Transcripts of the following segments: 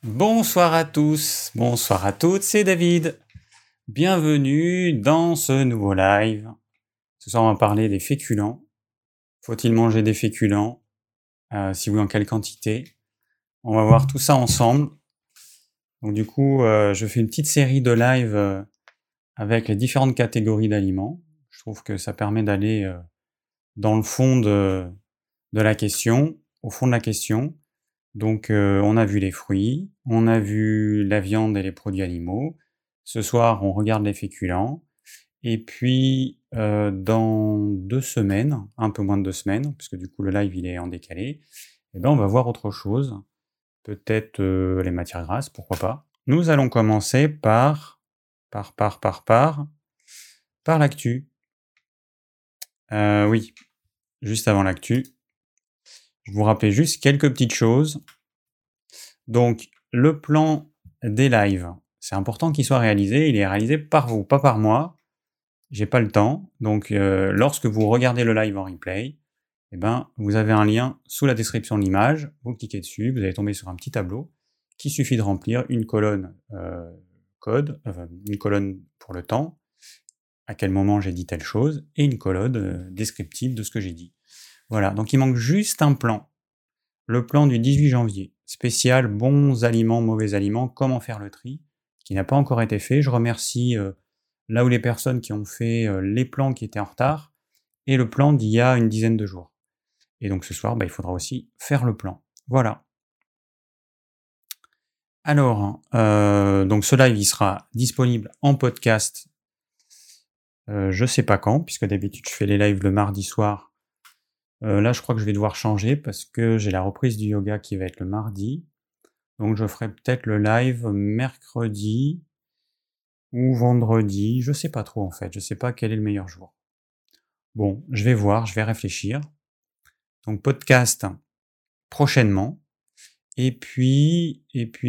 Bonsoir à tous, bonsoir à toutes, c'est David. Bienvenue dans ce nouveau live. Ce soir, on va parler des féculents. Faut-il manger des féculents? Si oui, en quelle quantité? On va voir tout ça ensemble. Donc du coup, je fais une petite série de lives avec les différentes catégories d'aliments. Je trouve que ça permet d'aller dans le fond de la question, au fond de la question. Donc on a vu les fruits, on a vu la viande et les produits animaux. Ce soir, on regarde les féculents. Et puis dans 2 semaines, un peu moins de 2 semaines, puisque du coup le live il est en décalé, et ben on va voir autre chose. Peut-être les matières grasses, pourquoi pas. Nous allons commencer par l'actu. Oui, juste avant l'actu, je vous rappelle juste quelques petites choses. Donc, le plan des lives, c'est important qu'il soit réalisé. Il est réalisé par vous, pas par moi. J'ai pas le temps. Donc, lorsque vous regardez le live en replay, eh ben, vous avez un lien sous la description de l'image. Vous cliquez dessus, vous allez tomber sur un petit tableau qu'il suffit de remplir une colonne une colonne pour le temps, à quel moment j'ai dit telle chose, et une colonne descriptive de ce que j'ai dit. Voilà. Donc, il manque juste un plan. Le plan du 18 janvier, spécial bons aliments, mauvais aliments, comment faire le tri, qui n'a pas encore été fait. Je remercie là où les personnes qui ont fait les plans qui étaient en retard et le plan d'il y a une dizaine de jours. Et donc ce soir, il faudra aussi faire le plan. Voilà. Alors, donc ce live, il sera disponible en podcast, je sais pas quand, puisque d'habitude je fais les lives le mardi soir. Là, je crois que je vais devoir changer parce que j'ai la reprise du yoga qui va être le mardi. Donc je ferai peut-être le live mercredi ou vendredi, je sais pas trop en fait, je sais pas quel est le meilleur jour. Bon, je vais voir, je vais réfléchir. Donc podcast prochainement. Et puis,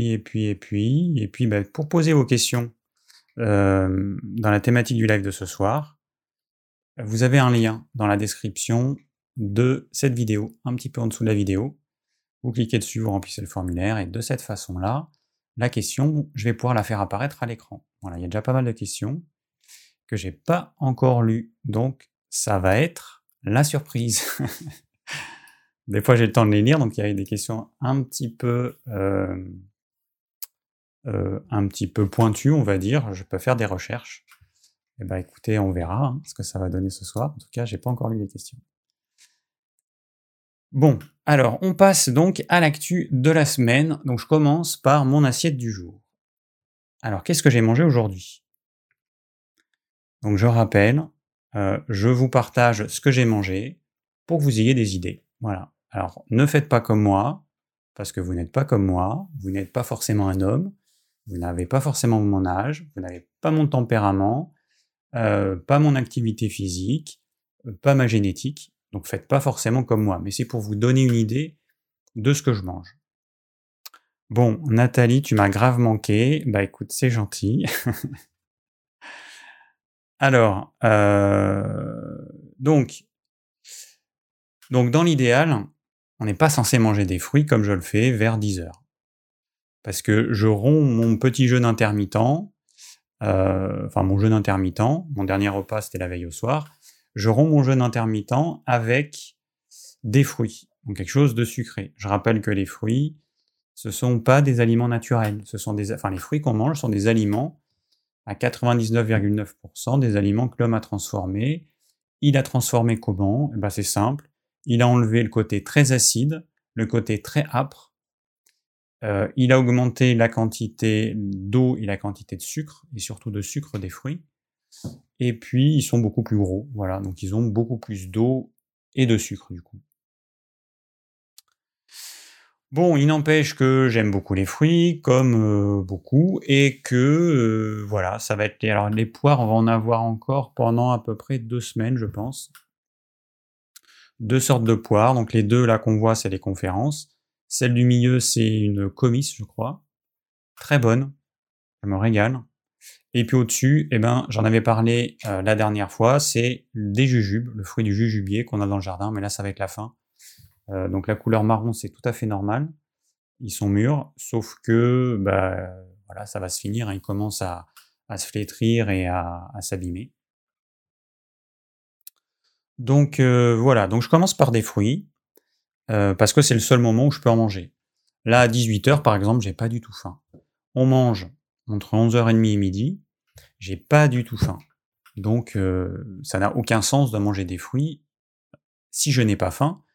pour poser vos questions dans la thématique du live de ce soir, vous avez un lien dans la description de cette vidéo, un petit peu en dessous de la vidéo. Vous cliquez dessus, vous remplissez le formulaire, et de cette façon-là, la question, je vais pouvoir la faire apparaître à l'écran. Voilà, il y a déjà pas mal de questions que j'ai pas encore lues, donc ça va être la surprise. Des fois, j'ai le temps de les lire, donc il y a des questions un petit peu pointues, on va dire. Je peux faire des recherches. Eh ben, écoutez, on verra ce que ça va donner ce soir. En tout cas, j'ai pas encore lu les questions. Bon, alors on passe donc à l'actu de la semaine. Donc je commence par mon assiette du jour. Alors qu'est-ce que j'ai mangé aujourd'hui? Donc je rappelle, je vous partage ce que j'ai mangé pour que vous ayez des idées. Voilà. Alors ne faites pas comme moi, parce que vous n'êtes pas comme moi, vous n'êtes pas forcément un homme, vous n'avez pas forcément mon âge, vous n'avez pas mon tempérament, pas mon activité physique, pas ma génétique, donc faites pas forcément comme moi, mais c'est pour vous donner une idée de ce que je mange. Bon, Nathalie, tu m'as grave manqué. Bah écoute, c'est gentil. Alors, donc dans l'idéal, on n'est pas censé manger des fruits comme je le fais vers 10h. Parce que je romps mon petit jeûne intermittent, mon jeûne intermittent, mon dernier repas c'était la veille au soir, je romps mon jeûne intermittent avec des fruits, donc quelque chose de sucré. Je rappelle que les fruits, ce sont pas des aliments naturels, les fruits qu'on mange sont des aliments à 99,9% des aliments que l'homme a transformés. Il a transformé comment? Eh ben c'est simple, il a enlevé le côté très acide, le côté très âpre, il a augmenté la quantité d'eau et la quantité de sucre, et surtout de sucre des fruits, et puis ils sont beaucoup plus gros, voilà, donc ils ont beaucoup plus d'eau et de sucre du coup. Bon, il n'empêche que j'aime beaucoup les fruits, comme beaucoup, et que voilà, ça va être alors les poires, on va en avoir encore pendant à peu près 2 semaines, je pense. 2 sortes de poires, donc les 2 là qu'on voit, c'est les conférences. Celle du milieu, c'est une comice, je crois. Très bonne, je me régale. Et puis au-dessus, eh ben, j'en avais parlé la dernière fois, c'est des jujubes, le fruit du jujubier qu'on a dans le jardin, mais là ça va être la fin. Donc la couleur marron, c'est tout à fait normal. ils sont mûrs, sauf que, voilà, ça va se finir, hein, ils commencent à se flétrir et à s'abîmer. Donc voilà, donc je commence par des fruits, parce que c'est le seul moment où je peux en manger. Là, à 18h, par exemple, j'ai pas du tout faim. On mange entre 11h30 et midi, j'ai pas du tout faim. Donc ça n'a aucun sens de manger des fruits si je n'ai pas faim.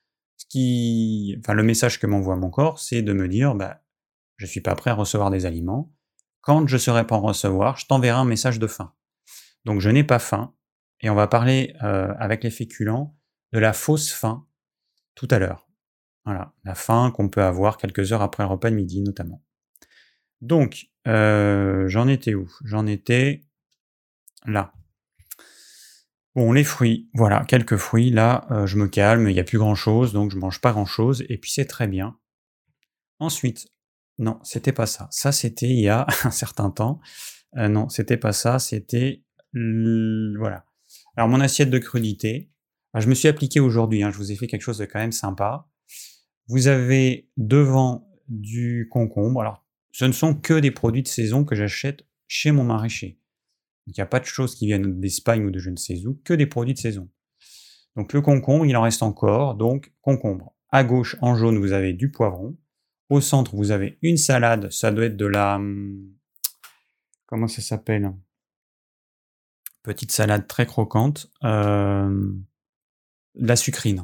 Le message que m'envoie mon corps, c'est de me dire, je suis pas prêt à recevoir des aliments. Quand je serai pas en recevoir, je t'enverrai un message de faim. Donc je n'ai pas faim, et on va parler avec les féculents de la fausse faim tout à l'heure. Voilà, la faim qu'on peut avoir quelques heures après le repas de midi notamment. Donc, j'en étais où? J'en étais là. Bon, les fruits, voilà, quelques fruits. Là, je me calme, il n'y a plus grand-chose, donc je mange pas grand-chose, et puis c'est très bien. Ensuite, non, c'était pas ça. Ça, c'était il y a un certain temps. Non, c'était pas ça, c'était voilà. Alors mon assiette de crudité, je me suis appliqué aujourd'hui, hein, je vous ai fait quelque chose de quand même sympa. Vous avez devant du concombre. Alors, ce ne sont que des produits de saison que j'achète chez mon maraîcher. Donc il n'y a pas de choses qui viennent d'Espagne ou de je ne sais où, que des produits de saison. Donc le concombre, il en reste encore, donc concombre. À gauche, en jaune, vous avez du poivron. Au centre, vous avez une salade, ça doit être de la... Comment ça s'appelle? Petite salade très croquante. De la sucrine.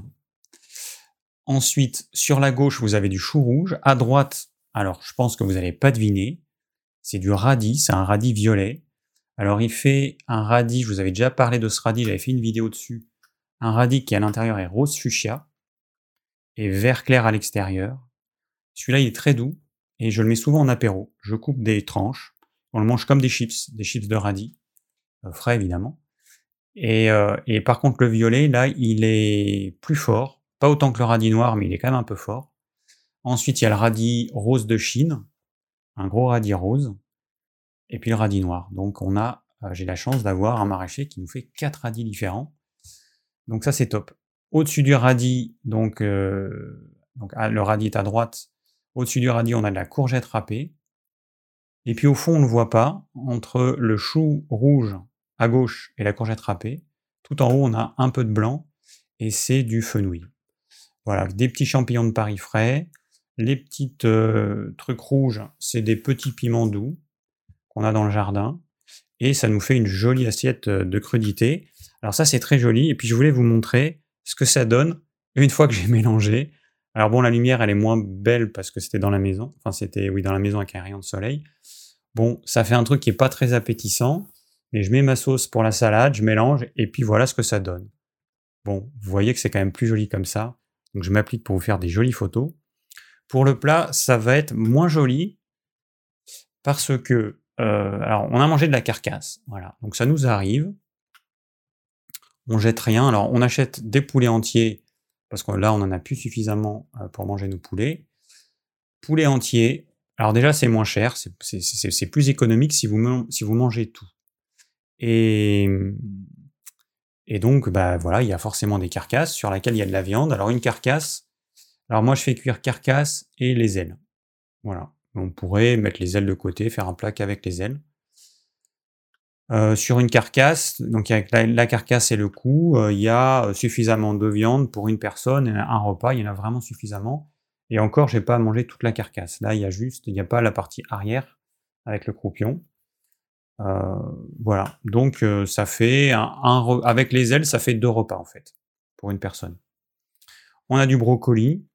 Ensuite, sur la gauche, vous avez du chou rouge. À droite, alors je pense que vous n'allez pas deviner, c'est du radis, c'est un radis violet. Alors il fait un radis, je vous avais déjà parlé de ce radis, j'avais fait une vidéo dessus. Un radis qui à l'intérieur est rose fuchsia et vert clair à l'extérieur. Celui-là il est très doux et je le mets souvent en apéro. Je coupe des tranches, on le mange comme des chips de radis, frais évidemment. Et par contre le violet, là, il est plus fort, pas autant que le radis noir, mais il est quand même un peu fort. Ensuite, il y a le radis rose de Chine, un gros radis rose, et puis le radis noir. Donc j'ai la chance d'avoir un maraîcher qui nous fait 4 radis différents. Donc ça, c'est top. Au-dessus du radis, le radis est à droite. Au-dessus du radis, on a de la courgette râpée. Et puis au fond, on ne le voit pas, entre le chou rouge à gauche et la courgette râpée, tout en haut, on a un peu de blanc, et c'est du fenouil. Voilà, des petits champignons de Paris frais. Les petites trucs rouges, c'est des petits piments doux qu'on a dans le jardin. Et ça nous fait une jolie assiette de crudité. Alors ça, c'est très joli. Et puis je voulais vous montrer ce que ça donne une fois que j'ai mélangé. Alors bon, la lumière, elle est moins belle parce que c'était dans la maison. Enfin, c'était, oui, dans la maison avec un rayon de soleil. Bon, ça fait un truc qui est pas très appétissant. Mais je mets ma sauce pour la salade, je mélange, et puis voilà ce que ça donne. Bon, vous voyez que c'est quand même plus joli comme ça. Donc je m'applique pour vous faire des jolies photos. Pour le plat, ça va être moins joli parce que, alors on a mangé de la carcasse, voilà. Donc ça nous arrive. On jette rien. Alors on achète des poulets entiers parce que là on en a plus suffisamment pour manger nos poulets. Poulet entier. Alors déjà c'est moins cher, c'est plus économique si vous mangez tout. Et donc voilà, il y a forcément des carcasses sur lesquelles il y a de la viande. Alors une carcasse. Alors moi je fais cuire carcasse et les ailes. Voilà. On pourrait mettre les ailes de côté, faire un plat qu'avec les ailes. Sur une carcasse, donc avec la carcasse et le cou, il y a suffisamment de viande pour une personne, un repas, il y en a vraiment suffisamment. Et encore, j'ai pas mangé toute la carcasse. Là, il y a pas la partie arrière avec le croupion. Voilà. Donc ça fait avec les ailes, ça fait 2 repas en fait pour une personne. On a du brocoli.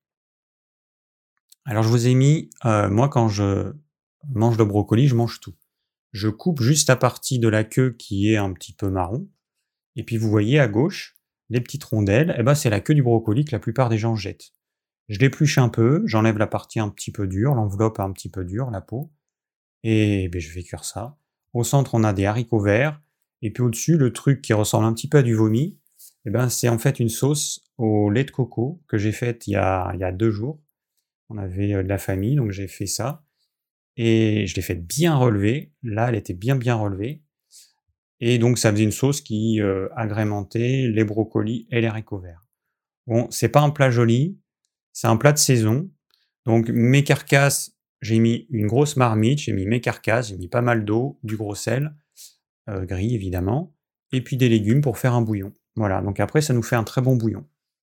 Alors je vous ai mis, moi quand je mange le brocoli, je mange tout. Je coupe juste la partie de la queue qui est un petit peu marron, et puis vous voyez à gauche, les petites rondelles, c'est la queue du brocoli que la plupart des gens jettent. Je l'épluche un peu, j'enlève la partie un petit peu dure, l'enveloppe un petit peu dure, la peau, et je fais cuire ça. Au centre, on a des haricots verts, et puis au-dessus, le truc qui ressemble un petit peu à du vomi, c'est en fait une sauce au lait de coco que j'ai faite il y a 2 jours. On avait de la famille, donc j'ai fait ça. Et je l'ai faite bien relever. Là, elle était bien relevée. Et donc, ça faisait une sauce qui agrémentait les brocolis et les haricots verts. Bon, c'est pas un plat joli, c'est un plat de saison. Donc mes carcasses, j'ai mis une grosse marmite, j'ai mis mes carcasses, j'ai mis pas mal d'eau, du gros sel, gris évidemment, et puis des légumes pour faire un bouillon. Voilà, donc après ça nous fait un très bon bouillon.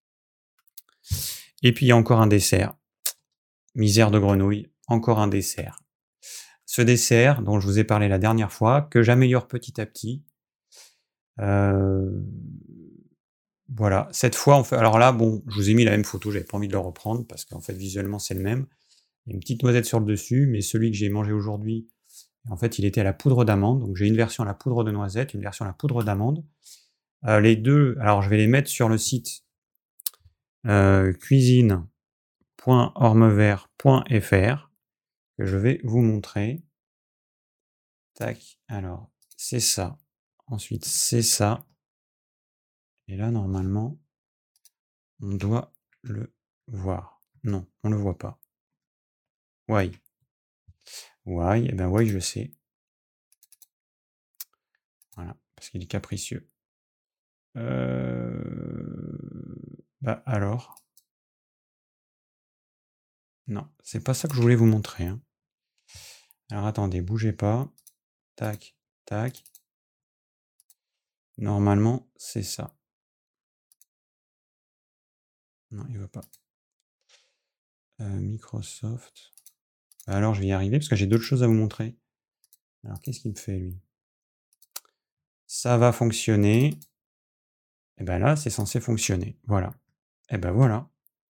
Et puis il y a encore un dessert. Misère de grenouille, encore un dessert. Ce dessert, dont je vous ai parlé la dernière fois, que j'améliore petit à petit. Voilà, cette fois, on fait. Alors là, bon, je vous ai mis la même photo, j'avais pas envie de le reprendre parce qu'en fait, visuellement, c'est le même. Il y a une petite noisette sur le dessus, mais celui que j'ai mangé aujourd'hui, en fait, il était à la poudre d'amande. Donc j'ai une version à la poudre de noisette, une version à la poudre d'amande. Les deux, alors je vais les mettre sur le site cuisine.ormevert.fr que je vais vous montrer. Tac, alors c'est ça. Ensuite, c'est ça. Et là, normalement, on doit le voir. Non, on le voit pas. Why? Why? Eh ben why, je sais. Voilà, parce qu'il est capricieux. Bah alors. Non, c'est pas ça que je voulais vous montrer. Hein. Alors attendez, bougez pas. Tac, tac. Normalement, c'est ça. Non, il veut pas. Microsoft. Alors, je vais y arriver parce que j'ai d'autres choses à vous montrer. Alors, qu'est-ce qu'il me fait, lui? Ça va fonctionner. Et ben là, c'est censé fonctionner. Voilà. Et ben voilà.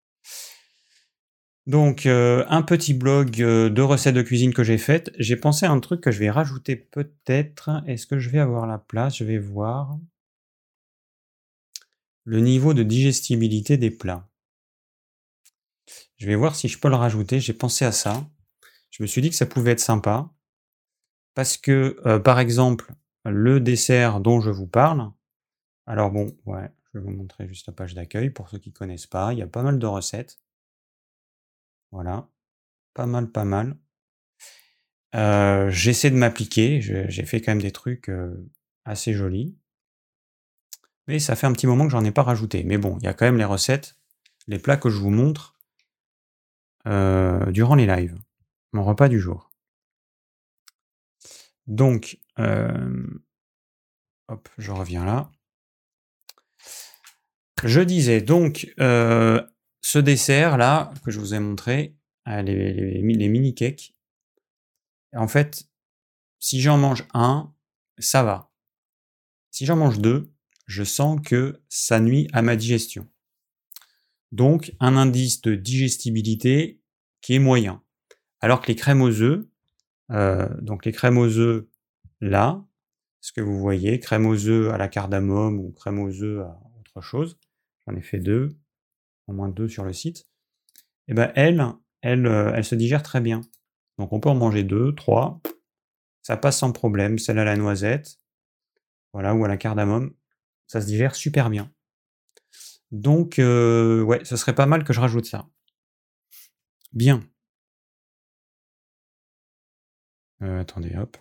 Donc, un petit blog de recettes de cuisine que j'ai faites. J'ai pensé à un truc que je vais rajouter peut-être. Est-ce que je vais avoir la place? Je vais voir. Le niveau de digestibilité des plats. Je vais voir si je peux le rajouter. J'ai pensé à ça. Je me suis dit que ça pouvait être sympa. Parce que, par exemple, le dessert dont je vous parle, alors bon, ouais, je vais vous montrer juste la page d'accueil pour ceux qui ne connaissent pas. Il y a pas mal de recettes. Voilà, pas mal, pas mal. J'essaie de m'appliquer, j'ai fait quand même des trucs, assez jolis. Mais ça fait un petit moment que j'en ai pas rajouté. Mais bon, il y a quand même les recettes, les plats que je vous montre, durant les lives. Mon repas du jour. Donc, hop, je reviens là. Je disais donc, ce dessert-là, que je vous ai montré, les mini cakes, en fait, si j'en mange un, ça va. Si j'en mange deux, je sens que ça nuit à ma digestion. Donc, un indice de digestibilité qui est moyen. Alors que les crèmes aux œufs, donc les crèmes aux œufs, là, ce que vous voyez, crème aux œufs à la cardamome ou crème aux œufs à autre chose, j'en ai fait deux, au moins deux sur le site, et ben elle se digère très bien. Donc on peut en manger deux, trois, ça passe sans problème. Celle à la noisette, voilà, ou à la cardamome, ça se digère super bien. Donc ouais, ce serait pas mal que je rajoute ça. Bien. Attendez, hop.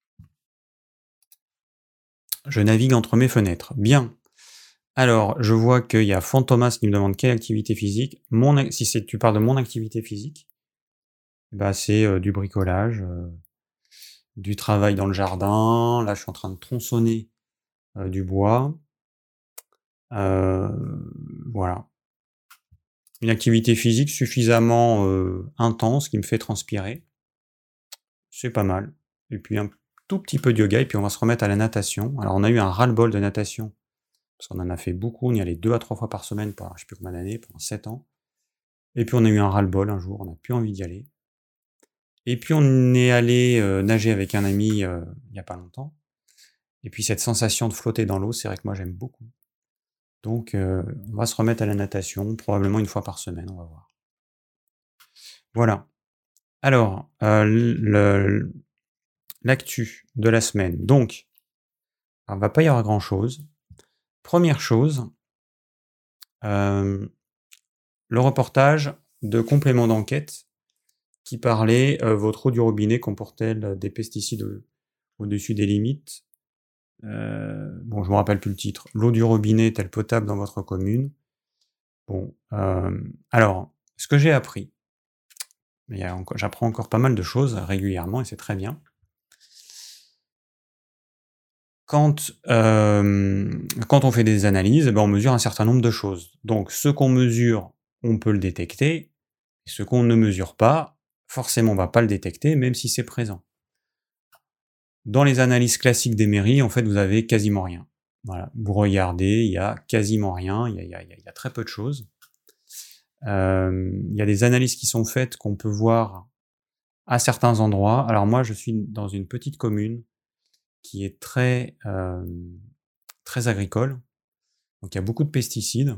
Je navigue entre mes fenêtres. Bien. Alors, je vois qu'il y a Fantomas qui me demande quelle activité physique. Si tu parles de mon activité physique, bah c'est du bricolage, du travail dans le jardin. Là, je suis en train de tronçonner du bois. Voilà. Une activité physique suffisamment intense qui me fait transpirer. C'est pas mal. Et puis un tout petit peu de yoga, et puis on va se remettre à la natation. Alors on a eu un ras-le-bol de natation, parce qu'on en a fait beaucoup, on y allait 2 à 3 fois par semaine pendant je sais plus combien d'années, pendant 7 ans. Et puis on a eu un ras-le-bol un jour, on n'a plus envie d'y aller. Et puis on est allé nager avec un ami il y a pas longtemps. Et puis cette sensation de flotter dans l'eau, c'est vrai que moi j'aime beaucoup. Donc on va se remettre à la natation, probablement une fois par semaine, on va voir. Voilà. Alors, l'actu de la semaine. Donc, il ne va pas y avoir grand-chose. Première chose, le reportage de complément d'enquête qui parlait, votre eau du robinet comporte-t-elle des pesticides au-dessus des limites? Bon, je me rappelle plus le titre. L'eau du robinet est-elle potable dans votre commune? Bon, alors, ce que j'ai appris, Mais j'apprends encore pas mal de choses régulièrement et c'est très bien. Quand on fait des analyses, on mesure un certain nombre de choses. Donc ce qu'on mesure, on peut le détecter, et ce qu'on ne mesure pas, forcément on va pas le détecter, même si c'est présent. Dans les analyses classiques des mairies, en fait, vous avez quasiment rien. Voilà, vous regardez, il y a quasiment rien, il y a très peu de choses. Il y a des analyses qui sont faites qu'on peut voir à certains endroits. Alors moi, je suis dans une petite commune qui est très agricole, donc il y a beaucoup de pesticides,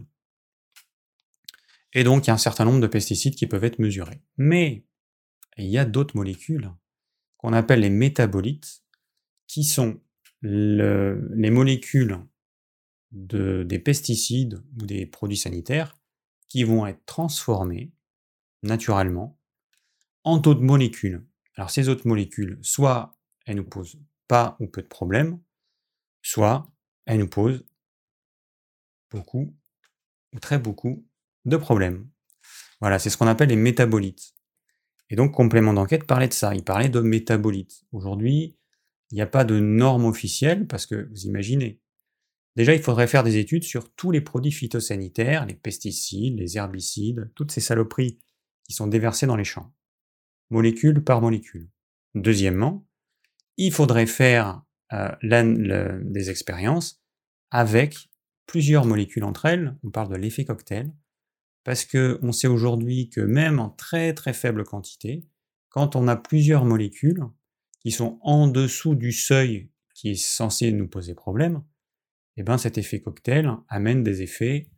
et donc il y a un certain nombre de pesticides qui peuvent être mesurés. Mais il y a d'autres molécules qu'on appelle les métabolites, qui sont les molécules des pesticides ou des produits sanitaires qui vont être transformés naturellement en d'autres molécules. Alors ces autres molécules, soit elles nous posent pas ou peu de problèmes, soit elles nous posent beaucoup ou très beaucoup de problèmes. Voilà, c'est ce qu'on appelle les métabolites. Et donc, complément d'enquête parlait de ça, il parlait de métabolites. Aujourd'hui, il n'y a pas de normes officielles, parce que, vous imaginez, déjà, il faudrait faire des études sur tous les produits phytosanitaires, les pesticides, les herbicides, toutes ces saloperies qui sont déversées dans les champs, molécule par molécule. Deuxièmement, il faudrait faire des expériences avec plusieurs molécules entre elles, on parle de l'effet cocktail, parce qu'on sait aujourd'hui que même en très très faible quantité, quand on a plusieurs molécules qui sont en dessous du seuil qui est censé nous poser problème, et ben cet effet cocktail amène des effets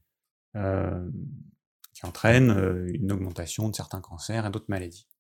qui entraînent une augmentation de certains cancers et d'autres maladies.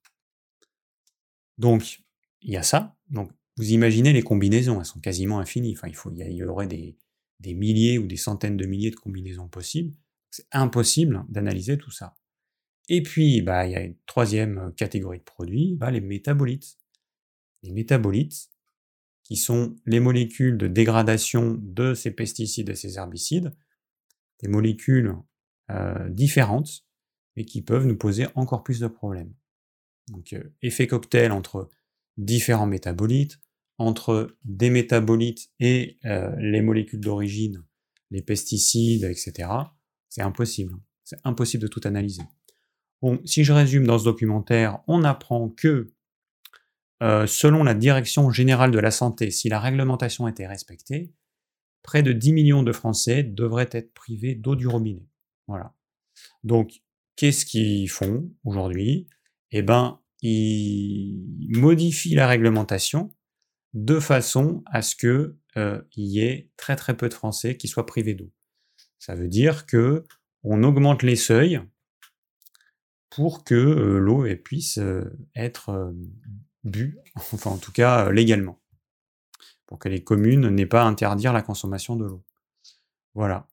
Donc, il y a ça. Donc, vous imaginez les combinaisons, elles sont quasiment infinies. Enfin, il y aurait des milliers ou des centaines de milliers de combinaisons possibles. C'est impossible d'analyser tout ça. Et puis, il y a une troisième catégorie de produits, les métabolites. Les métabolites, qui sont les molécules de dégradation de ces pesticides et ces herbicides, des molécules différentes, mais qui peuvent nous poser encore plus de problèmes. Donc, effet cocktail entre différents métabolites, entre des métabolites et les molécules d'origine, les pesticides, etc. C'est impossible. C'est impossible de tout analyser. Bon, si je résume dans ce documentaire, on apprend que selon la Direction générale de la santé, si la réglementation était respectée, près de 10 millions de Français devraient être privés d'eau du robinet. Voilà. Donc, qu'est-ce qu'ils font aujourd'hui? Eh ben, ils modifient la réglementation de façon à ce que il y ait très très peu de Français qui soient privés d'eau. Ça veut dire que on augmente les seuils pour que l'eau puisse être bue, enfin en tout cas légalement, pour que les communes n'aient pas à interdire la consommation de l'eau. Voilà.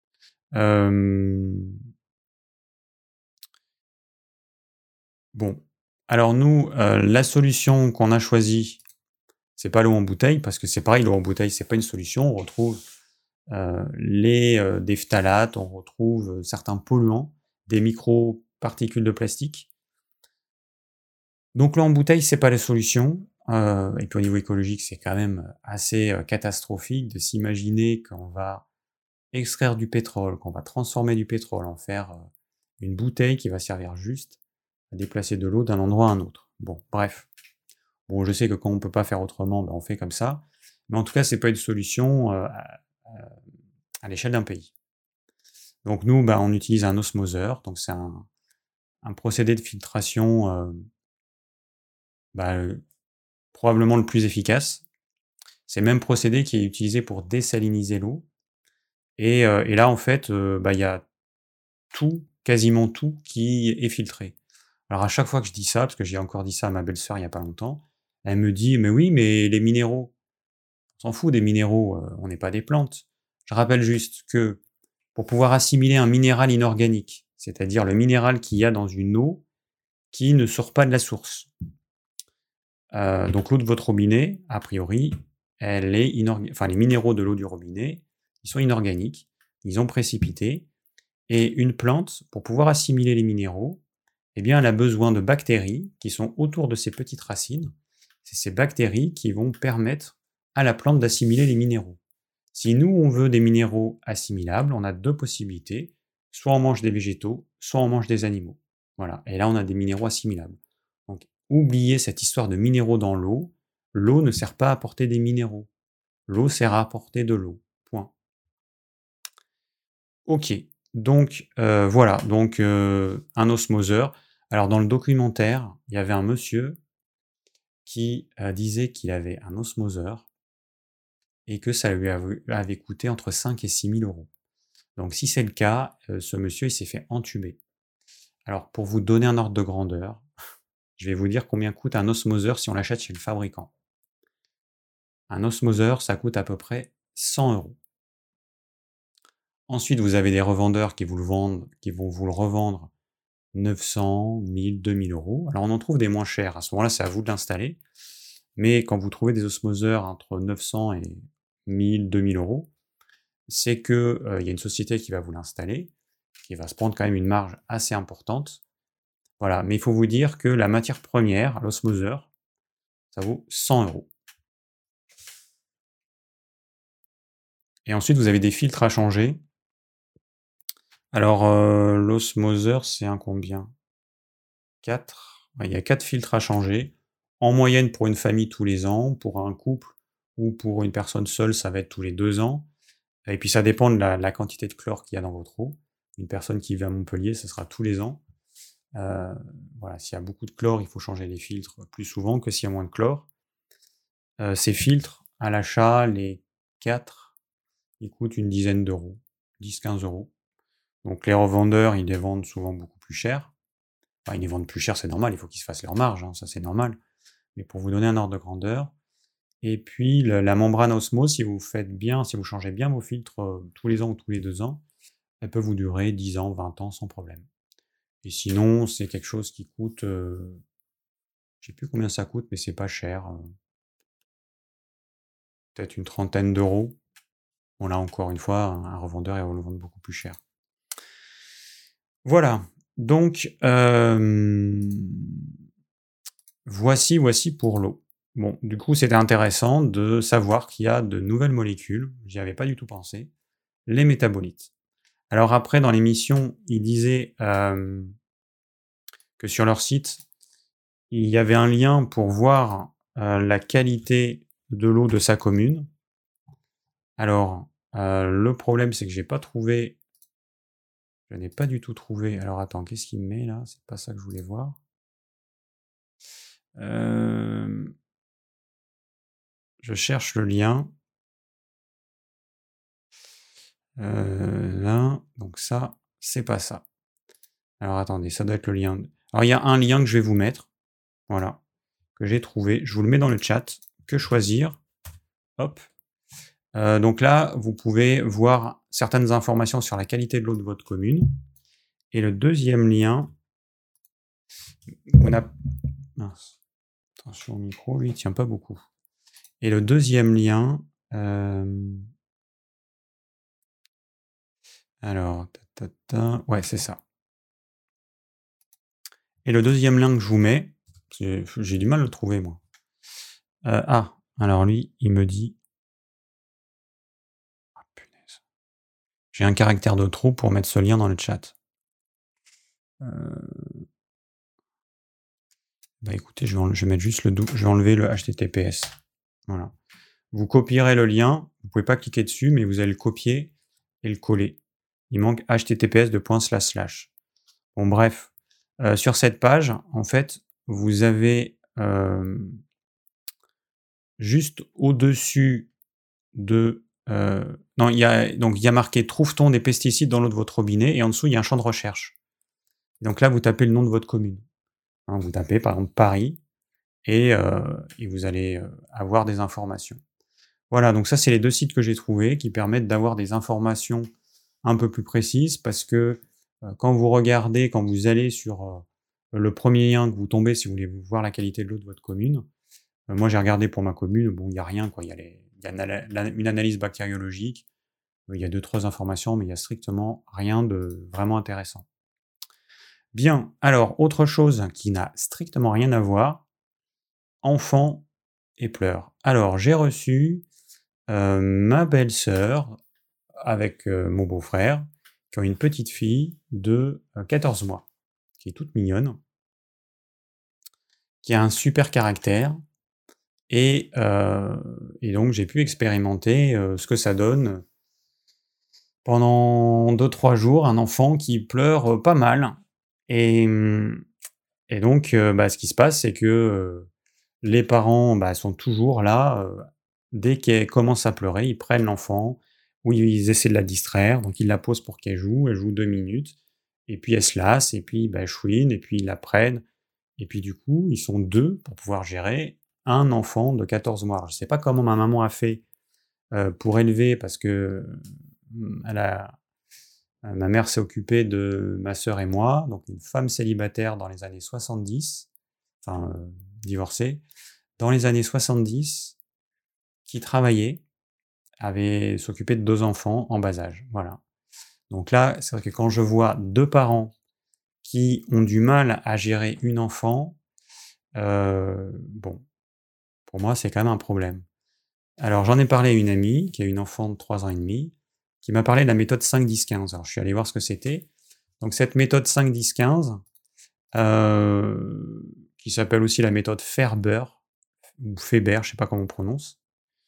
Bon, alors nous, la solution qu'on a choisie, c'est pas l'eau en bouteille, parce que c'est pareil, l'eau en bouteille, c'est pas une solution. On retrouve des phtalates, on retrouve certains polluants, des micro-particules de plastique. Donc l'eau en bouteille, c'est pas la solution. Et puis au niveau écologique, c'est quand même assez catastrophique de s'imaginer qu'on va extraire du pétrole, qu'on va transformer du pétrole, en faire une bouteille qui va servir juste à déplacer de l'eau d'un endroit à un autre. Bon, bref. Bon, je sais que quand on peut pas faire autrement, on fait comme ça. Mais en tout cas, c'est pas une solution à l'échelle d'un pays. Donc nous, on utilise un osmoseur. Donc c'est un procédé de filtration probablement le plus efficace. C'est le même procédé qui est utilisé pour désaliniser l'eau. Et là, en fait, il y a tout, quasiment tout, qui est filtré. Alors à chaque fois que je dis ça, parce que j'ai encore dit ça à ma belle-sœur il y a pas longtemps, elle me dit: «Mais oui, mais les minéraux, on s'en fout des minéraux, on n'est pas des plantes». Je rappelle juste que pour pouvoir assimiler un minéral inorganique, c'est-à-dire le minéral qu'il y a dans une eau qui ne sort pas de la source, donc l'eau de votre robinet, a priori, elle est enfin les minéraux de l'eau du robinet, ils sont inorganiques, ils ont précipité, et une plante, pour pouvoir assimiler les minéraux, eh bien, elle a besoin de bactéries qui sont autour de ces petites racines. C'est ces bactéries qui vont permettre à la plante d'assimiler les minéraux. Si nous, on veut des minéraux assimilables, on a deux possibilités. Soit on mange des végétaux, soit on mange des animaux. Voilà. Et là, on a des minéraux assimilables. Donc, oubliez cette histoire de minéraux dans l'eau. L'eau ne sert pas à apporter des minéraux. L'eau sert à apporter de l'eau. Point. Ok. Donc, voilà. Donc, un osmoseur. Alors, dans le documentaire, il y avait un monsieur qui disait qu'il avait un osmoseur et que ça lui avait coûté entre 5 et 6 000 euros. Donc si c'est le cas, ce monsieur il s'est fait entuber. Alors pour vous donner un ordre de grandeur, je vais vous dire combien coûte un osmoseur si on l'achète chez le fabricant. Un osmoseur, ça coûte à peu près 100 euros. Ensuite, vous avez des revendeurs qui vont vous le revendre 900, 1000, 2000 euros. Alors on en trouve des moins chers. À ce moment-là, c'est à vous de l'installer. Mais quand vous trouvez des osmoseurs entre 900 et 1000, 2000 euros, c'est que y a une société qui va vous l'installer, qui va se prendre quand même une marge assez importante. Voilà, mais il faut vous dire que la matière première, l'osmoseur, ça vaut 100 euros. Et ensuite, vous avez des filtres à changer. Alors, l'osmoseur, c'est un combien? 4. Il y a 4 filtres à changer. En moyenne, pour une famille, tous les ans. Pour un couple ou pour une personne seule, ça va être tous les 2 ans. Et puis, ça dépend de la quantité de chlore qu'il y a dans votre eau. Une personne qui vit à Montpellier, ce sera tous les ans. Voilà, s'il y a beaucoup de chlore, il faut changer les filtres plus souvent que s'il y a moins de chlore. Ces filtres, à l'achat, les 4, ils coûtent une dizaine d'euros, 10-15 euros. Donc les revendeurs, ils les vendent souvent beaucoup plus cher. Enfin, ils les vendent plus cher, c'est normal, il faut qu'ils se fassent leur marge, hein, ça c'est normal. Mais pour vous donner un ordre de grandeur. Et puis la membrane osmose, si vous faites bien, si vous changez bien vos filtres tous les ans ou tous les 2 ans, elle peut vous durer 10 ans, 20 ans sans problème. Et sinon, c'est quelque chose qui coûte, je sais plus combien ça coûte, mais c'est pas cher. Peut-être une trentaine d'euros. Bon là encore une fois, un revendeur il va le vendre beaucoup plus cher. Voilà. Donc voici pour l'eau. Bon, du coup, c'était intéressant de savoir qu'il y a de nouvelles molécules, j'y avais pas du tout pensé, les métabolites. Alors après, dans l'émission, ils disaient que sur leur site, il y avait un lien pour voir la qualité de l'eau de sa commune. Alors, le problème, c'est que je n'ai pas du tout trouvé. Alors attends, qu'est-ce qu'il me met là? C'est pas ça que je voulais voir. Je cherche le lien. Là, donc ça, c'est pas ça. Alors attendez, ça doit être le lien. Alors il y a un lien que je vais vous mettre, voilà, que j'ai trouvé. Je vous le mets dans le chat. Que choisir? Hop. Donc là, vous pouvez voir certaines informations sur la qualité de l'eau de votre commune. Et le deuxième lien, on a... Mince. Attention au micro, lui, il tient pas beaucoup. Et le deuxième lien... Alors, ouais, c'est ça. Et le deuxième lien que je vous mets, j'ai du mal à le trouver, moi. Alors lui, il me dit... Oh, punaise. J'ai un caractère de trop pour mettre ce lien dans le chat. Bah écoutez, je vais mettre juste je vais enlever le HTTPS. Voilà. Vous copierez le lien, vous pouvez pas cliquer dessus, mais vous allez le copier et le coller. Il manque https://. Bon bref, sur cette page, en fait, vous avez juste au-dessus de... non, il y a marqué « Trouve-t-on des pesticides dans l'eau de votre robinet ?» et en dessous, il y a un champ de recherche. Donc là, vous tapez le nom de votre commune. Hein, vous tapez par exemple Paris et vous allez avoir des informations. Voilà, donc ça, c'est les 2 sites que j'ai trouvés qui permettent d'avoir des informations un peu plus précises parce que quand vous allez sur le premier lien que vous tombez si vous voulez voir la qualité de l'eau de votre commune, moi j'ai regardé pour ma commune, bon, il n'y a rien, quoi. Il y a une analyse bactériologique, il y a 2-3 informations, mais il n'y a strictement rien de vraiment intéressant. Bien, alors autre chose qui n'a strictement rien à voir, enfants et pleurs. Alors j'ai reçu, ma belle-sœur avec, mon beau-frère, qui ont une petite fille de, 14 mois, qui est toute mignonne, qui a un super caractère et donc j'ai pu expérimenter, ce que ça donne pendant 2-3 jours, un enfant qui pleure, pas mal et mmh et donc ce qui se passe, c'est que, les parents, sont toujours là, dès qu'elle commence à pleurer, ils prennent l'enfant ou ils essaient de la distraire, donc ils la posent pour qu'elle joue 2 minutes et puis elle se lasse et puis, elle chouine et puis ils la prennent et puis du coup, ils sont 2 pour pouvoir gérer un enfant de 14 mois. Alors je sais pas comment ma maman a fait, pour élever parce que, elle a ma mère s'est occupée de ma sœur et moi, donc une femme célibataire dans les années 70, enfin, divorcée, dans les années 70, qui travaillait, s'occupait de 2 enfants en bas âge, voilà. Donc là, c'est vrai que quand je vois 2 parents qui ont du mal à gérer une enfant, bon, pour moi, c'est quand même un problème. Alors j'en ai parlé à une amie qui a une enfant de 3 ans et demi, qui m'a parlé de la méthode 5-10-15. Alors je suis allé voir ce que c'était. Donc cette méthode 5-10-15, qui s'appelle aussi la méthode Ferber ou Feber, je sais pas comment on prononce,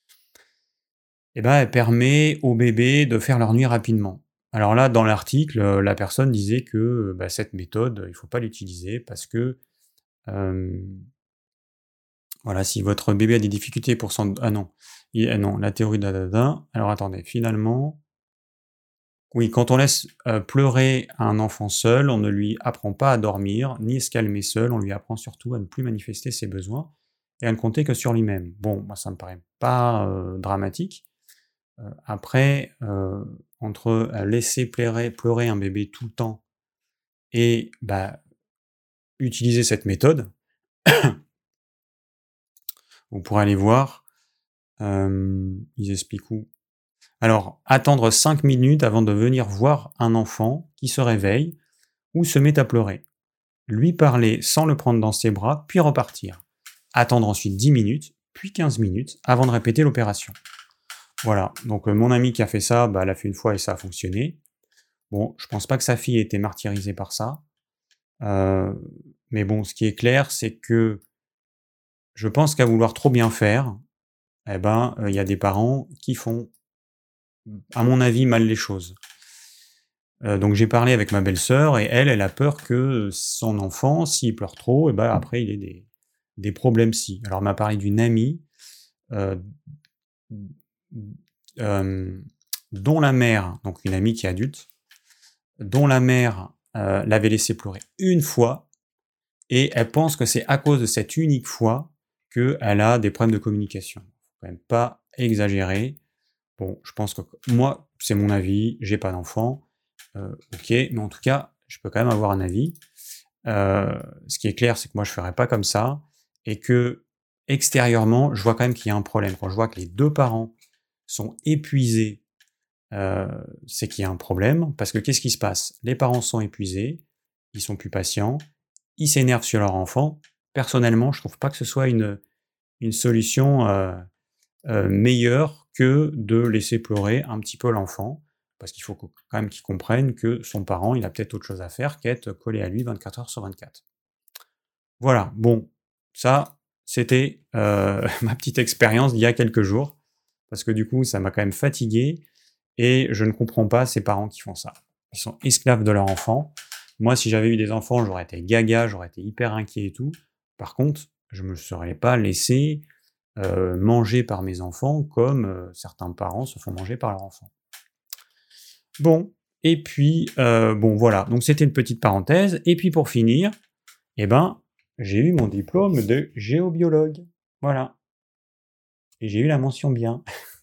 elle permet aux bébés de faire leur nuit rapidement. Alors là, dans l'article, la personne disait que, cette méthode, il faut pas l'utiliser parce que, hem, voilà, si votre bébé a des difficultés pour s'en ah non, non, la théorie da. Alors attendez, finalement, oui, quand on laisse, pleurer un enfant seul, on ne lui apprend pas à dormir, ni à se calmer seul, on lui apprend surtout à ne plus manifester ses besoins et à ne compter que sur lui-même. Bon, moi ça me paraît pas, dramatique. Après, entre, laisser pleurer un bébé tout le temps et utiliser cette méthode, on pourrait aller voir, ils expliquent où? Alors, attendre 5 minutes avant de venir voir un enfant qui se réveille ou se met à pleurer. Lui parler sans le prendre dans ses bras, puis repartir. Attendre ensuite 10 minutes, puis 15 minutes avant de répéter l'opération. Voilà, donc mon ami qui a fait ça, elle l'a fait une fois et ça a fonctionné. Bon, je pense pas que sa fille ait été martyrisée par ça, heu, mais bon, ce qui est clair, c'est que je pense qu'à vouloir trop bien faire, il y a des parents qui font, à mon avis, mal les choses. Donc j'ai parlé avec ma belle-sœur et elle a peur que son enfant, s'il pleure trop après il ait des problèmes psy. Alors elle m'a parlé d'une amie, heu, hem, dont la mère, donc une amie qui est adulte, dont la mère, l'avait laissé pleurer une fois et elle pense que c'est à cause de cette unique fois qu'elle a des problèmes de communication. Faut quand même pas exagérer. Bon, je pense que moi, c'est mon avis, j'ai pas d'enfant, OK, mais en tout cas, je peux quand même avoir un avis. Ce qui est clair, c'est que moi, je ferais pas comme ça et que extérieurement, je vois quand même qu'il y a un problème. Quand je vois que les 2 parents sont épuisés, heu, c'est qu'il y a un problème parce que qu'est-ce qui se passe? Les parents sont épuisés, ils sont plus patients, ils s'énervent sur leur enfant. Personnellement, je trouve pas que ce soit une solution, meilleur que de laisser pleurer un petit peu l'enfant. Parce qu'il faut quand même qu'il comprenne que son parent, il a peut-être autre chose à faire qu'être collé à lui 24 heures sur 24. Voilà, bon, ça, c'était, ma petite expérience d'il y a quelques jours. Parce que du coup, ça m'a quand même fatigué et je ne comprends pas ces parents qui font ça. Ils sont esclaves de leur enfant. Moi, si j'avais eu des enfants, j'aurais été gaga, j'aurais été hyper inquiet et tout. Par contre, je me serais pas laissé mangés par mes enfants comme, certains parents se font manger par leurs enfants. Bon et puis, bon voilà, donc c'était une petite parenthèse et puis pour finir, eh ben, j'ai eu mon diplôme de géobiologue. Voilà et j'ai eu la mention bien.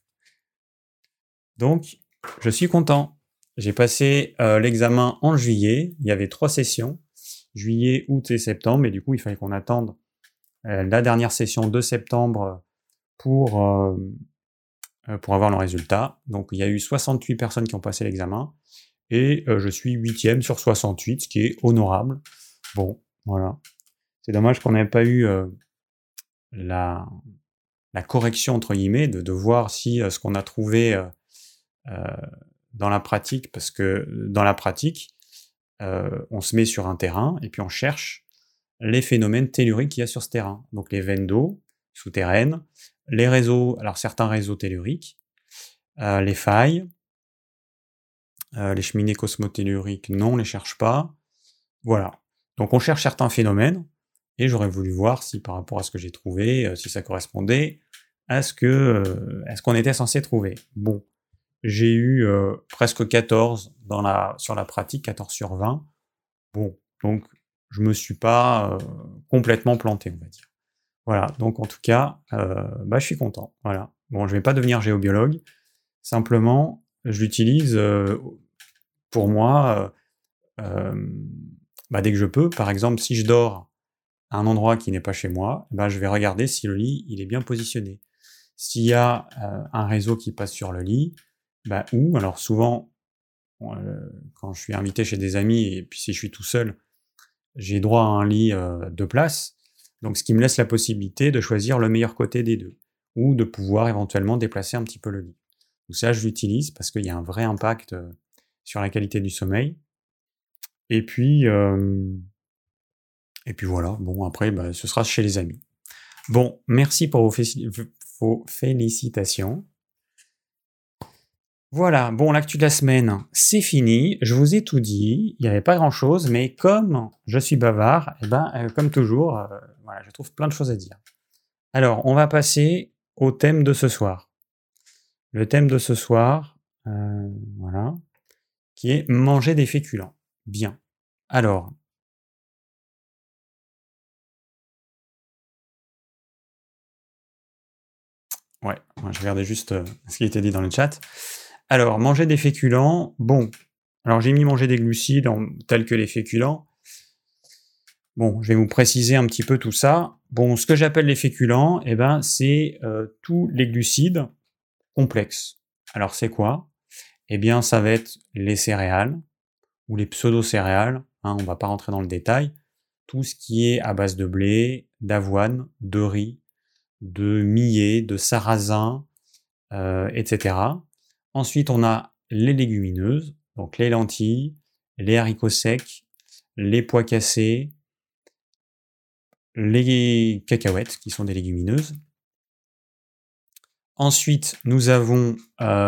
Donc je suis content. J'ai passé, l'examen en juillet, il y avait 3 sessions, juillet, août et septembre et du coup, il fallait qu'on attende, la dernière session de septembre pour, pour avoir le résultat. Donc il y a eu 68 personnes qui ont passé l'examen. et je suis 8e sur 68, ce qui est honorable. Bon, voilà. C'est dommage qu'on n'ait pas eu la correction, entre guillemets, de voir si ce qu'on a trouvé dans la pratique, parce que dans la pratique, on se met sur un terrain et puis on cherche les phénomènes telluriques qu'il y a sur ce terrain. Donc les veines d'eau souterraines, les réseaux, alors certains réseaux telluriques, les failles, les cheminées cosmotelluriques, non, on les cherche pas. Voilà. Donc on cherche certains phénomènes, et j'aurais voulu voir si par rapport à ce que j'ai trouvé, si ça correspondait à ce qu'on était censé trouver. Bon, j'ai eu presque 14 sur la pratique, 14 sur 20. Bon, donc je me suis pas complètement planté, on va dire. Voilà, donc en tout cas, je suis content. Voilà. Bon, je vais pas devenir géobiologue, simplement, je l'utilise pour moi, dès que je peux. Par exemple, si je dors à un endroit qui n'est pas chez moi, je vais regarder si le lit il est bien positionné. S'il y a un réseau qui passe sur le lit, où, alors souvent, quand je suis invité chez des amis, et puis si je suis tout seul, j'ai droit à un lit 2 places, donc ce qui me laisse la possibilité de choisir le meilleur côté des 2, ou de pouvoir éventuellement déplacer un petit peu le lit. Donc ça, je l'utilise parce qu'il y a un vrai impact sur la qualité du sommeil. Et puis voilà, bon après, ce sera chez les amis. Bon, merci pour vos félicitations. Voilà, bon, l'actu de la semaine, c'est fini. Je vous ai tout dit, il n'y avait pas grand-chose, mais comme je suis bavard, comme toujours, voilà, je trouve plein de choses à dire. Alors, on va passer au thème de ce soir. Le thème de ce soir, voilà, qui est manger des féculents. Bien. Alors, ouais, je regardais juste ce qui était dit dans le chat. Alors, manger des féculents, bon. Alors, j'ai mis manger des glucides tels que les féculents. Bon, je vais vous préciser un petit peu tout ça. Bon, ce que j'appelle les féculents, c'est tous les glucides complexes. Alors, c'est quoi? Eh bien, ça va être les céréales ou les pseudo-céréales. On va pas rentrer dans le détail. Tout ce qui est à base de blé, d'avoine, de riz, de millet, de sarrasin, etc. Ensuite, on a les légumineuses, donc les lentilles, les haricots secs, les pois cassés, les cacahuètes, qui sont des légumineuses. Ensuite, nous avons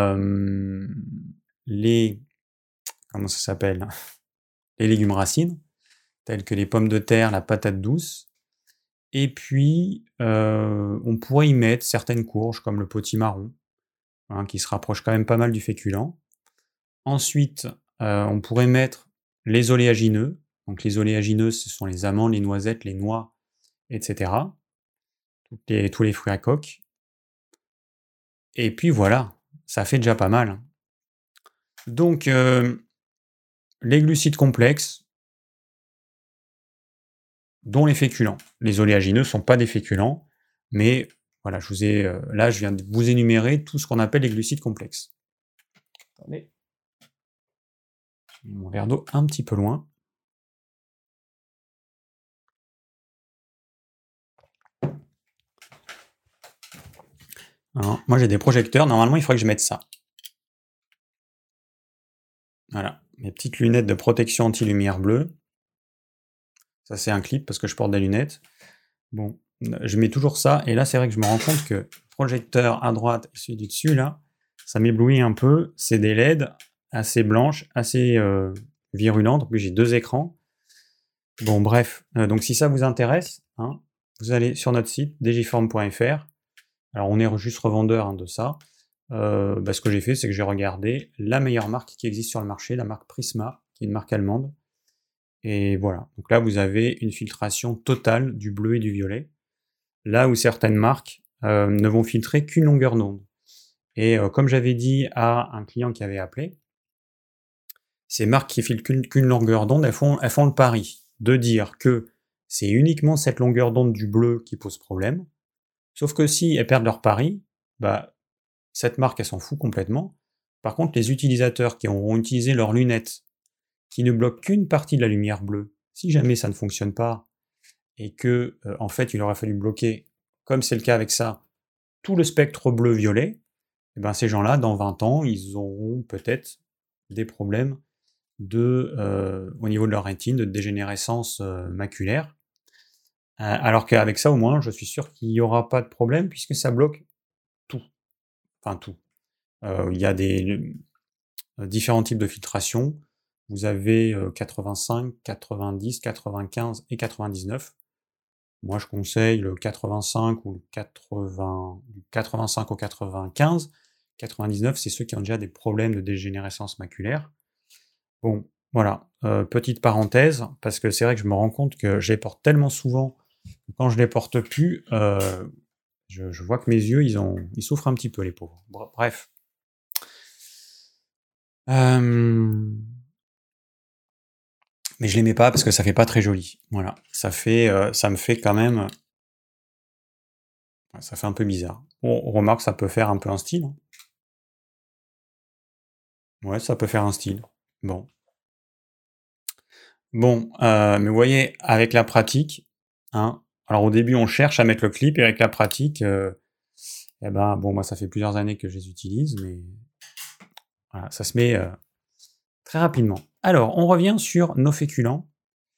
les... Comment ça s'appelle? Les légumes racines, tels que les pommes de terre, la patate douce. Et puis, on pourrait y mettre certaines courges, comme le potimarron, qui se rapproche quand même pas mal du féculent. Ensuite, on pourrait mettre les oléagineux. Donc les oléagineux, ce sont les amandes, les noisettes, les noix, etc. Tous les fruits à coque. Et puis voilà, ça fait déjà pas mal. Donc, les glucides complexes, dont les féculents. Les oléagineux ne sont pas des féculents, mais voilà, là, je viens de vous énumérer tout ce qu'on appelle les glucides complexes. Attendez. J'ai mis mon verre d'eau un petit peu loin. Alors, moi, j'ai des projecteurs. Normalement, il faudrait que je mette ça. Voilà, mes petites lunettes de protection anti-lumière bleue. Ça, c'est un clip parce que je porte des lunettes. Bon, je mets toujours ça. Et là, c'est vrai que je me rends compte que le projecteur à droite et celui du dessus, là, ça m'éblouit un peu. C'est des LED assez blanches, assez virulentes. En plus, j'ai 2 écrans. Bon, bref. Donc, si ça vous intéresse, vous allez sur notre site, digiform.fr. Alors, on est juste revendeur de ça. Ce que j'ai fait, c'est que j'ai regardé la meilleure marque qui existe sur le marché, la marque Prisma, qui est une marque allemande. Et voilà. Donc là, vous avez une filtration totale du bleu et du violet. Là où certaines marques ne vont filtrer qu'une longueur d'onde. Et comme j'avais dit à un client qui avait appelé, ces marques qui filtrent qu'une longueur d'onde, elles font le pari de dire que c'est uniquement cette longueur d'onde du bleu qui pose problème. Sauf que si elles perdent leur pari, cette marque, elle s'en fout complètement, Par contre, les utilisateurs qui auront utilisé leurs lunettes, qui ne bloquent qu'une partie de la lumière bleue, si jamais ça ne fonctionne pas, et que, en fait, il aurait fallu bloquer, comme c'est le cas avec ça, tout le spectre bleu-violet, et ben ces gens-là, dans 20 ans, ils auront peut-être des problèmes au niveau de leur rétine, de dégénérescence maculaire. Alors qu'avec ça, au moins, je suis sûr qu'il n'y aura pas de problème, puisque ça bloque tout. Enfin, tout. Il y a des différents types de filtration. Vous avez 85, 90, 95 et 99. Moi, je conseille le 85 ou le 80, du 85 au 95. 99, c'est ceux qui ont déjà des problèmes de dégénérescence maculaire. Bon, voilà, petite parenthèse, parce que c'est vrai que je me rends compte que je les porte tellement souvent, que quand je les porte plus, je vois que mes yeux, ils souffrent un petit peu, les pauvres. Bref. Mais je les mets pas parce que ça fait pas très joli. Voilà, ça me fait quand même, ça fait un peu bizarre. Bon, on remarque, ça peut faire un peu un style, hein. Ouais, ça peut faire un style. Bon. Bon, mais vous voyez, avec la pratique, hein, alors au début, on cherche à mettre le clip et avec la pratique, eh ben, bon, moi, ça fait plusieurs années que je les utilise, mais voilà, ça se met très rapidement. Alors, on revient sur nos féculents.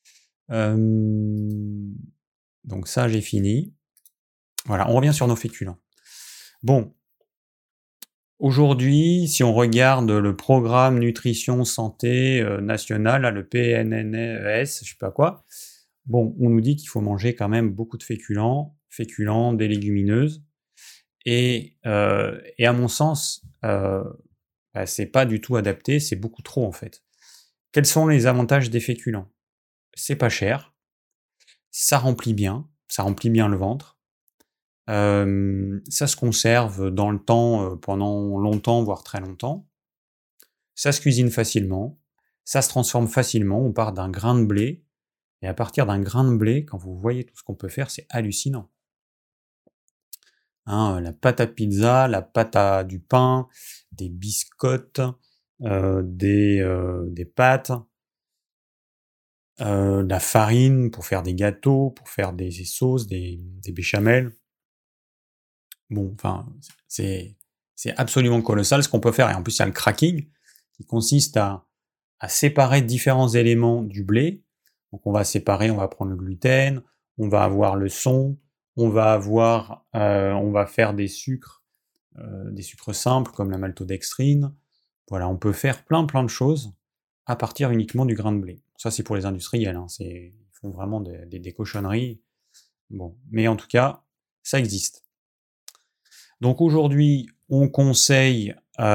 Donc ça, j'ai fini. Voilà, on revient sur nos féculents. Bon, aujourd'hui, si on regarde le programme nutrition santé national, là, le PNNES, je sais pas quoi, bon, on nous dit qu'il faut manger quand même beaucoup de féculents, des légumineuses, et à mon sens, bah, c'est pas du tout adapté, c'est beaucoup trop en fait. Quels sont les avantages des féculents? C'est pas cher, ça remplit bien le ventre, ça se conserve dans le temps, pendant longtemps, voire très longtemps. Ça se cuisine facilement, ça se transforme facilement. On part d'un grain de blé, et à partir d'un grain de blé, quand vous voyez tout ce qu'on peut faire, c'est hallucinant. Hein, la pâte à pizza, la pâte à du pain, des biscottes, des pâtes, de la farine pour faire des gâteaux, pour faire des sauces, des béchamels. Bon, enfin, c'est absolument colossal ce qu'on peut faire. Et en plus, il y a le cracking qui consiste à séparer différents éléments du blé. Donc on va séparer, on va prendre le gluten, on va avoir le son, on va faire des sucres simples comme la maltodextrine. Voilà, on peut faire plein de choses à partir uniquement du grain de blé. Ça, c'est pour les industriels, hein, ils font vraiment des cochonneries. Bon, mais en tout cas, ça existe. Donc aujourd'hui, on conseille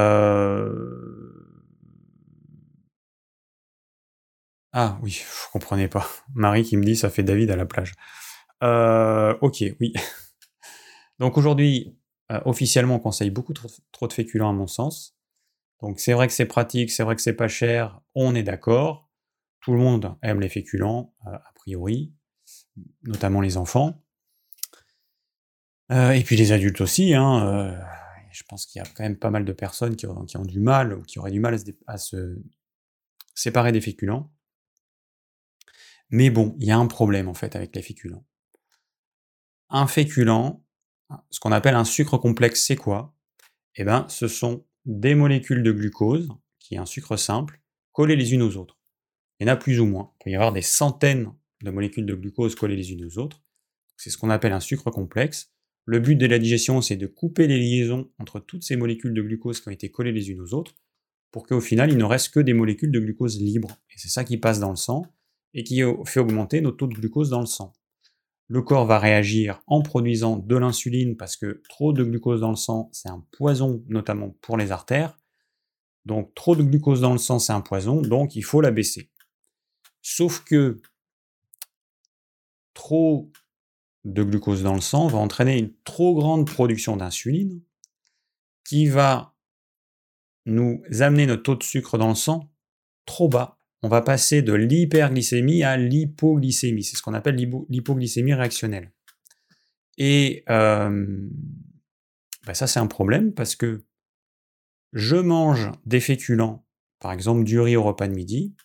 ah oui, je comprenais pas. Marie qui me dit: «Ça fait David à la plage». OK, oui. Donc aujourd'hui, officiellement, on conseille beaucoup trop de féculents à mon sens. Donc c'est vrai que c'est pratique, c'est vrai que c'est pas cher, on est d'accord. Tout le monde aime les féculents, a priori, notamment les enfants. Et puis les adultes aussi, hein, je pense qu'il y a quand même pas mal de personnes qui ont du mal ou qui auraient du mal à se séparer des féculents. Mais bon, il y a un problème en fait avec les féculents. Un féculent, ce qu'on appelle un sucre complexe, c'est quoi? Eh ben, ce sont des molécules de glucose, qui est un sucre simple, collées les unes aux autres. Il y en a plus ou moins. Il peut y avoir des centaines de molécules de glucose collées les unes aux autres. C'est ce qu'on appelle un sucre complexe. Le but de la digestion, c'est de couper les liaisons entre toutes ces molécules de glucose qui ont été collées les unes aux autres, pour qu'au final, il ne reste que des molécules de glucose libres. Et c'est ça qui passe dans le sang, et qui fait augmenter nos taux de glucose dans le sang. Le corps va réagir en produisant de l'insuline, parce que trop de glucose dans le sang, c'est un poison, notamment pour les artères. Donc trop de glucose dans le sang, c'est un poison, donc il faut la baisser. Sauf que trop de glucose dans le sang va entraîner une trop grande production d'insuline, qui va nous amener notre taux de sucre dans le sang trop bas. On va passer de l'hyperglycémie à l'hypoglycémie. C'est ce qu'on appelle l'hypoglycémie réactionnelle. Et ça, c'est un problème parce que je mange des féculents, par exemple du riz au repas de midi,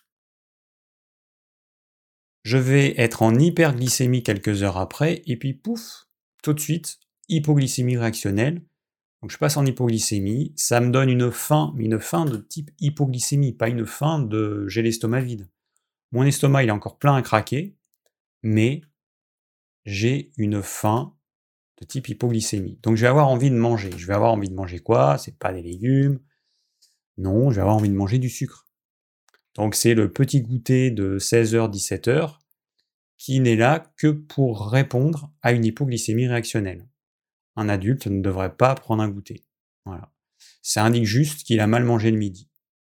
je vais être en hyperglycémie quelques heures après, et puis pouf, tout de suite, hypoglycémie réactionnelle. Donc je passe en hypoglycémie, ça me donne une faim, mais une faim de type hypoglycémie, pas une faim de j'ai l'estomac vide. Mon estomac il est encore plein à craquer, mais j'ai une faim de type hypoglycémie. Donc je vais avoir envie de manger. Je vais avoir envie de manger quoi? C'est pas des légumes. Non, je vais avoir envie de manger du sucre. Donc c'est le petit goûter de 16h, 17h qui n'est là que pour répondre à une hypoglycémie réactionnelle. Un adulte ne devrait pas prendre un goûter. Voilà. Ça indique juste qu'il a mal mangé le midi.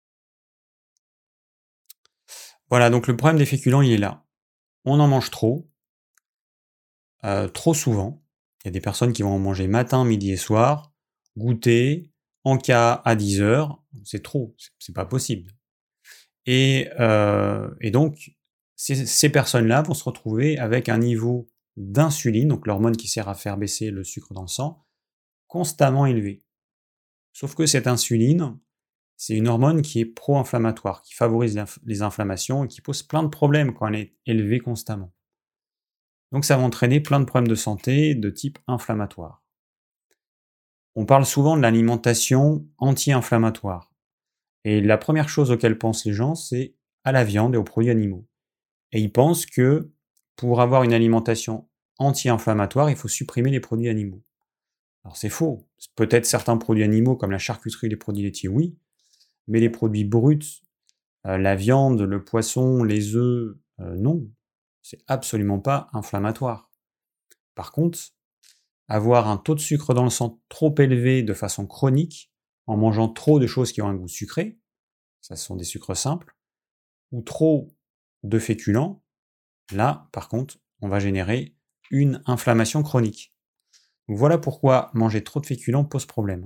Voilà, donc le problème des féculents, il est là. On en mange trop souvent. Il y a des personnes qui vont en manger matin, midi et soir, goûter, en cas à 10h, c'est trop, c'est pas possible. Et donc, ces personnes-là vont se retrouver avec un niveau d'insuline, donc l'hormone qui sert à faire baisser le sucre dans le sang, constamment élevé. Sauf que cette insuline, c'est une hormone qui est pro-inflammatoire, qui favorise les inflammations et qui pose plein de problèmes quand elle est élevée constamment. Donc ça va entraîner plein de problèmes de santé de type inflammatoire. On parle souvent de l'alimentation anti-inflammatoire. Et la première chose auquel pensent les gens, c'est à la viande et aux produits animaux. Et ils pensent que pour avoir une alimentation anti-inflammatoire, il faut supprimer les produits animaux. Alors c'est faux. Peut-être certains produits animaux comme la charcuterie, les produits laitiers, oui, mais les produits bruts, la viande, le poisson, les œufs, non. C'est absolument pas inflammatoire. Par contre, avoir un taux de sucre dans le sang trop élevé de façon chronique, en mangeant trop de choses qui ont un goût sucré, ça ce sont des sucres simples, ou trop de féculents, là, par contre, on va générer une inflammation chronique. Donc voilà pourquoi manger trop de féculents pose problème.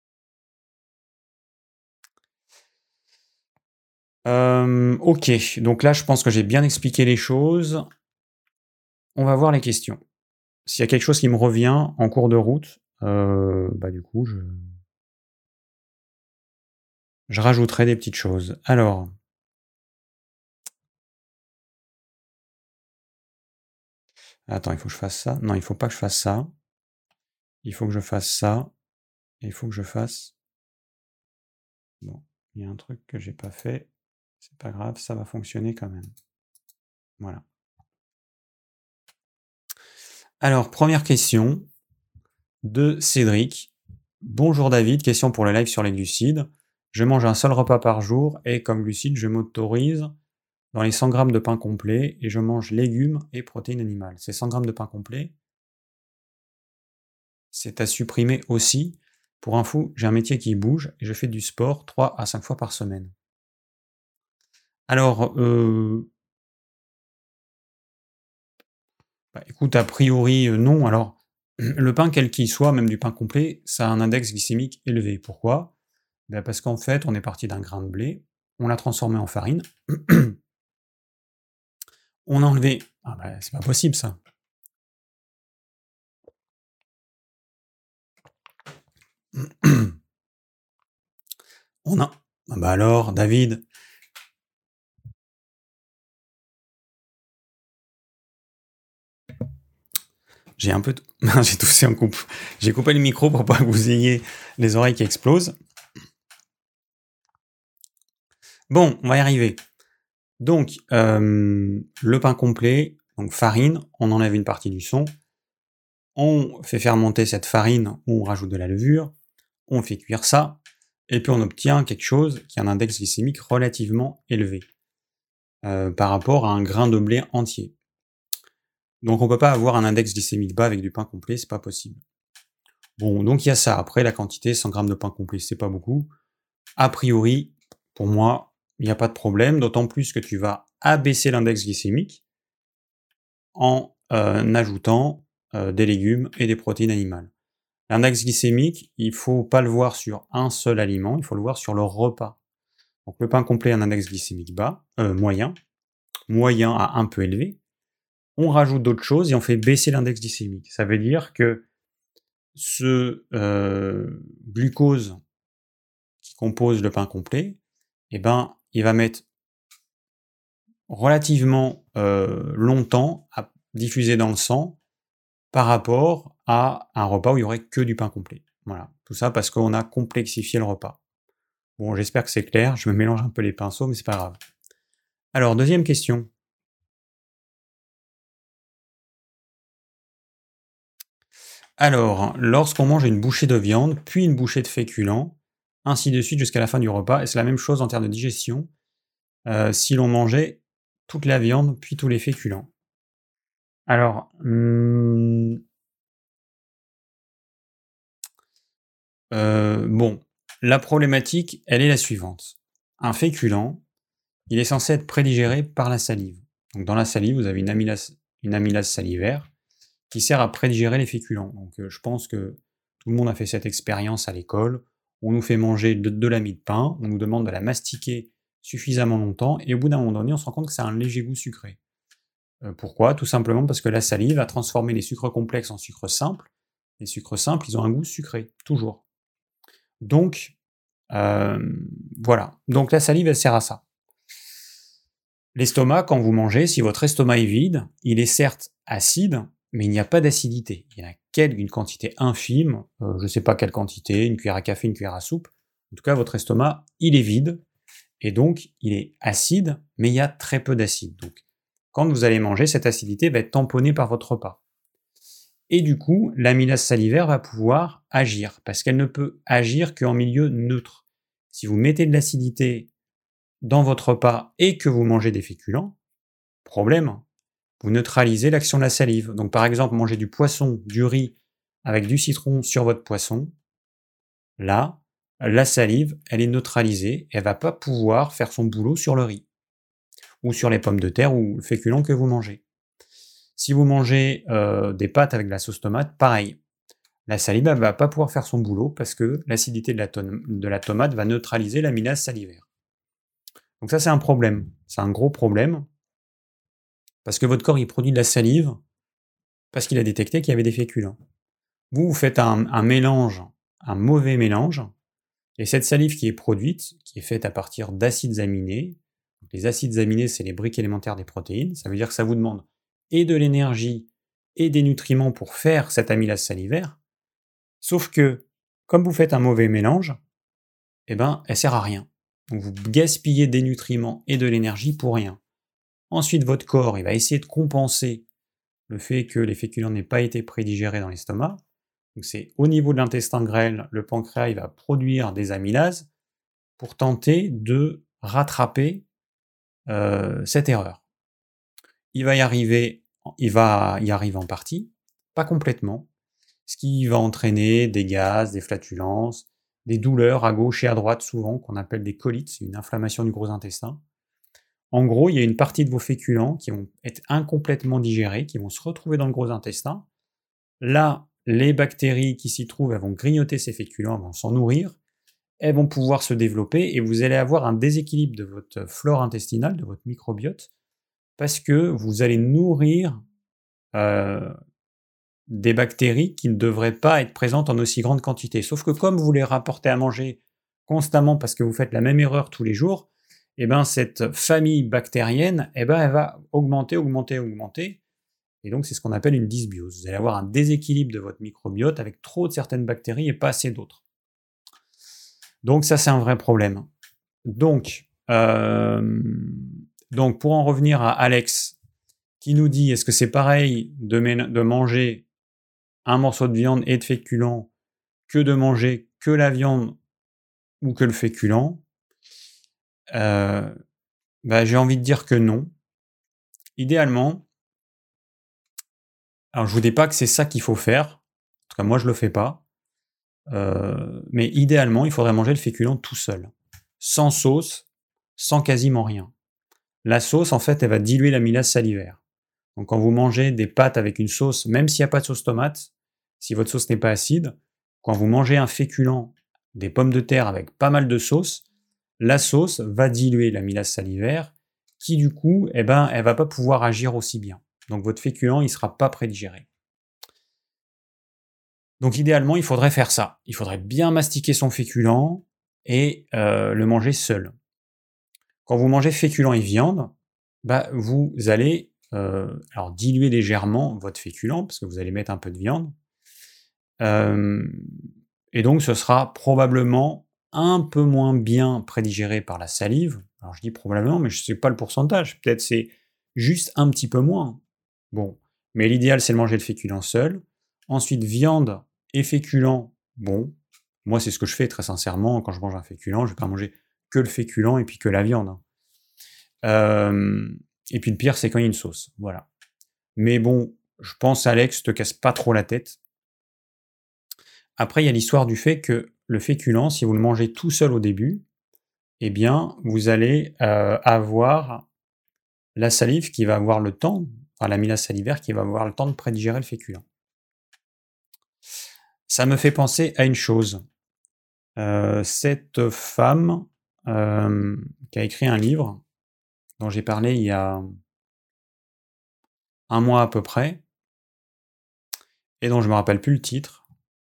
Ok, donc là je pense que j'ai bien expliqué les choses. On va voir les questions. S'il y a quelque chose qui me revient en cours de route, du coup je rajouterai des petites choses. Alors, attends, il faut que je fasse ça. Non, il faut pas que je fasse ça. Il faut que je fasse ça. Et il faut que je fasse. Bon, il y a un truc que j'ai pas fait. C'est pas grave, ça va fonctionner quand même. Voilà. Alors, première question de Cédric. Bonjour David, question pour le live sur les glucides. Je mange un seul repas par jour et comme glucides, je m'autorise dans les 100 grammes de pain complet et je mange légumes et protéines animales. Ces 100 grammes de pain complet, c'est à supprimer aussi. Pour info, j'ai un métier qui bouge et je fais du sport 3 à 5 fois par semaine. Alors, écoute, a priori, non. Alors, le pain, quel qu'il soit, même du pain complet, ça a un index glycémique élevé. Pourquoi? Parce qu'en fait, on est parti d'un grain de blé, on l'a transformé en farine, on a enlevé... c'est pas possible, ça. On a... alors, David... J'ai un peu... J'ai toussé en coupe. J'ai coupé le micro pour pas que vous ayez les oreilles qui explosent. Bon, on va y arriver. Donc, le pain complet, donc farine, on enlève une partie du son, on fait fermenter cette farine, on rajoute de la levure, on fait cuire ça, et puis on obtient quelque chose qui a un index glycémique relativement élevé par rapport à un grain de blé entier. Donc on peut pas avoir un index glycémique bas avec du pain complet, c'est pas possible. Bon, donc il y a ça. Après, la quantité, 100 grammes de pain complet, c'est pas beaucoup. A priori, pour moi, il n'y a pas de problème, d'autant plus que tu vas abaisser l'index glycémique en ajoutant des légumes et des protéines animales. L'index glycémique, il ne faut pas le voir sur un seul aliment, il faut le voir sur le repas. Donc le pain complet a un index glycémique bas, moyen à un peu élevé. On rajoute d'autres choses et on fait baisser l'index glycémique. Ça veut dire que ce glucose qui compose le pain complet, eh ben, il va mettre relativement longtemps à diffuser dans le sang par rapport à un repas où il y aurait que du pain complet. Voilà, tout ça parce qu'on a complexifié le repas. Bon, j'espère que c'est clair, je me mélange un peu les pinceaux, mais c'est pas grave. Alors, deuxième question. Alors, lorsqu'on mange une bouchée de viande, puis une bouchée de féculents, ainsi de suite jusqu'à la fin du repas, et c'est la même chose en termes de digestion, si l'on mangeait toute la viande, puis tous les féculents. Alors, bon, la problématique, elle est la suivante. Un féculent, il est censé être prédigéré par la salive. Donc dans la salive, vous avez une amylase salivaire qui sert à prédigérer les féculents. Donc je pense que tout le monde a fait cette expérience à l'école. On nous fait manger de la mie de pain, on nous demande de la mastiquer suffisamment longtemps, et au bout d'un moment donné, on se rend compte que ça a un léger goût sucré. Pourquoi? Tout simplement parce que la salive a transformé les sucres complexes en sucres simples. Les sucres simples, ils ont un goût sucré, toujours. Donc, voilà. Donc la salive, elle sert à ça. L'estomac, quand vous mangez, si votre estomac est vide, il est certes acide, mais il n'y a pas d'acidité. Il y en a une quantité infime, je ne sais pas quelle quantité, une cuillère à café, une cuillère à soupe. En tout cas, votre estomac, il est vide, et donc il est acide, mais il y a très peu d'acide. Donc, quand vous allez manger, cette acidité va être tamponnée par votre repas. Et du coup, l'amylase salivaire va pouvoir agir, parce qu'elle ne peut agir qu'en milieu neutre. Si vous mettez de l'acidité dans votre repas et que vous mangez des féculents, problème, vous neutralisez l'action de la salive. Donc par exemple, manger du poisson, du riz avec du citron sur votre poisson, là, la salive, elle est neutralisée, elle va pas pouvoir faire son boulot sur le riz, ou sur les pommes de terre ou le féculent que vous mangez. Si vous mangez des pâtes avec de la sauce tomate, pareil. La salive ne va pas pouvoir faire son boulot parce que l'acidité de la tomate va neutraliser l'amylase salivaire. Donc ça, c'est un problème. C'est un gros problème parce que votre corps, il produit de la salive parce qu'il a détecté qu'il y avait des féculents. Vous faites un mélange, un mauvais mélange, et cette salive qui est produite, qui est faite à partir d'acides aminés, les acides aminés, c'est les briques élémentaires des protéines, ça veut dire que ça vous demande et de l'énergie et des nutriments pour faire cette amylase salivaire, sauf que, comme vous faites un mauvais mélange, eh ben, elle sert à rien. Donc vous gaspillez des nutriments et de l'énergie pour rien. Ensuite, votre corps, il va essayer de compenser le fait que les féculents n'aient pas été prédigérés dans l'estomac. Donc c'est au niveau de l'intestin grêle, le pancréas il va produire des amylases pour tenter de rattraper cette erreur. Il va y arriver en partie, pas complètement, ce qui va entraîner des gaz, des flatulences, des douleurs à gauche et à droite souvent, qu'on appelle des colites, c'est une inflammation du gros intestin. En gros, il y a une partie de vos féculents qui vont être incomplètement digérés, qui vont se retrouver dans le gros intestin. Là, les bactéries qui s'y trouvent, elles vont grignoter ces féculents, elles vont s'en nourrir, elles vont pouvoir se développer et vous allez avoir un déséquilibre de votre flore intestinale, de votre microbiote, parce que vous allez nourrir des bactéries qui ne devraient pas être présentes en aussi grande quantité. Sauf que comme vous les rapportez à manger constamment parce que vous faites la même erreur tous les jours, eh ben cette famille bactérienne, eh ben elle va augmenter. Et donc c'est ce qu'on appelle une dysbiose. Vous allez avoir un déséquilibre de votre microbiote avec trop de certaines bactéries et pas assez d'autres. Donc ça c'est un vrai problème. Donc pour en revenir à Alex qui nous dit est-ce que c'est pareil de manger un morceau de viande et de féculent que de manger que la viande ou que le féculent, j'ai envie de dire que non. Idéalement, alors je vous dis pas que c'est ça qu'il faut faire, en tout cas moi je le fais pas, mais idéalement il faudrait manger le féculent tout seul, sans sauce, sans quasiment rien. La sauce en fait elle va diluer l'amylase salivaire. Donc quand vous mangez des pâtes avec une sauce, même s'il n'y a pas de sauce tomate, si votre sauce n'est pas acide, quand vous mangez un féculent, des pommes de terre avec pas mal de sauce, la sauce va diluer l'amylase salivaire, qui du coup, elle va pas pouvoir agir aussi bien. Donc votre féculent, il sera pas prédigéré. Donc idéalement, il faudrait faire ça. Il faudrait bien mastiquer son féculent et le manger seul. Quand vous mangez féculents et viande, vous allez alors diluer légèrement votre féculent, parce que vous allez mettre un peu de viande, et donc ce sera probablement un peu moins bien prédigéré par la salive. Alors je dis probablement, mais je ne sais pas le pourcentage, peut-être c'est juste un petit peu moins. Bon, mais l'idéal c'est de manger le féculent seul. Ensuite, viande et féculent, bon, moi c'est ce que je fais très sincèrement, quand je mange un féculent, je ne vais pas manger que le féculent et puis que la viande. Et puis le pire, c'est quand il y a une sauce, voilà. Mais bon, je pense, Alex, te casse pas trop la tête. Après, il y a l'histoire du fait que le féculent, si vous le mangez tout seul au début, eh bien, vous allez avoir la salive qui va avoir le temps, enfin l'amylase salivaire qui va avoir le temps de prédigérer le féculent. Ça me fait penser à une chose. Cette femme qui a écrit un livre dont j'ai parlé il y a un mois à peu près, et dont je ne me rappelle plus le titre,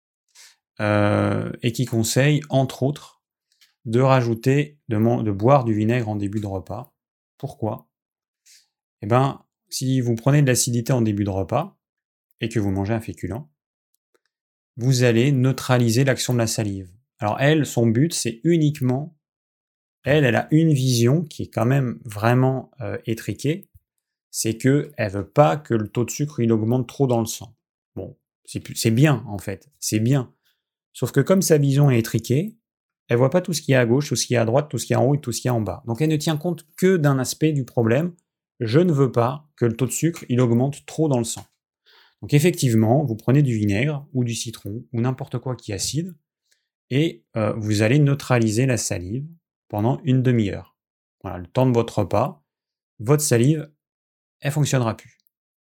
et qui conseille, entre autres, de rajouter, de boire du vinaigre en début de repas. Pourquoi? Eh bien, si vous prenez de l'acidité en début de repas, et que vous mangez un féculent, vous allez neutraliser l'action de la salive. Alors elle, son but, c'est uniquement, elle a une vision qui est quand même vraiment étriquée, c'est qu'elle ne veut pas que le taux de sucre il augmente trop dans le sang. Bon, c'est bien en fait, c'est bien. Sauf que comme sa vision est étriquée, elle voit pas tout ce qu'il y a à gauche, tout ce qu'il y a à droite, tout ce qu'il y a en haut et tout ce qu'il y a en bas. Donc elle ne tient compte que d'un aspect du problème. Je ne veux pas que le taux de sucre il augmente trop dans le sang. Donc effectivement, vous prenez du vinaigre ou du citron ou n'importe quoi qui est acide et vous allez neutraliser la salive pendant une demi-heure. Voilà, le temps de votre repas, votre salive, elle fonctionnera plus.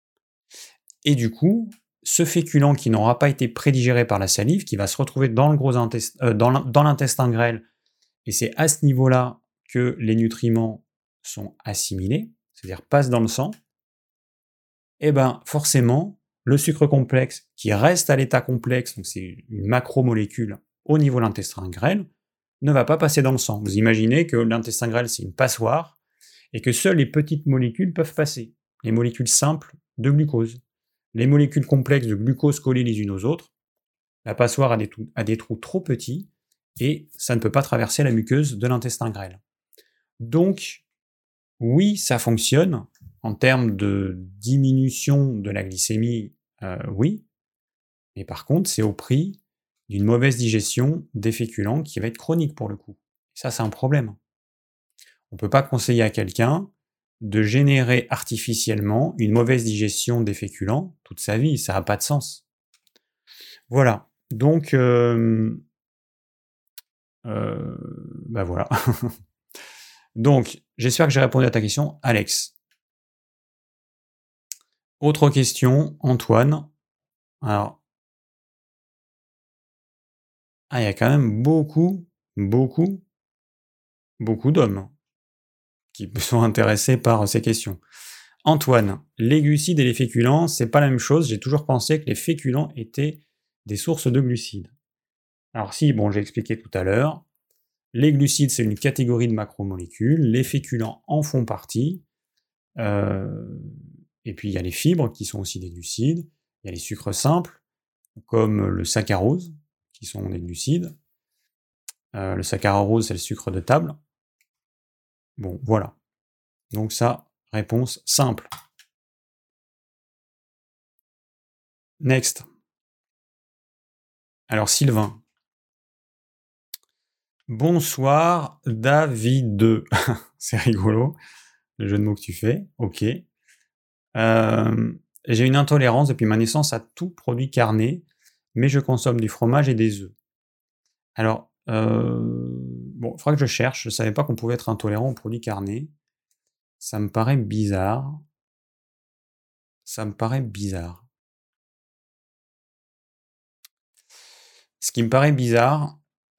Et du coup, ce féculent qui n'aura pas été prédigéré par la salive, qui va se retrouver dans le gros dans l'intestin grêle, et c'est à ce niveau-là que les nutriments sont assimilés, c'est-à-dire passent dans le sang, et bien forcément, le sucre complexe qui reste à l'état complexe, donc c'est une macromolécule au niveau de l'intestin grêle, ne va pas passer dans le sang. Vous imaginez que l'intestin grêle, c'est une passoire, et que seules les petites molécules peuvent passer, les molécules simples de glucose. Les molécules complexes de glucose collées les unes aux autres, la passoire a des trous trop petits, et ça ne peut pas traverser la muqueuse de l'intestin grêle. Donc, oui, ça fonctionne, en termes de diminution de la glycémie, oui, mais par contre, c'est au prix d'une mauvaise digestion des féculents qui va être chronique pour le coup. Ça, c'est un problème. On ne peut pas conseiller à quelqu'un de générer artificiellement une mauvaise digestion des féculents toute sa vie, ça n'a pas de sens. Voilà, donc voilà. Donc, j'espère que j'ai répondu à ta question, Alex. Autre question, Antoine. Alors, il y a quand même beaucoup d'hommes qui sont intéressés par ces questions. Antoine, les glucides et les féculents, c'est pas la même chose. J'ai toujours pensé que les féculents étaient des sources de glucides. Alors si, bon, j'ai expliqué tout à l'heure. Les glucides, c'est une catégorie de macromolécules. Les féculents en font partie. Et puis il y a les fibres qui sont aussi des glucides. Il y a les sucres simples, comme le saccharose, qui sont des glucides. Le saccharose, c'est le sucre de table. Bon, voilà. Donc ça, réponse simple. Next. Alors Sylvain. Bonsoir David. C'est rigolo, le jeu de mots que tu fais. Ok. J'ai une intolérance depuis ma naissance à tout produit carné, mais je consomme du fromage et des œufs. Alors, bon, il faudra que je cherche. Je ne savais pas qu'on pouvait être intolérant aux produits carnés. Ça me paraît bizarre. Ce qui me paraît bizarre,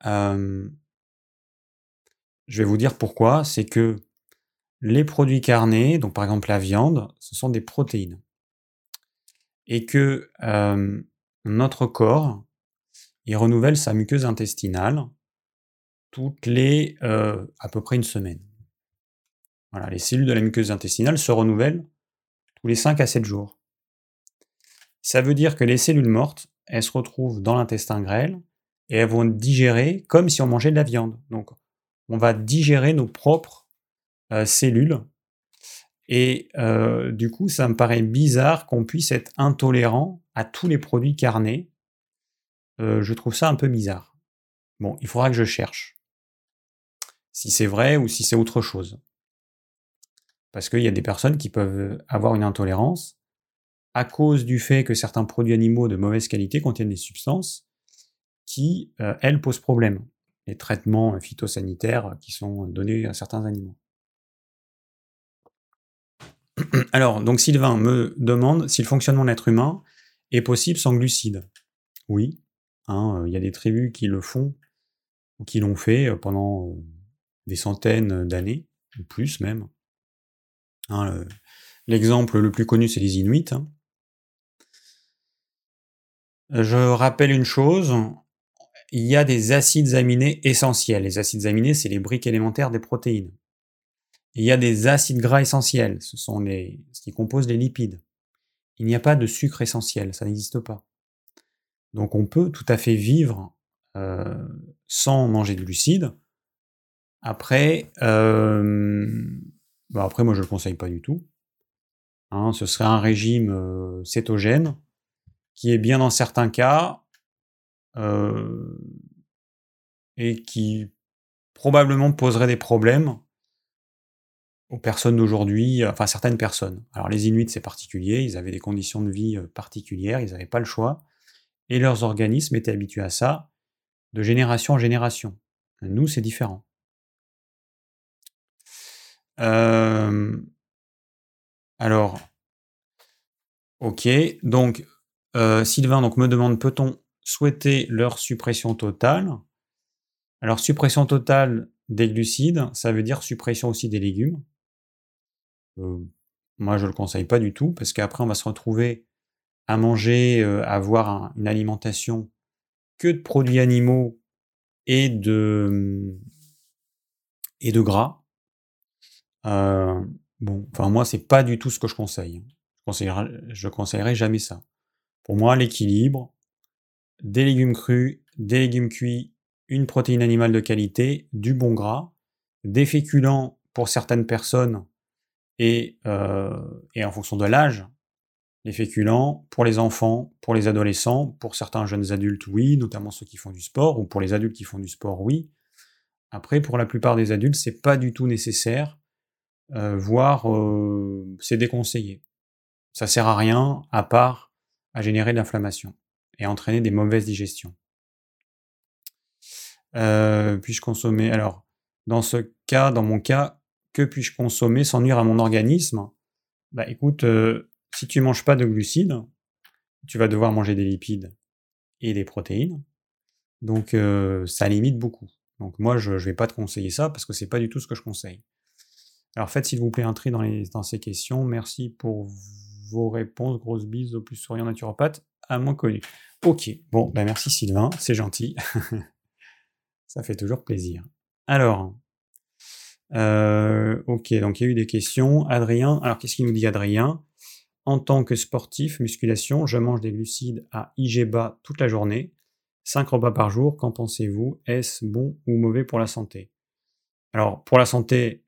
je vais vous dire pourquoi, c'est que les produits carnés, donc par exemple la viande, ce sont des protéines. Et que notre corps, il renouvelle sa muqueuse intestinale toutes les à peu près une semaine. Voilà, les cellules de la muqueuse intestinale se renouvellent tous les 5 à 7 jours. Ça veut dire que les cellules mortes, elles se retrouvent dans l'intestin grêle et elles vont digérer comme si on mangeait de la viande. Donc, on va digérer nos propres cellules. Et du coup, ça me paraît bizarre qu'on puisse être intolérant à tous les produits carnés. Je trouve ça un peu bizarre. Bon, il faudra que je cherche si c'est vrai ou si c'est autre chose. Parce qu'il y a des personnes qui peuvent avoir une intolérance à cause du fait que certains produits animaux de mauvaise qualité contiennent des substances qui, elles, posent problème. Les traitements phytosanitaires qui sont donnés à certains animaux. Alors, donc Sylvain me demande si le fonctionnement de l'être humain est possible sans glucides. Oui, y a des tribus qui le font, ou qui l'ont fait pendant des centaines d'années, ou plus même. L'exemple le plus connu, c'est les Inuits. Je rappelle une chose, il y a des acides aminés essentiels. Les acides aminés, c'est les briques élémentaires des protéines. Il y a des acides gras essentiels, ce sont ce qui compose les lipides. Il n'y a pas de sucre essentiel, ça n'existe pas. Donc on peut tout à fait vivre sans manger de glucides. Après, après moi je le conseille pas du tout. Ce serait un régime cétogène qui est bien dans certains cas et qui probablement poserait des problèmes aux personnes d'aujourd'hui, enfin certaines personnes. Alors les Inuits c'est particulier, ils avaient des conditions de vie particulières, ils n'avaient pas le choix, et leurs organismes étaient habitués à ça de génération en génération. Nous c'est différent. Alors, ok, donc Sylvain me demande peut-on souhaiter leur suppression totale? Alors suppression totale des glucides, ça veut dire suppression aussi des légumes. Moi je le conseille pas du tout, parce qu'après on va se retrouver à manger, à avoir une alimentation que de produits animaux et de gras. Moi c'est pas du tout ce que je conseille. Je conseillerais jamais ça. Pour moi, l'équilibre, des légumes crus, des légumes cuits, une protéine animale de qualité, du bon gras, des féculents pour certaines personnes et en fonction de l'âge, les féculents pour les enfants, pour les adolescents, pour certains jeunes adultes, oui, notamment ceux qui font du sport, ou pour les adultes qui font du sport, oui. Après, pour la plupart des adultes, c'est pas du tout nécessaire, voire c'est déconseillé. Ça sert à rien, à part à générer de l'inflammation et à entraîner des mauvaises digestions. Puis-je consommer? Alors, dans mon cas, que puis-je consommer sans nuire à mon organisme? Bah écoute, si tu manges pas de glucides, tu vas devoir manger des lipides et des protéines. Donc ça limite beaucoup. Donc moi je vais pas te conseiller ça parce que c'est pas du tout ce que je conseille. Alors faites s'il vous plaît un tri dans ces questions. Merci pour vos réponses. Grosse bise au plus souriant naturopathe à moins connu. Ok, bon, merci Sylvain, c'est gentil. Ça fait toujours plaisir. Alors, ok, donc il y a eu des questions. Adrien, alors qu'est-ce qu'il nous dit Adrien? En tant que sportif, musculation, je mange des glucides à IG bas toute la journée. 5 repas par jour, qu'en pensez-vous? Est-ce bon ou mauvais pour la santé? Alors, pour la santé,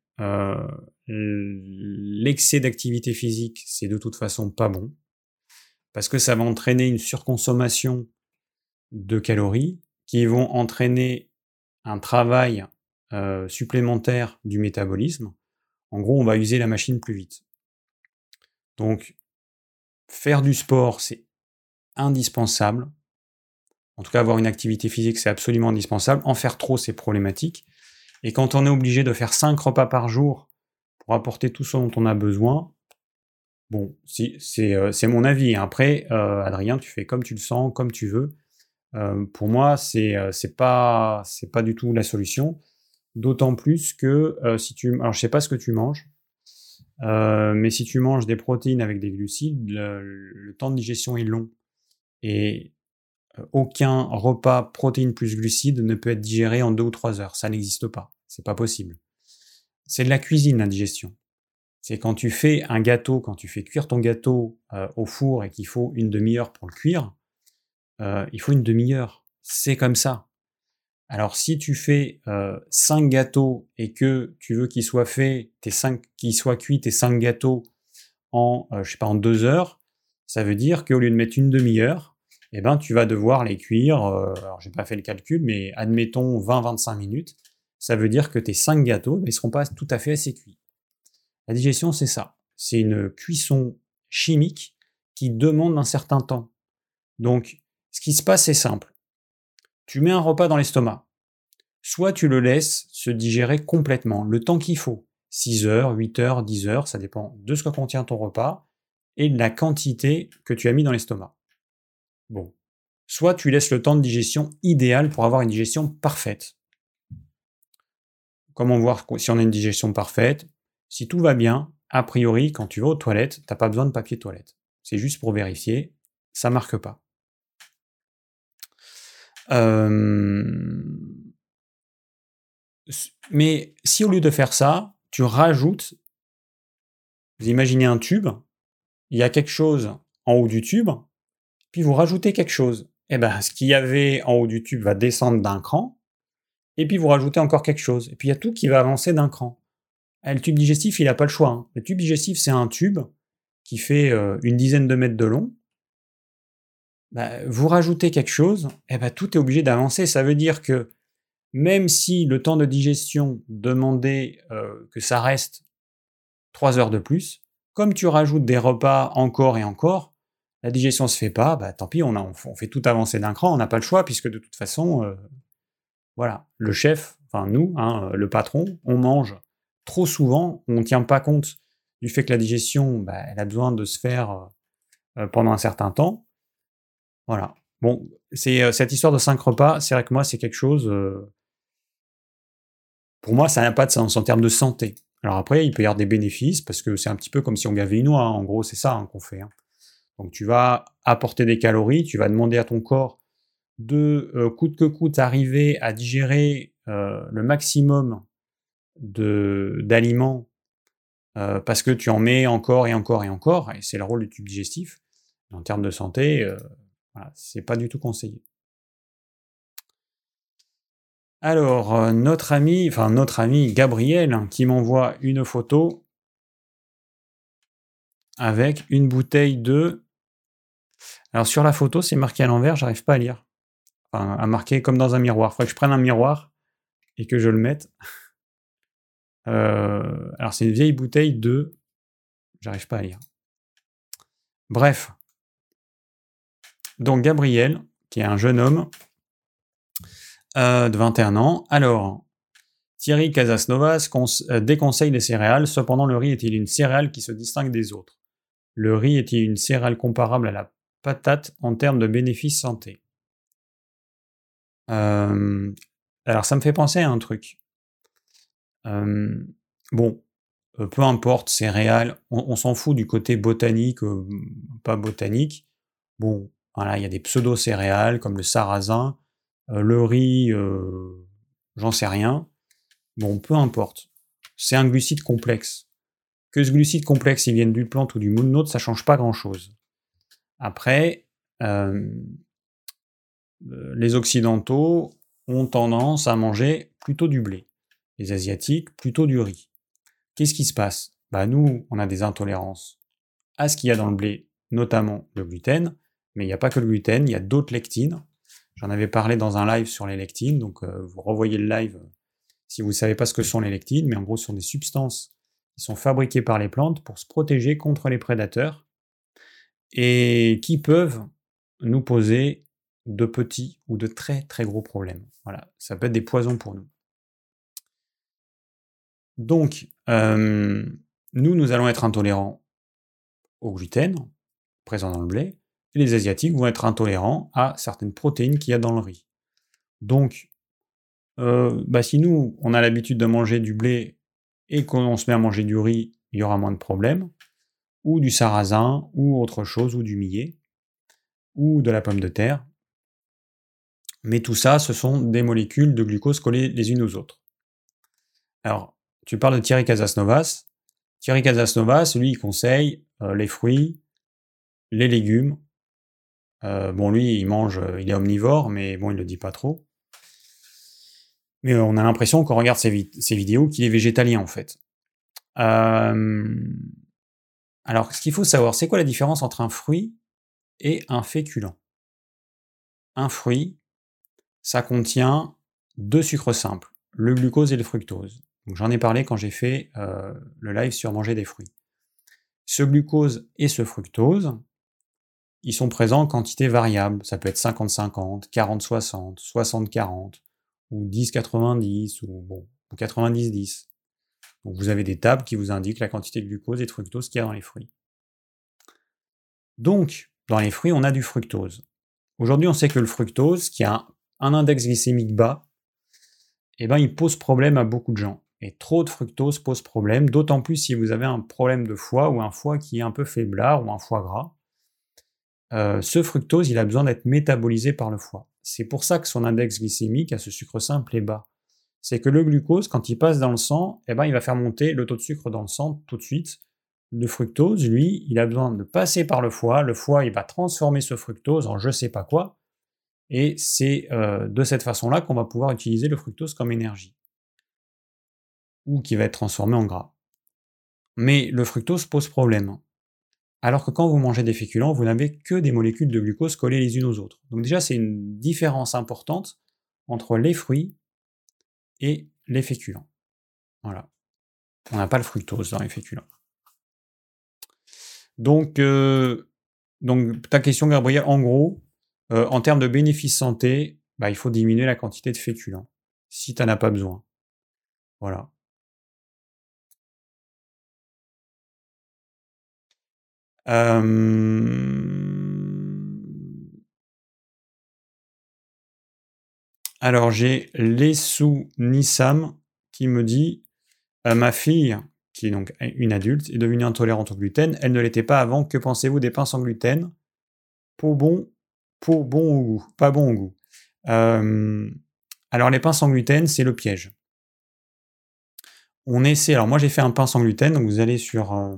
l'excès d'activité physique, c'est de toute façon pas bon, parce que ça va entraîner une surconsommation de calories, qui vont entraîner un travail supplémentaire du métabolisme. En gros, on va user la machine plus vite. Donc, faire du sport, c'est indispensable. En tout cas, avoir une activité physique, c'est absolument indispensable. En faire trop, c'est problématique. Et quand on est obligé de faire 5 repas par jour pour apporter tout ce dont on a besoin, bon, c'est mon avis. Après, Adrien, tu fais comme tu le sens, comme tu veux. Pour moi, c'est pas du tout la solution. D'autant plus que alors je sais pas ce que tu manges, mais si tu manges des protéines avec des glucides, le temps de digestion est long. Et aucun repas protéines plus glucides ne peut être digéré en 2 ou 3 heures. Ça n'existe pas. C'est pas possible. C'est de la cuisine, la digestion. C'est quand tu fais un gâteau, quand tu fais cuire ton gâteau au four et qu'il faut une demi-heure pour le cuire, il faut une demi-heure. C'est comme ça. Alors si tu fais 5 gâteaux et que tu veux qu'ils soient cuits tes 5 gâteaux en, je sais pas, en 2 heures, ça veut dire qu'au lieu de mettre une demi-heure, eh ben, tu vas devoir les cuire, alors j'ai pas fait le calcul, mais admettons 20-25 minutes. Ça veut dire que tes 5 gâteaux, ils seront pas tout à fait assez cuits. La digestion, c'est ça. C'est une cuisson chimique qui demande un certain temps. Donc, ce qui se passe, c'est simple. Tu mets un repas dans l'estomac. Soit tu le laisses se digérer complètement, le temps qu'il faut. 6 heures, 8 heures, 10 heures, ça dépend de ce que contient ton repas et de la quantité que tu as mis dans l'estomac. Bon. Soit tu laisses le temps de digestion idéal pour avoir une digestion parfaite. Comment voir si on a une digestion parfaite? Si tout va bien, a priori, quand tu vas aux toilettes, t'as pas besoin de papier toilette. C'est juste pour vérifier, ça marque pas. Mais si au lieu de faire ça, tu rajoutes, vous imaginez un tube, il y a quelque chose en haut du tube, puis vous rajoutez quelque chose. Et ben, ce qu'il y avait en haut du tube va descendre d'un cran, et puis vous rajoutez encore quelque chose. Et puis il y a tout qui va avancer d'un cran. Le tube digestif, il n'a pas le choix. Hein. Le tube digestif, c'est un tube qui fait une dizaine de mètres de long. Bah, vous rajoutez quelque chose, et ben, tout est obligé d'avancer. Ça veut dire que même si le temps de digestion demandait que ça reste 3 heures de plus, comme tu rajoutes des repas encore et encore, la digestion se fait pas, bah tant pis, on fait tout avancer d'un cran, on n'a pas le choix, puisque de toute façon, voilà, le chef, enfin nous, hein, le patron, on mange trop souvent, on ne tient pas compte du fait que la digestion, bah, elle a besoin de se faire pendant un certain temps. Voilà. Bon, c'est cette histoire de 5 repas, c'est vrai que moi, c'est quelque chose... pour moi, ça n'a pas de sens en termes de santé. Alors après, il peut y avoir des bénéfices, parce que c'est un petit peu comme si on gavait une oie, hein. En gros, c'est ça qu'on fait. Hein. Donc tu vas apporter des calories, tu vas demander à ton corps de, coûte que coûte, arriver à digérer le maximum d'aliments, parce que tu en mets encore et encore et encore, et c'est le rôle du tube digestif. En termes de santé, voilà, c'est pas du tout conseillé. Alors, notre ami Gabriel, hein, qui m'envoie une photo avec une bouteille de... Alors sur la photo, c'est marqué à l'envers, j'arrive pas à lire. Enfin, à marquer comme dans un miroir. Faudrait que je prenne un miroir et que je le mette. Alors c'est une vieille bouteille de... J'arrive pas à lire. Bref. Donc Gabriel, qui est un jeune homme de 21 ans. Alors, Thierry Casasnovas déconseille les céréales, cependant le riz est-il une céréale qui se distingue des autres? Le riz est-il une céréale comparable à la patate en termes de bénéfices santé? Alors ça me fait penser à un truc. Bon, peu importe, céréales, on s'en fout du côté botanique, pas botanique. Bon, voilà, il y a des pseudo-céréales comme le sarrasin, le riz, j'en sais rien. Bon, peu importe. C'est un glucide complexe. Que ce glucide complexe, il vienne d'une plante ou du moule nôtre, ça change pas grand-chose. Après, les occidentaux ont tendance à manger plutôt du blé. Les asiatiques, plutôt du riz. Qu'est-ce qui se passe? Bah nous, on a des intolérances à ce qu'il y a dans le blé, notamment le gluten, mais il n'y a pas que le gluten, il y a d'autres lectines. J'en avais parlé dans un live sur les lectines, donc vous revoyez le live si vous ne savez pas ce que sont les lectines, mais en gros, ce sont des substances qui sont fabriquées par les plantes pour se protéger contre les prédateurs et qui peuvent nous poser de petits ou de très très gros problèmes. Voilà, ça peut être des poisons pour nous. Donc, nous allons être intolérants au gluten présent dans le blé, et les Asiatiques vont être intolérants à certaines protéines qu'il y a dans le riz. Donc, si nous, on a l'habitude de manger du blé et qu'on se met à manger du riz, il y aura moins de problèmes, ou du sarrasin, ou autre chose, ou du millet, ou de la pomme de terre. Mais tout ça, ce sont des molécules de glucose collées les unes aux autres. Alors, tu parles de Thierry Casasnovas. Thierry Casasnovas, lui, il conseille les fruits, les légumes. Bon, lui, il est omnivore, mais bon, il le dit pas trop. Mais on a l'impression, quand on regarde ses vidéos, qu'il est végétalien, en fait. Alors, ce qu'il faut savoir, c'est quoi la différence entre un fruit et un féculent? Un fruit, ça contient 2 sucres simples, le glucose et le fructose. Donc, j'en ai parlé quand j'ai fait le live sur manger des fruits. Ce glucose et ce fructose, ils sont présents en quantité variable. Ça peut être 50-50, 40-60, 60-40, ou 10-90, ou 90-10. Donc vous avez des tables qui vous indiquent la quantité de glucose et de fructose qu'il y a dans les fruits. Donc, dans les fruits, on a du fructose. Aujourd'hui, on sait que le fructose, qui a un index glycémique bas, il pose problème à beaucoup de gens. Et trop de fructose pose problème, d'autant plus si vous avez un problème de foie, ou un foie qui est un peu faiblard, ou un foie gras. Ce fructose, il a besoin d'être métabolisé par le foie. C'est pour ça que son index glycémique à ce sucre simple est bas. C'est que le glucose, quand il passe dans le sang, il va faire monter le taux de sucre dans le sang tout de suite. Le fructose, lui, il a besoin de passer par le foie, il va transformer ce fructose en je sais pas quoi, et c'est de cette façon-là qu'on va pouvoir utiliser le fructose comme énergie, ou qui va être transformé en gras. Mais le fructose pose problème. Alors que quand vous mangez des féculents, vous n'avez que des molécules de glucose collées les unes aux autres. Donc déjà, c'est une différence importante entre les fruits et les féculents. Voilà. On n'a pas le fructose dans les féculents. Donc ta question, Gabriel, en gros, en termes de bénéfices santé, il faut diminuer la quantité de féculents, si tu n'en as pas besoin. Voilà. Alors, j'ai Lessou Nissam qui me dit ma fille, qui est donc une adulte, est devenue intolérante au gluten. Elle ne l'était pas avant. Que pensez-vous des pains sans gluten? Pas bon au goût. Pas bon au goût. Alors, les pains sans gluten, c'est le piège. On essaie. Alors, moi, j'ai fait un pain sans gluten. Donc, vous allez sur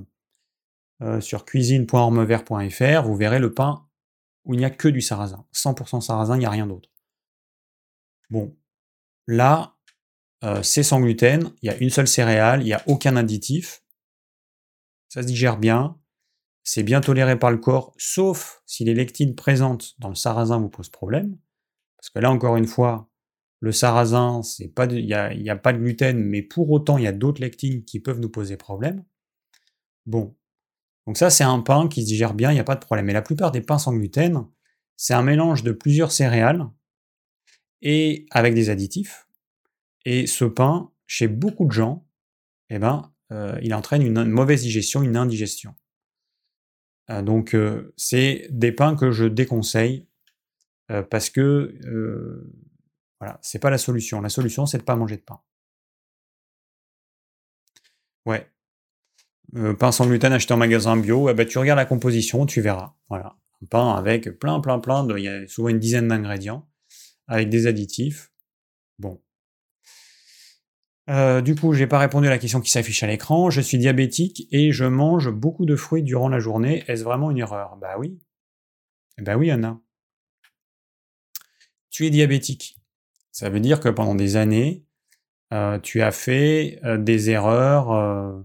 cuisine.ormevert.fr. Vous verrez le pain où il n'y a que du sarrasin. 100% sarrasin, il n'y a rien d'autre. Bon, là, c'est sans gluten, il y a une seule céréale, il n'y a aucun additif, ça se digère bien, c'est bien toléré par le corps, sauf si les lectines présentes dans le sarrasin vous posent problème, parce que là, encore une fois, le sarrasin, il n'y a pas de gluten, mais pour autant, il y a d'autres lectines qui peuvent nous poser problème. Bon, donc ça, c'est un pain qui se digère bien, il n'y a pas de problème. Mais la plupart des pains sans gluten, c'est un mélange de plusieurs céréales, et avec des additifs, et ce pain, chez beaucoup de gens, il entraîne une mauvaise digestion, une indigestion. Donc c'est des pains que je déconseille parce que voilà, c'est pas la solution. La solution, c'est de pas manger de pain. Ouais. Pain sans gluten acheté en magasin bio, tu regardes la composition, tu verras. Voilà. Un pain avec plein, il y a souvent une dizaine d'ingrédients, avec des additifs. Bon. Du coup, j'ai pas répondu à la question qui s'affiche à l'écran. Je suis diabétique et je mange beaucoup de fruits durant la journée. Est-ce vraiment une erreur? Bah oui. Bah oui, Anna. Tu es diabétique. Ça veut dire que pendant des années, tu as fait des erreurs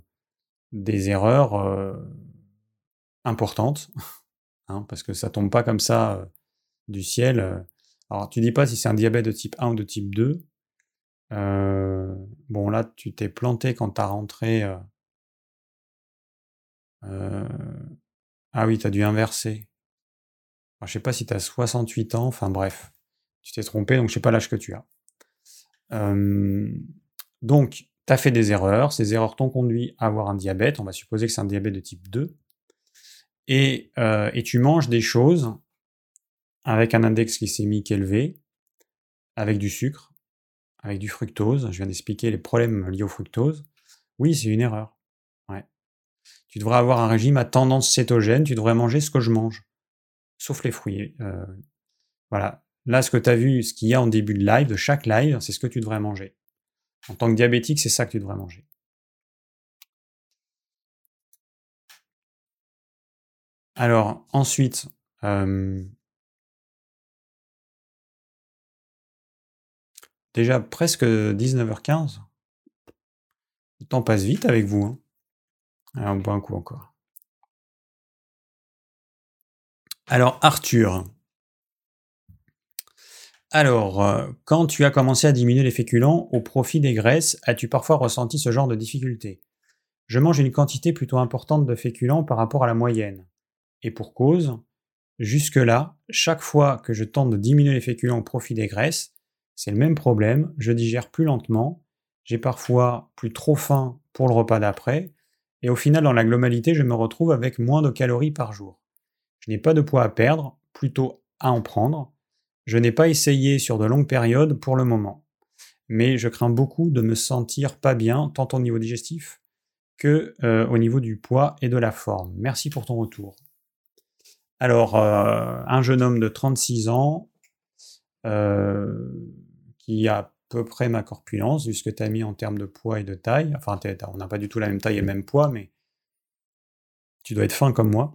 importantes, hein, parce que ça tombe pas comme ça du ciel. Alors, tu dis pas si c'est un diabète de type 1 ou de type 2. Bon, là, tu t'es planté quand tu as rentré. Ah oui, tu as dû inverser. Alors, je sais pas si tu as 68 ans, enfin bref. Tu t'es trompé, donc je sais pas l'âge que tu as. Donc, tu as fait des erreurs. Ces erreurs t'ont conduit à avoir un diabète. On va supposer que c'est un diabète de type 2. Et tu manges des choses avec un index glycémique élevé, avec du sucre, avec du fructose. Je viens d'expliquer les problèmes liés au fructose. Oui, c'est une erreur. Ouais. Tu devrais avoir un régime à tendance cétogène. Tu devrais manger ce que je mange, sauf les fruits. Voilà. Là, ce que tu as vu, ce qu'il y a en début de live, de chaque live, c'est ce que tu devrais manger. En tant que diabétique, c'est ça que tu devrais manger. Alors, ensuite, déjà presque 19h15. Le temps passe vite avec vous, hein. Alors, on boit un coup encore. Alors, Arthur. Alors, quand tu as commencé à diminuer les féculents au profit des graisses, as-tu parfois ressenti ce genre de difficulté? Je mange une quantité plutôt importante de féculents par rapport à la moyenne. Et pour cause, jusque-là, chaque fois que je tente de diminuer les féculents au profit des graisses, c'est le même problème, je digère plus lentement, j'ai parfois plus trop faim pour le repas d'après, et au final, dans la globalité, je me retrouve avec moins de calories par jour. Je n'ai pas de poids à perdre, plutôt à en prendre. Je n'ai pas essayé sur de longues périodes pour le moment, mais je crains beaucoup de me sentir pas bien, tant au niveau digestif que au niveau du poids et de la forme. Merci pour ton retour. Alors, un jeune homme de 36 ans, qui a à peu près ma corpulence, vu ce que tu as mis en termes de poids et de taille. Enfin, on n'a pas du tout la même taille et le même poids, mais tu dois être fin comme moi.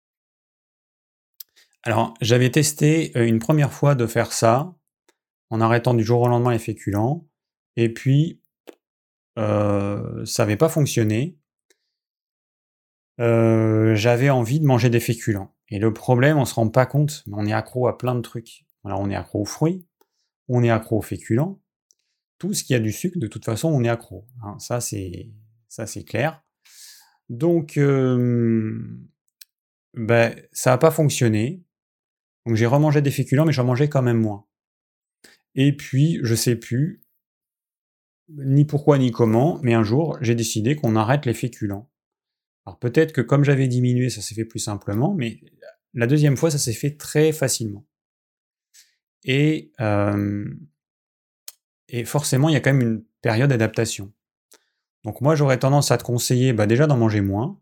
Alors, j'avais testé une première fois de faire ça, en arrêtant du jour au lendemain les féculents, et puis ça n'avait pas fonctionné. J'avais envie de manger des féculents. Et le problème, on se rend pas compte, mais on est accro à plein de trucs. Alors, on est accro aux fruits, on est accro aux féculents. Tout ce qui a du sucre, de toute façon, on est accro, hein. Ça, c'est clair. Donc, ça n'a pas fonctionné. Donc, j'ai remangé des féculents, mais j'en mangeais quand même moins. Et puis, je sais plus ni pourquoi ni comment, mais un jour, j'ai décidé qu'on arrête les féculents. Alors peut-être que comme j'avais diminué, ça s'est fait plus simplement, mais la deuxième fois, ça s'est fait très facilement. Et, et forcément, il y a quand même une période d'adaptation. Donc moi, j'aurais tendance à te conseiller déjà d'en manger moins.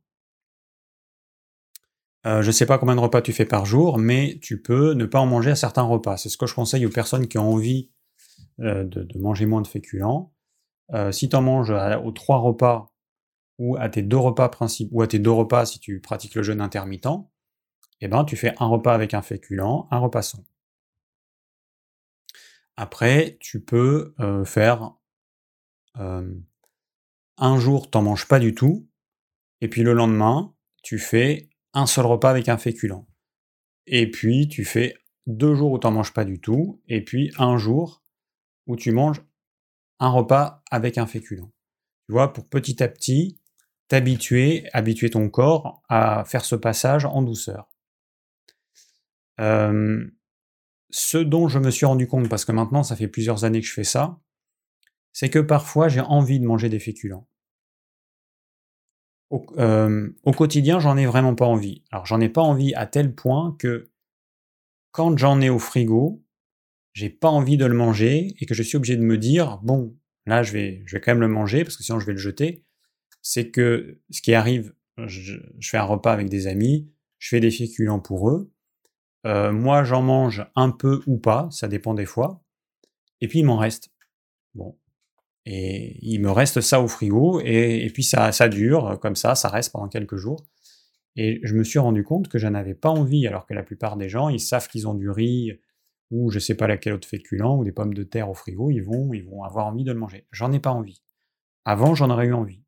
Je ne sais pas combien de repas tu fais par jour, mais tu peux ne pas en manger à certains repas. C'est ce que je conseille aux personnes qui ont envie de manger moins de féculents. Si tu en manges aux 3 repas ou à tes 2 repas principaux, ou à tes 2 repas si tu pratiques le jeûne intermittent, tu fais un repas avec un féculent, un repas sans. Après, tu peux faire un jour, t'en manges pas du tout, et puis le lendemain, tu fais un seul repas avec un féculent. Et puis tu fais 2 jours où t'en manges pas du tout, et puis un jour où tu manges un repas avec un féculent. Tu vois, pour petit à petit, habituer ton corps à faire ce passage en douceur. Ce dont je me suis rendu compte, parce que maintenant ça fait plusieurs années que je fais ça, c'est que parfois j'ai envie de manger des féculents. Au quotidien, j'en ai vraiment pas envie. Alors j'en ai pas envie à tel point que quand j'en ai au frigo, j'ai pas envie de le manger et que je suis obligé de me dire: «Bon, là je vais quand même le manger parce que sinon je vais le jeter». C'est que ce qui arrive, je fais un repas avec des amis, je fais des féculents pour eux, moi j'en mange un peu ou pas, ça dépend des fois, et puis il m'en reste. Bon, et il me reste ça au frigo et puis ça dure comme ça reste pendant quelques jours, et je me suis rendu compte que j'en avais pas envie, alors que la plupart des gens, ils savent qu'ils ont du riz ou je sais pas laquelle autre féculent ou des pommes de terre au frigo, ils vont avoir envie de le manger. J'en ai pas envie. Avant, j'en aurais eu envie.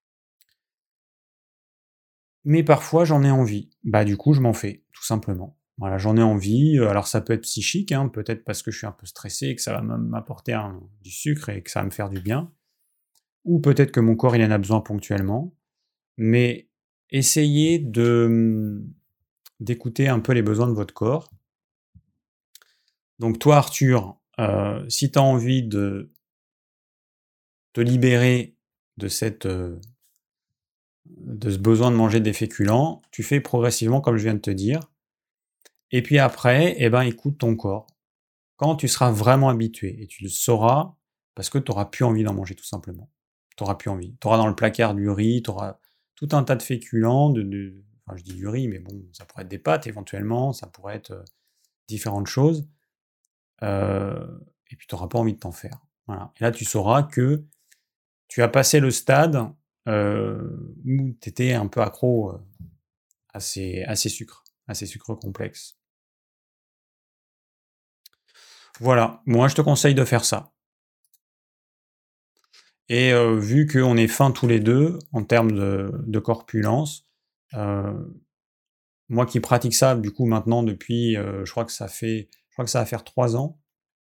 Mais parfois, j'en ai envie. Du coup, je m'en fais, tout simplement. Voilà, j'en ai envie, alors ça peut être psychique, hein, peut-être parce que je suis un peu stressé et que ça va m'apporter du sucre et que ça va me faire du bien, ou peut-être que mon corps, il en a besoin ponctuellement, mais essayez d'écouter un peu les besoins de votre corps. Donc toi, Arthur, si tu as envie de te libérer de de ce besoin de manger des féculents, tu fais progressivement comme je viens de te dire. Et puis après, écoute ton corps. Quand tu seras vraiment habitué, et tu le sauras, parce que tu n'auras plus envie d'en manger tout simplement. Tu n'auras plus envie. Tu auras dans le placard du riz, tu auras tout un tas de féculents, enfin je dis du riz, mais bon, ça pourrait être des pâtes éventuellement, ça pourrait être différentes choses. et puis tu n'auras pas envie de t'en faire. Voilà. Et là, tu sauras que tu as passé le stade où tu étais un peu accro à ces sucres complexes. Voilà, moi je te conseille de faire ça. Et vu qu'on est fins tous les deux en termes de corpulence, moi qui pratique ça du coup maintenant depuis, je crois que ça va faire 3 ans,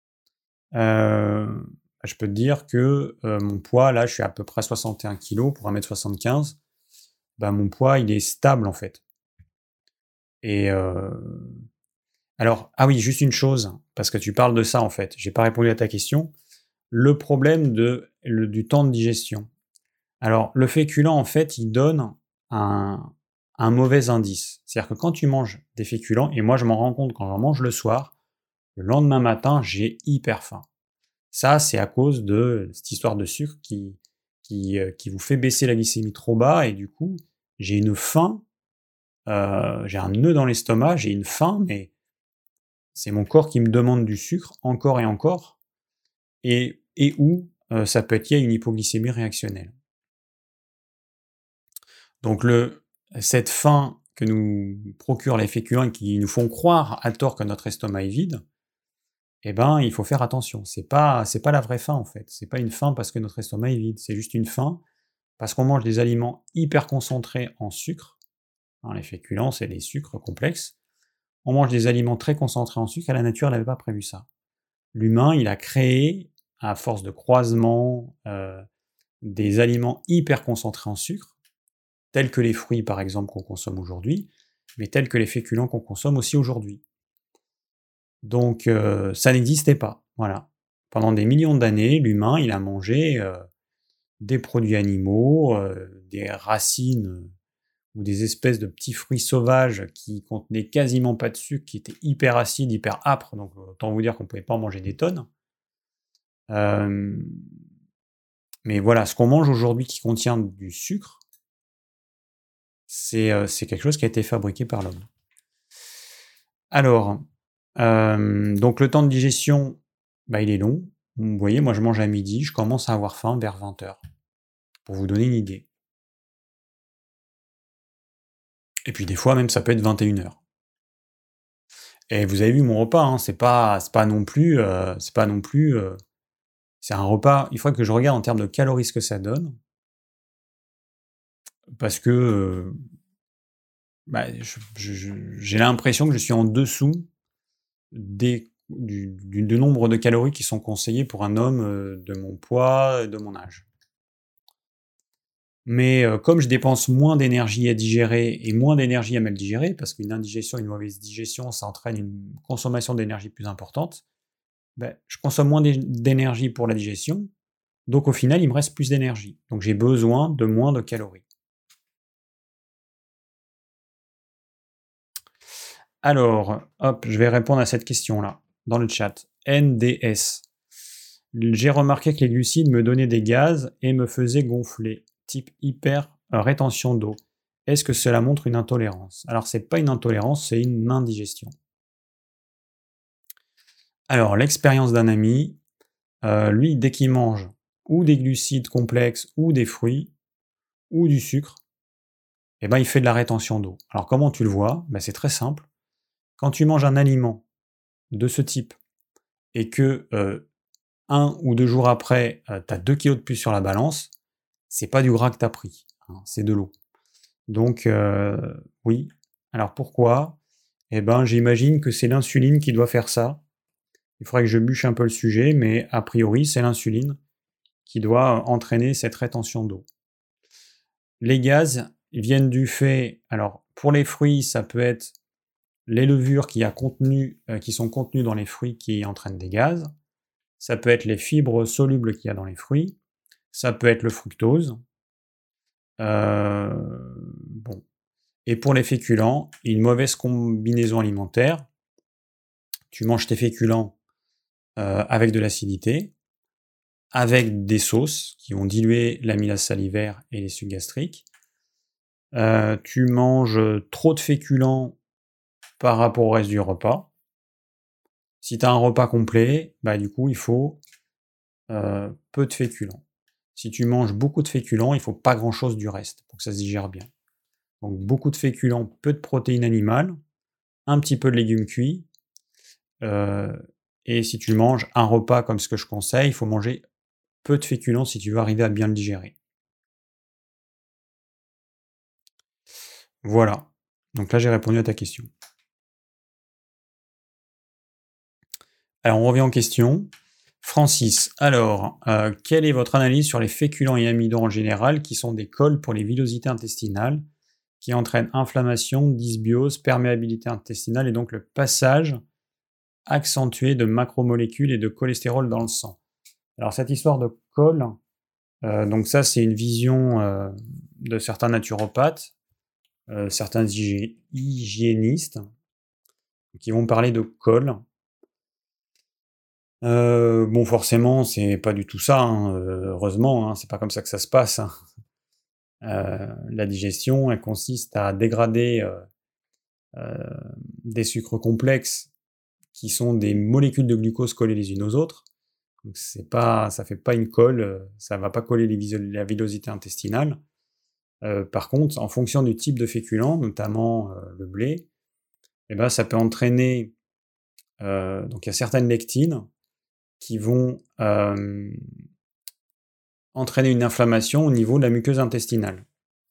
je peux te dire que mon poids, là, je suis à peu près 61 kilos pour 1,75 m. Bah, mon poids, il est stable en fait. Et alors, ah oui, juste une chose, parce que tu parles de ça en fait, j'ai pas répondu à ta question. Le problème du temps de digestion. Alors, le féculent, en fait, il donne un mauvais indice. C'est-à-dire que quand tu manges des féculents, et moi je m'en rends compte quand j'en mange le soir, le lendemain matin, j'ai hyper faim. Ça, c'est à cause de cette histoire de sucre qui vous fait baisser la glycémie trop bas, et du coup, j'ai une faim, j'ai un nœud dans l'estomac, j'ai une faim, mais c'est mon corps qui me demande du sucre encore et encore, et où ça peut être lié à une hypoglycémie réactionnelle. Donc cette faim que nous procurent les féculents et qui nous font croire à tort que notre estomac est vide, eh ben, il faut faire attention. C'est pas la vraie faim en fait. C'est pas une faim parce que notre estomac est vide. C'est juste une faim parce qu'on mange des aliments hyper concentrés en sucre. Hein, les féculents, c'est des sucres complexes. On mange des aliments très concentrés en sucre et la nature n'avait pas prévu ça. L'humain, il a créé, à force de croisement, des aliments hyper concentrés en sucre, tels que les fruits par exemple qu'on consomme aujourd'hui, mais tels que les féculents qu'on consomme aussi aujourd'hui. Donc ça n'existait pas, voilà. Pendant des millions d'années, l'humain, il a mangé des produits animaux, des racines ou des espèces de petits fruits sauvages qui contenaient quasiment pas de sucre, qui étaient hyper acides, hyper âpres, donc autant vous dire qu'on ne pouvait pas en manger des tonnes. Mais voilà, ce qu'on mange aujourd'hui qui contient du sucre, c'est quelque chose qui a été fabriqué par l'homme. Alors, donc le temps de digestion, bah, il est long. Vous voyez, moi je mange à midi, je commence à avoir faim vers 20h, pour vous donner une idée. Et puis des fois même ça peut être 21h. Et vous avez vu mon repas, hein, c'est pas non plus, c'est un repas, il faudrait que je regarde en termes de calories ce que ça donne. Parce que, bah, j'ai l'impression que je suis en dessous du nombre de calories qui sont conseillées pour un homme de mon poids, de mon âge. Mais comme je dépense moins d'énergie à digérer et moins d'énergie à mal digérer, parce qu'une indigestion, une mauvaise digestion, ça entraîne une consommation d'énergie plus importante, ben, je consomme moins d'énergie pour la digestion, donc au final, il me reste plus d'énergie. Donc j'ai besoin de moins de calories. Alors, hop, je vais répondre à cette question-là, dans le chat. NDS. J'ai remarqué que les glucides me donnaient des gaz et me faisaient gonfler, type hyper rétention d'eau. Est-ce que cela montre une intolérance? Alors, c'est pas une intolérance, c'est une indigestion. Alors, l'expérience d'un ami, lui, dès qu'il mange ou des glucides complexes ou des fruits ou du sucre, eh ben, il fait de la rétention d'eau. Alors, comment tu le vois? Ben, c'est très simple. Quand tu manges un aliment de ce type et que 1 ou 2 jours après, tu as 2 kilos de plus sur la balance, c'est pas du gras que tu as pris, hein, c'est de l'eau. Donc oui. Alors pourquoi? Eh ben, j'imagine que c'est l'insuline qui doit faire ça. Il faudrait que je bûche un peu le sujet, mais a priori, c'est l'insuline qui doit entraîner cette rétention d'eau. Les gaz viennent du fait, alors pour les fruits, ça peut être les levures qui sont contenues dans les fruits qui entraînent des gaz. Ça peut être les fibres solubles qu'il y a dans les fruits. Ça peut être le fructose. Bon. Et pour les féculents, une mauvaise combinaison alimentaire. Tu manges tes féculents avec de l'acidité, avec des sauces qui vont diluer l'amylase salivaire et les sucs gastriques. Tu manges trop de féculents par rapport au reste du repas. Si tu as un repas complet, bah du coup, il faut peu de féculents. Si tu manges beaucoup de féculents, il faut pas grand-chose du reste pour que ça se digère bien. Donc beaucoup de féculents, peu de protéines animales, un petit peu de légumes cuits, et si tu manges un repas comme ce que je conseille, il faut manger peu de féculents si tu veux arriver à bien le digérer. Voilà. Donc là, j'ai répondu à ta question. Alors, on revient en question. Francis, alors, quelle est votre analyse sur les féculents et amidons en général, qui sont des cols pour les villosités intestinales, qui entraînent inflammation, dysbiose, perméabilité intestinale et donc le passage accentué de macromolécules et de cholestérol dans le sang. Alors, cette histoire de col, donc ça, c'est une vision de certains naturopathes, certains hygiénistes, qui vont parler de col. Bon, forcément, c'est pas du tout ça, hein, heureusement, hein, c'est pas comme ça que ça se passe, hein. La digestion, elle consiste à dégrader des sucres complexes qui sont des molécules de glucose collées les unes aux autres. Donc ça fait pas une colle, ça va pas coller la villosité intestinale. Par contre, en fonction du type de féculent, notamment le blé, eh ben, ça peut entraîner, donc il y a certaines lectines qui vont entraîner une inflammation au niveau de la muqueuse intestinale.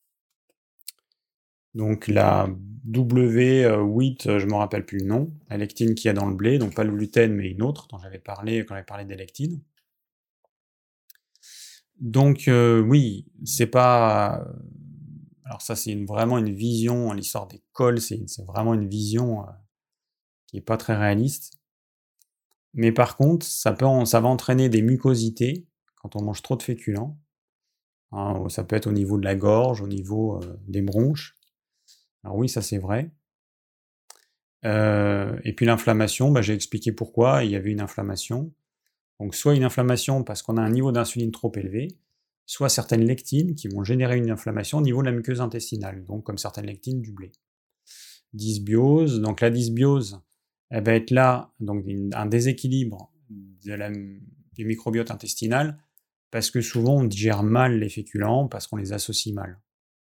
Donc la W8, je ne me rappelle plus le nom, la lectine qu'il y a dans le blé, donc pas le gluten mais une autre dont j'avais parlé quand j'avais parlé des lectines. Donc oui, c'est pas... Alors ça c'est vraiment une vision, l'histoire des cols, c'est vraiment une vision qui n'est pas très réaliste. Mais par contre, ça va entraîner des mucosités quand on mange trop de féculents. Hein, ça peut être au niveau de la gorge, au niveau des bronches. Alors oui, ça c'est vrai. Et puis l'inflammation, bah, j'ai expliqué pourquoi il y avait une inflammation. Donc soit une inflammation parce qu'on a un niveau d'insuline trop élevé, soit certaines lectines qui vont générer une inflammation au niveau de la muqueuse intestinale, donc comme certaines lectines du blé. Dysbiose, donc la dysbiose, elle va être là, donc un déséquilibre du microbiote intestinal, parce que souvent on digère mal les féculents, parce qu'on les associe mal.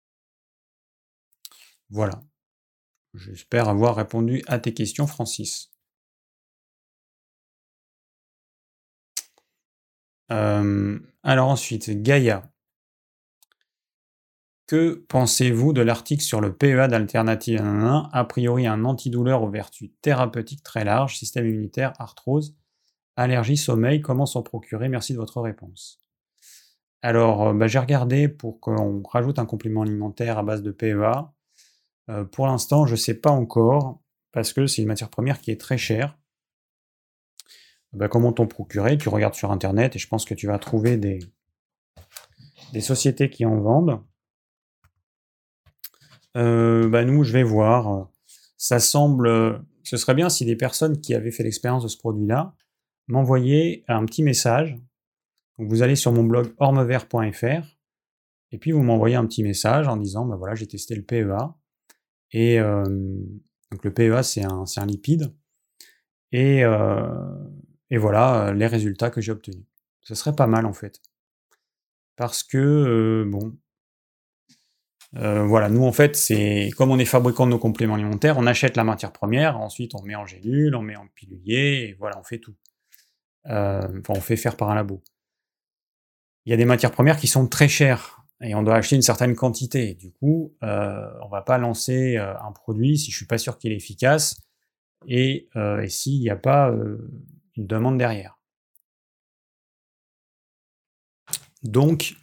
Voilà. J'espère avoir répondu à tes questions, Francis. Alors ensuite, Gaïa. Que pensez-vous de l'article sur le PEA d'Alternative 1, a priori un antidouleur aux vertus thérapeutiques très larges, système immunitaire, arthrose, allergie, sommeil, comment s'en procurer? Merci de votre réponse. Alors, bah, j'ai regardé pour qu'on rajoute un complément alimentaire à base de PEA. Pour l'instant, je ne sais pas encore, parce que c'est une matière première qui est très chère. Bah, comment t'en procurer? Tu regardes sur internet et je pense que tu vas trouver des sociétés qui en vendent. Bah, nous, je vais voir. Ça semble. Ce serait bien si des personnes qui avaient fait l'expérience de ce produit-là m'envoyaient un petit message. Donc, vous allez sur mon blog ormevert.fr et puis vous m'envoyez un petit message en disant bah voilà, j'ai testé le PEA. Et donc le PEA, c'est un lipide. Et, voilà les résultats que j'ai obtenus. Ce serait pas mal en fait. Parce que, bon, voilà, nous en fait, c'est comme on est fabricant de nos compléments alimentaires, on achète la matière première, ensuite on met en gélule, on met en pilulier, et voilà, on fait tout. Enfin, on fait faire par un labo. Il y a des matières premières qui sont très chères, et on doit acheter une certaine quantité. Du coup, on va pas lancer un produit si je suis pas sûr qu'il est efficace, et s'il n'y a pas une demande derrière. Donc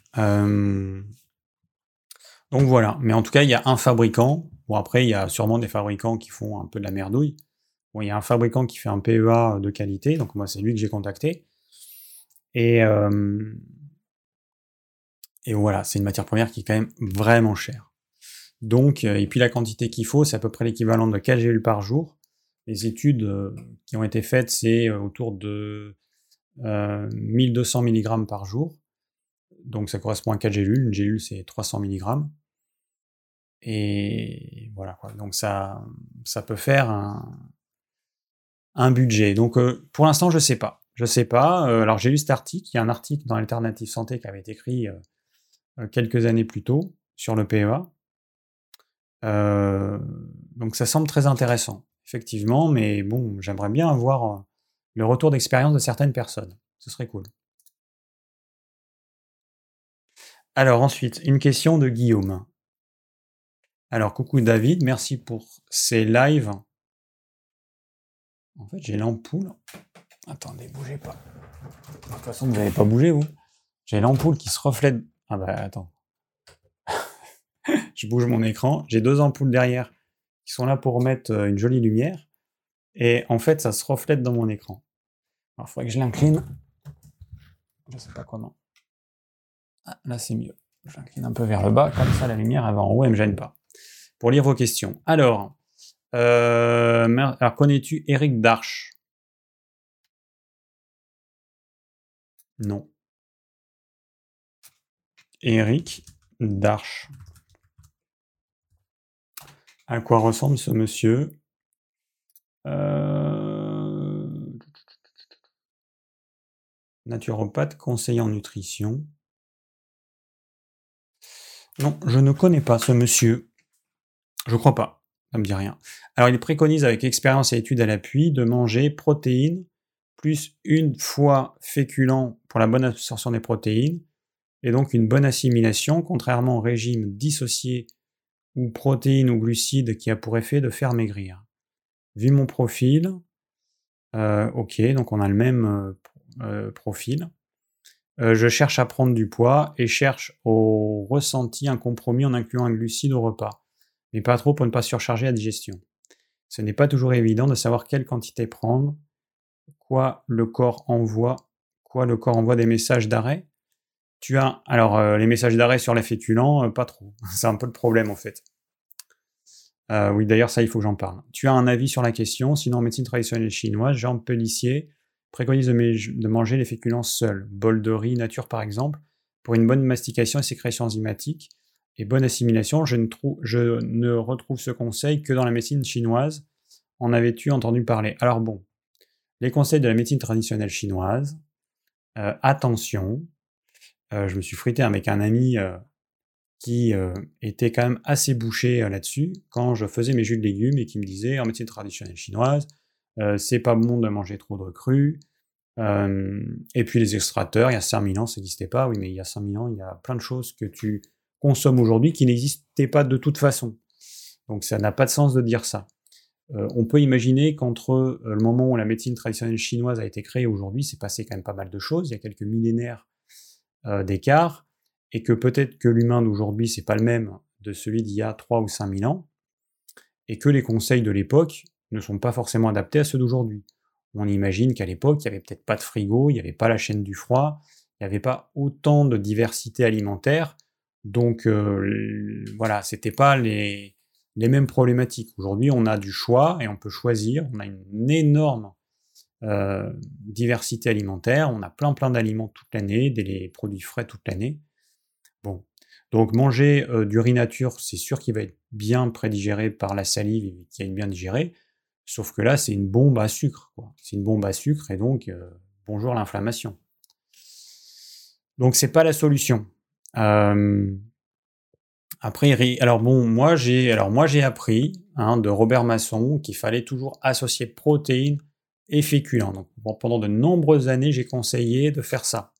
voilà, mais en tout cas, il y a un fabricant. Bon, après, il y a sûrement des fabricants qui font un peu de la merdouille. Bon, il y a un fabricant qui fait un PEA de qualité, donc moi, c'est lui que j'ai contacté. Et voilà, c'est une matière première qui est quand même vraiment chère. Donc, et puis la quantité qu'il faut, c'est à peu près l'équivalent de 4 gélules par jour. Les études qui ont été faites, c'est autour de 1200 mg par jour. Donc ça correspond à 4 gélules. Une gélule, c'est 300 mg. Et voilà quoi. Donc ça peut faire un budget. Donc, pour l'instant, je sais pas. Je sais pas. Alors, j'ai lu cet article. Il y a un article dans Alternative Santé qui avait été écrit quelques années plus tôt sur le PEA. Donc, ça semble très intéressant, effectivement. Mais bon, j'aimerais bien avoir le retour d'expérience de certaines personnes. Ce serait cool. Alors, ensuite, une question de Guillaume. Alors, coucou David, merci pour ces lives. En fait, j'ai l'ampoule. Attendez, bougez pas. De toute façon, vous n'allez pas bouger, vous. J'ai l'ampoule qui se reflète. Ah bah, attends. Je bouge mon écran. J'ai 2 ampoules derrière qui sont là pour mettre une jolie lumière. Et en fait, ça se reflète dans mon écran. Alors, il faudrait que je l'incline. Je sais pas comment. Ah, là, c'est mieux. Je l'incline un peu vers le bas. Comme ça, la lumière, elle va en haut, elle me gêne pas. Pour lire vos questions. Alors, connais-tu Éric Darche? Non. Éric Darche. À quoi ressemble ce monsieur? Naturopathe, conseiller en nutrition. Non, je ne connais pas ce monsieur. Je crois pas. Ça me dit rien. Alors, il préconise avec expérience et études à l'appui de manger protéines plus une fois féculents pour la bonne absorption des protéines et donc une bonne assimilation, contrairement au régime dissocié ou protéines ou glucides qui a pour effet de faire maigrir. Vu mon profil, ok, donc on a le même profil. Je cherche à prendre du poids et cherche au ressenti un compromis en incluant un glucide au repas, mais pas trop pour ne pas surcharger la digestion. Ce n'est pas toujours évident de savoir quelle quantité prendre, quoi le corps envoie des messages d'arrêt. Les messages d'arrêt sur les féculents, pas trop. C'est un peu le problème en fait. Oui, d'ailleurs, ça, il faut que j'en parle. Tu as un avis sur la question? Sinon, en médecine traditionnelle chinoise, Jean Pellissier préconise de manger les féculents seuls, bol de riz nature par exemple, pour une bonne mastication et sécrétion enzymatique et bonne assimilation. Je ne retrouve ce conseil que dans la médecine chinoise. En avais-tu entendu parler? Alors bon, les conseils de la médecine traditionnelle chinoise, attention, je me suis frité avec un ami qui était quand même assez bouché là-dessus, quand je faisais mes jus de légumes et qui me disait, en médecine traditionnelle chinoise, c'est pas bon de manger trop de cru, et puis les extracteurs, il y a 5000 ans, ça n'existait pas, oui, mais il y a 5000 ans, il y a plein de choses que tu consommes aujourd'hui qui n'existaient pas de toute façon. Donc ça n'a pas de sens de dire ça. On peut imaginer qu'entre le moment où la médecine traditionnelle chinoise a été créée et aujourd'hui, c'est passé quand même pas mal de choses, il y a quelques millénaires d'écart, et que peut-être que l'humain d'aujourd'hui, c'est pas le même de celui d'il y a 3 ou 5000 ans, et que les conseils de l'époque ne sont pas forcément adaptés à ceux d'aujourd'hui. On imagine qu'à l'époque, il n'y avait peut-être pas de frigo, il n'y avait pas la chaîne du froid, il n'y avait pas autant de diversité alimentaire, donc voilà, c'était pas les mêmes problématiques. Aujourd'hui, on a du choix et on peut choisir, on a une énorme diversité alimentaire, on a plein d'aliments toute l'année, des produits frais toute l'année. Bon, donc manger du riz nature, c'est sûr qu'il va être bien prédigéré par la salive et qu'il va être bien digéré, sauf que là, c'est une bombe à sucre, quoi. C'est une bombe à sucre et donc bonjour l'inflammation. Donc c'est pas la solution. Après, alors bon, moi j'ai appris de Robert Masson qu'il fallait toujours associer protéines et féculents. Donc pendant de nombreuses années, j'ai conseillé de faire ça.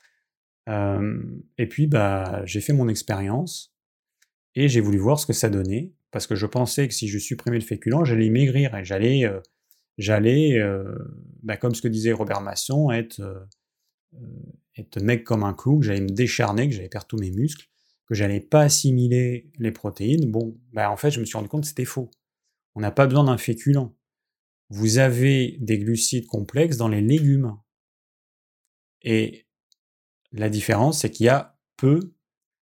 Et puis j'ai fait mon expérience et j'ai voulu voir ce que ça donnait, parce que je pensais que si je supprimais le féculent, j'allais maigrir et j'allais, comme ce que disait Robert Masson, être mec comme un clou, que j'allais me décharner, que j'allais perdre tous mes muscles, que j'allais pas assimiler les protéines. Bon, en fait, je me suis rendu compte que c'était faux. On n'a pas besoin d'un féculent. Vous avez des glucides complexes dans les légumes. Et la différence, c'est qu'il y a peu,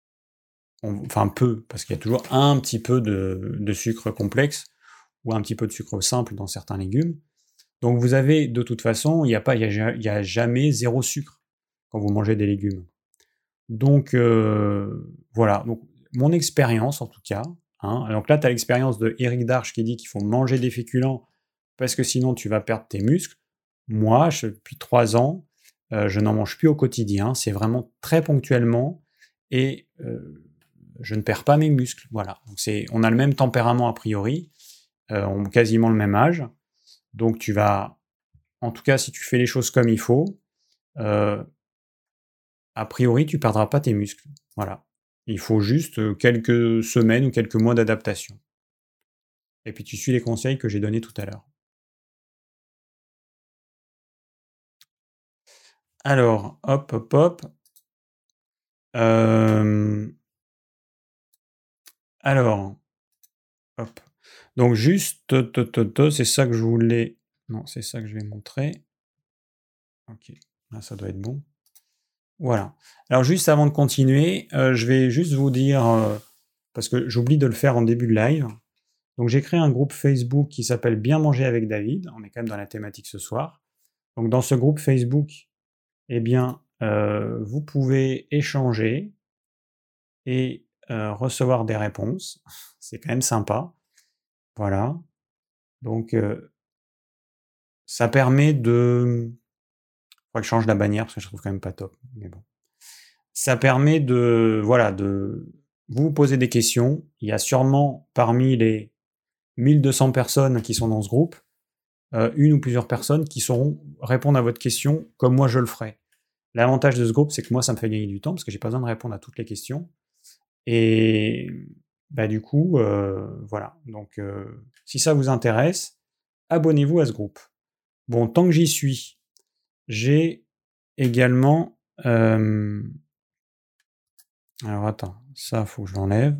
parce qu'il y a toujours un petit peu de sucre complexe, ou un petit peu de sucre simple dans certains légumes. Donc vous avez, de toute façon, il y a jamais 0 sucre quand vous mangez des légumes. Donc voilà, donc mon expérience en tout cas, donc là tu as l'expérience de Éric Darche qui dit qu'il faut manger des féculents parce que sinon tu vas perdre tes muscles. Moi, depuis 3 ans, je n'en mange plus au quotidien, c'est vraiment très ponctuellement et je ne perds pas mes muscles, voilà. Donc on a le même tempérament a priori, on a quasiment le même âge, donc tu vas en tout cas si tu fais les choses comme il faut, a priori tu perdras pas tes muscles, voilà. Il faut juste, quelques semaines ou quelques mois d'adaptation. Et puis tu suis les conseils que j'ai donnés tout à l'heure. Alors, hop, hop, hop. Hem, alors, hop. Donc juste, c'est ça que je voulais non, c'est ça que je vais montrer. OK, là ça doit être bon. Voilà. Alors juste avant de continuer, je vais juste vous dire, parce que j'oublie de le faire en début de live. Donc j'ai créé un groupe Facebook qui s'appelle «Bien manger avec David», on est quand même dans la thématique ce soir. Donc dans ce groupe Facebook, eh bien, vous pouvez échanger et recevoir des réponses. C'est quand même sympa. Voilà. Donc ça permet de faudrait que je change la bannière parce que je trouve quand même pas top, mais bon. Ça permet de voilà, de vous poser des questions. Il y a sûrement parmi les 1 200 personnes qui sont dans ce groupe, 1 ou plusieurs personnes qui sauront répondre à votre question comme moi je le ferai. L'avantage de ce groupe, c'est que moi ça me fait gagner du temps parce que j'ai pas besoin de répondre à toutes les questions et bah, du coup, voilà. Donc si ça vous intéresse, abonnez-vous à ce groupe. Bon, tant que j'y suis, j'ai également, alors attends, ça faut que je l'enlève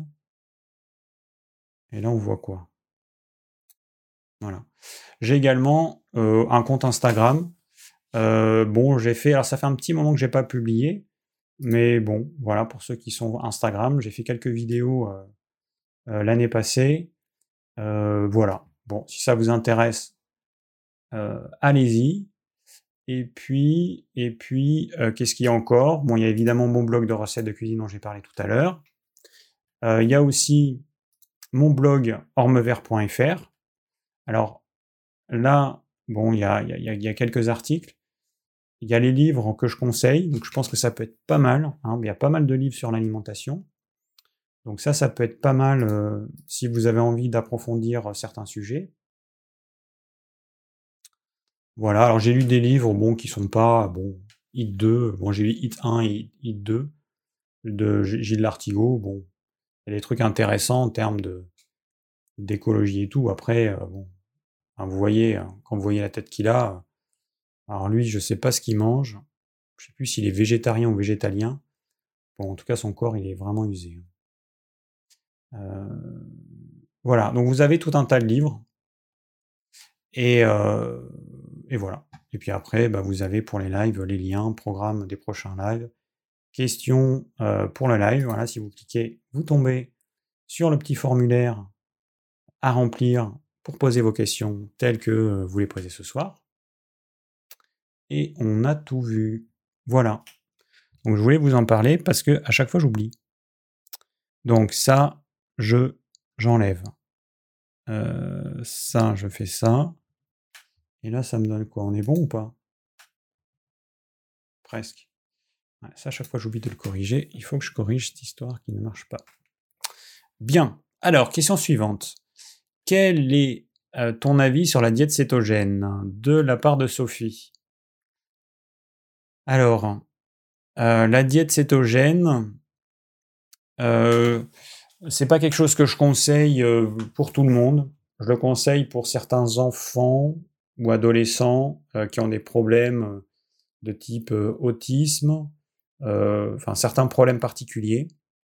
et là on voit quoi? Voilà. J'ai également, un compte Instagram. Bon, j'ai fait alors ça fait un petit moment que j'ai pas publié, mais bon, voilà, pour ceux qui sont Instagram, j'ai fait quelques vidéos, l'année passée. Voilà. Bon, si ça vous intéresse, allez-y. Et puis, qu'est-ce qu'il y a encore? Bon, il y a évidemment mon blog de recettes de cuisine dont j'ai parlé tout à l'heure. Il y a aussi mon blog ormevert.fr. Alors là, bon, il y a quelques articles. Il y a les livres que je conseille, donc je pense que ça peut être pas mal, hein. Il y a pas mal de livres sur l'alimentation. Donc ça peut être pas mal, si vous avez envie d'approfondir, certains sujets. Voilà, alors j'ai lu des livres, bon, qui sont pas bon, Hit 2, bon, j'ai lu Hit 1 et Hit 2 de Gilles Lartigot, bon, il y a des trucs intéressants en termes d'écologie et tout. Après, bon, enfin, vous voyez, quand vous voyez la tête qu'il a, alors lui, je sais pas ce qu'il mange. Je sais plus s'il est végétarien ou végétalien. Bon, en tout cas, son corps, il est vraiment usé, hein. Voilà, donc vous avez tout un tas de livres et voilà. Et puis après, bah, vous avez pour les lives, les liens, programme des prochains lives, questions, pour le live. Voilà, si vous cliquez, vous tombez sur le petit formulaire à remplir pour poser vos questions telles que, vous les posez ce soir et on a tout vu. Voilà, donc je voulais vous en parler parce qu'à chaque fois j'oublie. Donc ça, j'enlève. Ça, je fais ça et là, ça me donne quoi? On est bon ou pas? Presque. Ouais, ça, à chaque fois, j'oublie de le corriger. Il faut que je corrige cette histoire qui ne marche pas. Bien. Alors, question suivante. Quel est, ton avis sur la diète cétogène? De la part de Sophie. Alors, la diète cétogène, heu, c'est pas quelque chose que je conseille, pour tout le monde. Je le conseille pour certains enfants ou adolescents, qui ont des problèmes, de type, autisme, enfin certains problèmes particuliers.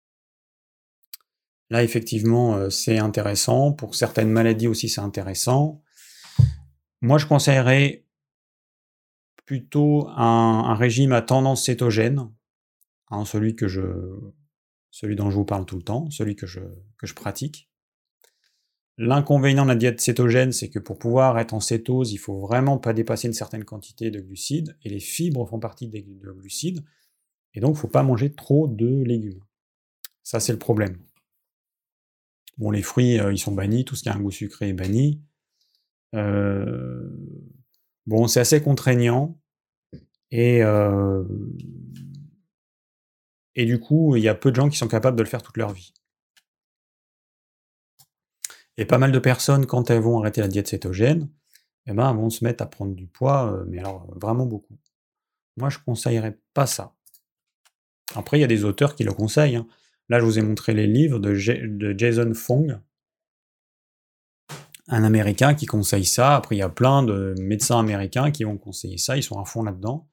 Là, effectivement, c'est intéressant. Pour certaines maladies aussi, c'est intéressant. Moi, je conseillerais plutôt un régime à tendance cétogène, hein, celui dont je vous parle tout le temps, celui que je pratique. L'inconvénient de la diète cétogène, c'est que pour pouvoir être en cétose, il faut vraiment pas dépasser une certaine quantité de glucides, et les fibres font partie des de glucides, et donc il faut pas manger trop de légumes. Ça, c'est le problème. Bon, les fruits, ils sont bannis, tout ce qui a un goût sucré est banni. Heu, bon, c'est assez contraignant et du coup, il y a peu de gens qui sont capables de le faire toute leur vie. Et pas mal de personnes, quand elles vont arrêter la diète cétogène, eh ben, elles vont se mettre à prendre du poids, mais alors, vraiment beaucoup. Moi, je conseillerais pas ça. Après, il y a des auteurs qui le conseillent, hein. Là, je vous ai montré les livres de Jason Fung, un Américain qui conseille ça. Après, il y a plein de médecins américains qui vont conseiller ça, ils sont à fond là-dedans.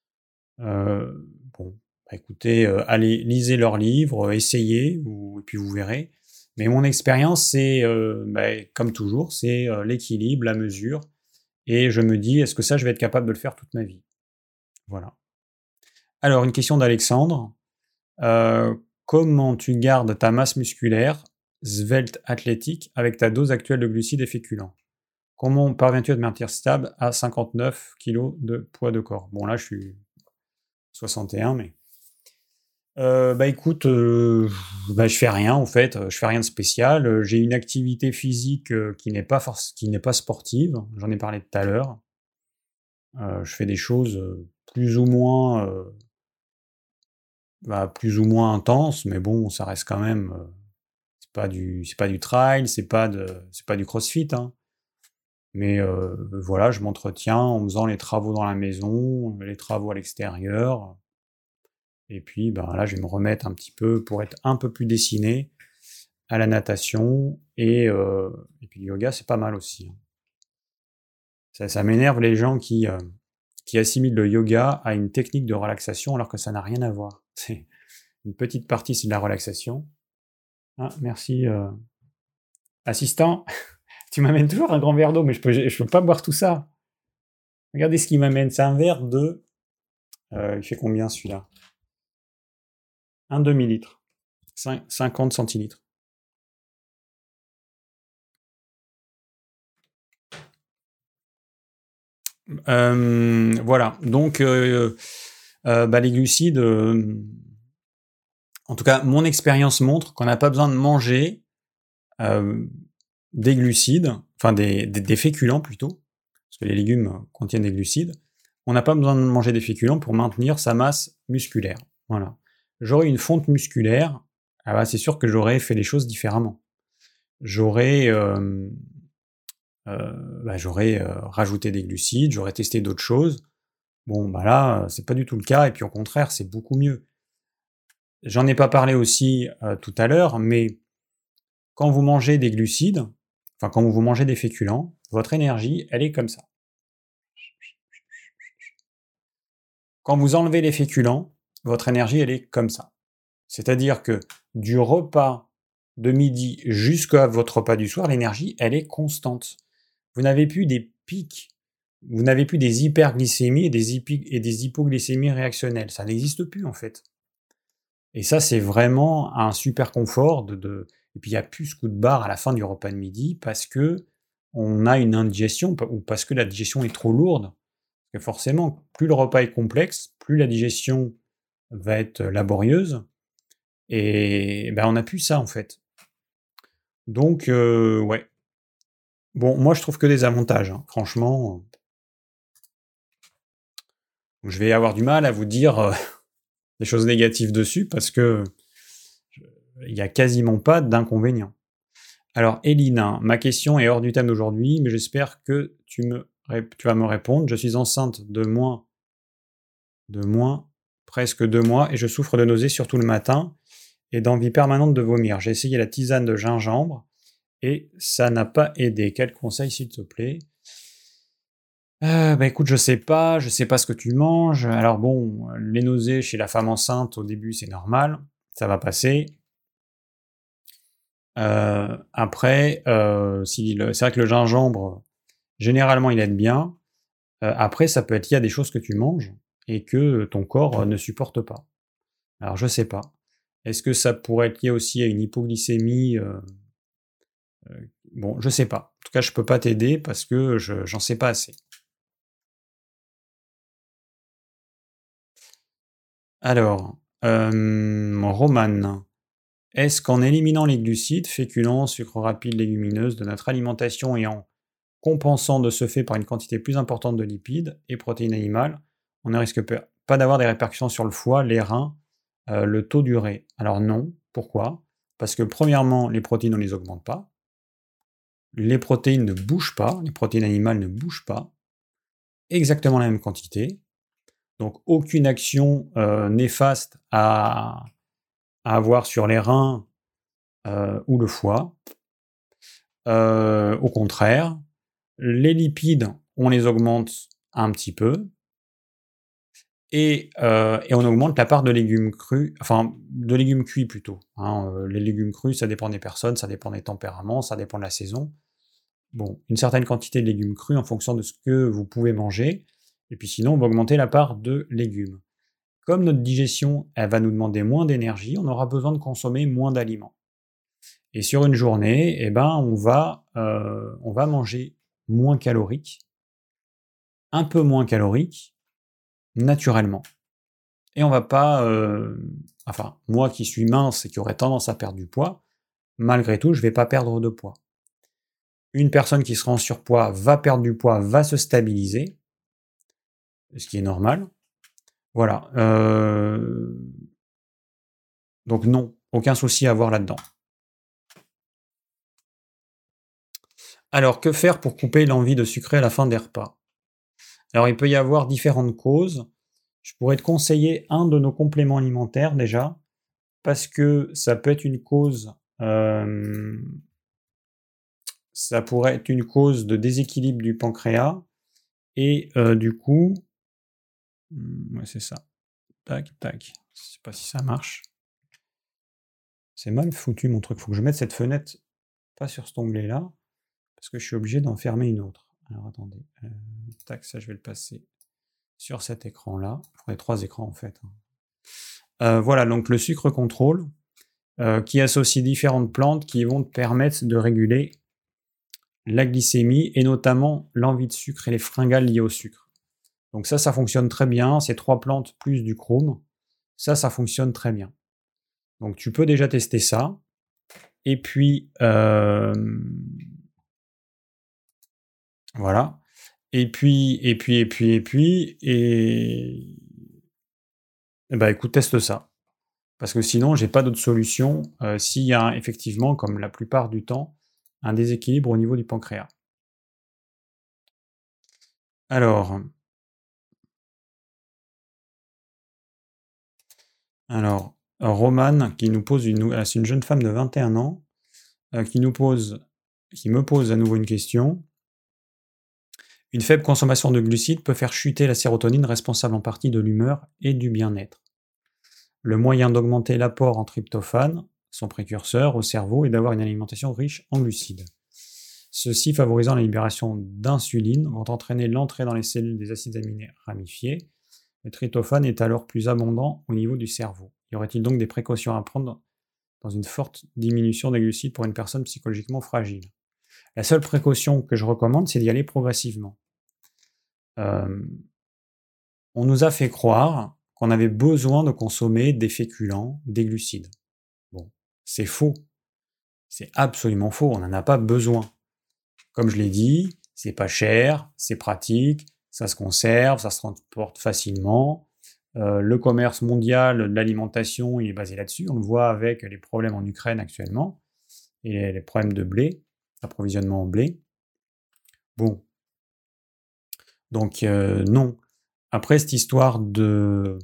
Bon, bah, écoutez, allez, lisez leurs livres, essayez, et puis vous verrez. Mais mon expérience, c'est, comme toujours, c'est l'équilibre, la mesure, et je me dis: «Est-ce que ça, je vais être capable de le faire toute ma vie?» Voilà. Alors, une question d'Alexandre. Comment tu gardes ta masse musculaire, svelte, athlétique, avec ta dose actuelle de glucides et féculents? Comment parviens-tu à te maintenir stable à 59 kilos de poids de corps? Bon, là, je suis 61, mais écoute, je fais rien en fait, je fais rien de spécial, j'ai une activité physique, qui n'est pas sportive, j'en ai parlé tout à l'heure. Je fais des choses, plus ou moins, plus ou moins intenses, mais bon, ça reste quand même, c'est pas du trail, c'est pas du crossfit, hein. Mais voilà, je m'entretiens en faisant les travaux dans la maison, les travaux à l'extérieur. Et puis, ben, là, je vais me remettre un petit peu pour être un peu plus dessiné à la natation et puis le yoga, c'est pas mal aussi, hein. Ça m'énerve les gens qui assimilent le yoga à une technique de relaxation alors que ça n'a rien à voir. C'est une petite partie, c'est de la relaxation. Ah, merci, assistant, tu m'amènes toujours un grand verre d'eau, mais je peux pas boire tout ça. Regardez ce qu'il m'amène, c'est un verre de, il fait combien celui-là? Un demi-litre, 50 centilitres. Voilà, donc les glucides, en tout cas, mon expérience montre qu'on n'a pas besoin de manger euh, des glucides, enfin des féculents plutôt, parce que les légumes contiennent des glucides. On n'a pas besoin de manger des féculents pour maintenir sa masse musculaire. Voilà. J'aurais une fonte musculaire, c'est sûr que j'aurais fait les choses différemment. J'aurais rajouté des glucides, j'aurais testé d'autres choses. Bon, là, c'est pas du tout le cas, et puis au contraire, c'est beaucoup mieux. J'en ai pas parlé aussi tout à l'heure, mais quand vous mangez des glucides, enfin quand vous mangez des féculents, votre énergie, elle est comme ça. Quand vous enlevez les féculents, votre énergie, elle est comme ça. C'est-à-dire que du repas de midi jusqu'à votre repas du soir, l'énergie, elle est constante. Vous n'avez plus des pics, vous n'avez plus des hyperglycémies et des hypoglycémies réactionnelles. Ça n'existe plus en fait. Et ça, c'est vraiment un super confort et puis il y a plus ce coup de barre à la fin du repas de midi parce que on a une indigestion ou parce que la digestion est trop lourde. Et forcément, plus le repas est complexe, plus la digestion va être laborieuse et on n'a plus ça, en fait. Donc ouais. Bon, moi, je trouve que des avantages, hein. Franchement, je vais avoir du mal à vous dire, des choses négatives dessus parce que il y a quasiment pas d'inconvénients. Alors, Elina, ma question est hors du thème d'aujourd'hui, mais j'espère que tu vas me répondre. Je suis enceinte de moins presque 2 mois et je souffre de nausées surtout le matin et d'envie permanente de vomir. J'ai essayé la tisane de gingembre et ça n'a pas aidé. Quel conseil, s'il te plaît? Écoute, je sais pas ce que tu manges. Alors bon, les nausées chez la femme enceinte, au début, c'est normal, ça va passer. Après, c'est vrai que le gingembre, généralement, il aide bien. Après, ça peut être lié à des choses que tu manges et que ton corps, ne supporte pas. Alors je sais pas. Est-ce que ça pourrait être lié aussi à une hypoglycémie, bon, je sais pas. En tout cas, je peux pas t'aider parce que j'en sais pas assez. Alors, Roman, est-ce qu'en éliminant les glucides, féculents, sucres rapides, légumineuses de notre alimentation et en compensant de ce fait par une quantité plus importante de lipides et protéines animales, on ne risque pas d'avoir des répercussions sur le foie, les reins, le taux d'urée. Alors non, pourquoi? Parce que premièrement, les protéines, on ne les augmente pas. Les protéines ne bougent pas, les protéines animales ne bougent pas, exactement la même quantité. Donc aucune action néfaste à avoir sur les reins ou le foie. Au contraire, les lipides, on les augmente un petit peu, et on augmente la part de légumes crus, enfin de légumes cuits plutôt. Les légumes crus, ça dépend des personnes, ça dépend des tempéraments, ça dépend de la saison. Bon, une certaine quantité de légumes crus en fonction de ce que vous pouvez manger, et puis sinon on va augmenter la part de légumes. Comme notre digestion, elle va nous demander moins d'énergie, on aura besoin de consommer moins d'aliments. Et sur une journée, on va manger moins calorique, un peu moins calorique, naturellement. Et on va pas... moi qui suis mince et qui aurais tendance à perdre du poids, malgré tout, je ne vais pas perdre de poids. Une personne qui sera en surpoids va perdre du poids, va se stabiliser, ce qui est normal. Voilà. Donc non, aucun souci à avoir là-dedans. Alors, que faire pour couper l'envie de sucrer à la fin des repas? Alors, il peut y avoir différentes causes. Je pourrais te conseiller un de nos compléments alimentaires déjà, parce que ça peut être une cause, ça pourrait être une cause de déséquilibre du pancréas, et du coup, ouais, c'est ça. Tac, tac. Je sais pas si ça marche. C'est mal foutu mon truc. Faut que je mette cette fenêtre pas sur cet onglet-là, parce que je suis obligé d'en fermer une autre. Alors attendez. Tac, ça je vais le passer sur cet écran-là. Il faudrait 3 écrans en fait. Voilà, donc le sucre contrôle, qui associe différentes plantes qui vont te permettre de réguler la glycémie et notamment l'envie de sucre et les fringales liées au sucre. Donc ça fonctionne très bien. Ces 3 plantes plus du chrome, ça fonctionne très bien. Donc tu peux déjà tester ça. Et puis, voilà. Et écoute, teste ça. Parce que sinon, j'ai pas d'autre solution s'il y a effectivement, comme la plupart du temps, un déséquilibre au niveau du pancréas. Alors, Romane qui nous pose c'est une jeune femme de 21 ans qui me pose à nouveau une question. Une faible consommation de glucides peut faire chuter la sérotonine responsable en partie de l'humeur et du bien-être. Le moyen d'augmenter l'apport en tryptophane, son précurseur, au cerveau est d'avoir une alimentation riche en glucides. Ceux-ci, favorisant la libération d'insuline, vont entraîner l'entrée dans les cellules des acides aminés ramifiés. Le tryptophane est alors plus abondant au niveau du cerveau. Y aurait-il donc des précautions à prendre dans une forte diminution des glucides pour une personne psychologiquement fragile? La seule précaution que je recommande, c'est d'y aller progressivement. On nous a fait croire qu'on avait besoin de consommer des féculents, des glucides. Bon, c'est faux. C'est absolument faux, on n'en a pas besoin. Comme je l'ai dit, c'est pas cher, c'est pratique, ça se conserve, ça se transporte facilement. Le commerce mondial de l'alimentation, il est basé là-dessus. On le voit avec les problèmes en Ukraine actuellement et les problèmes de blé, approvisionnement en blé. Bon. Donc non. Après, cette histoire de...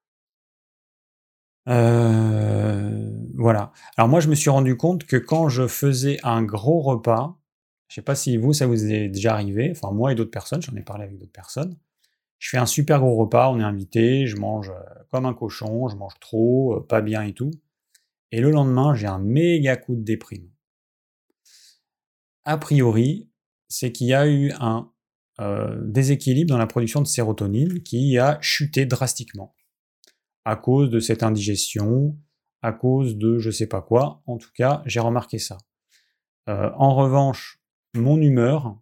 voilà. Alors moi, je me suis rendu compte que quand je faisais un gros repas, je sais pas si vous, ça vous est déjà arrivé, enfin moi et d'autres personnes, j'en ai parlé avec d'autres personnes, je fais un super gros repas, on est invité, je mange comme un cochon, je mange trop, pas bien et tout, et le lendemain, j'ai un méga coup de déprime. A priori, c'est qu'il y a eu un déséquilibre dans la production de sérotonine qui a chuté drastiquement à cause de cette indigestion, à cause de je sais pas quoi. En tout cas, j'ai remarqué ça. En revanche, mon humeur,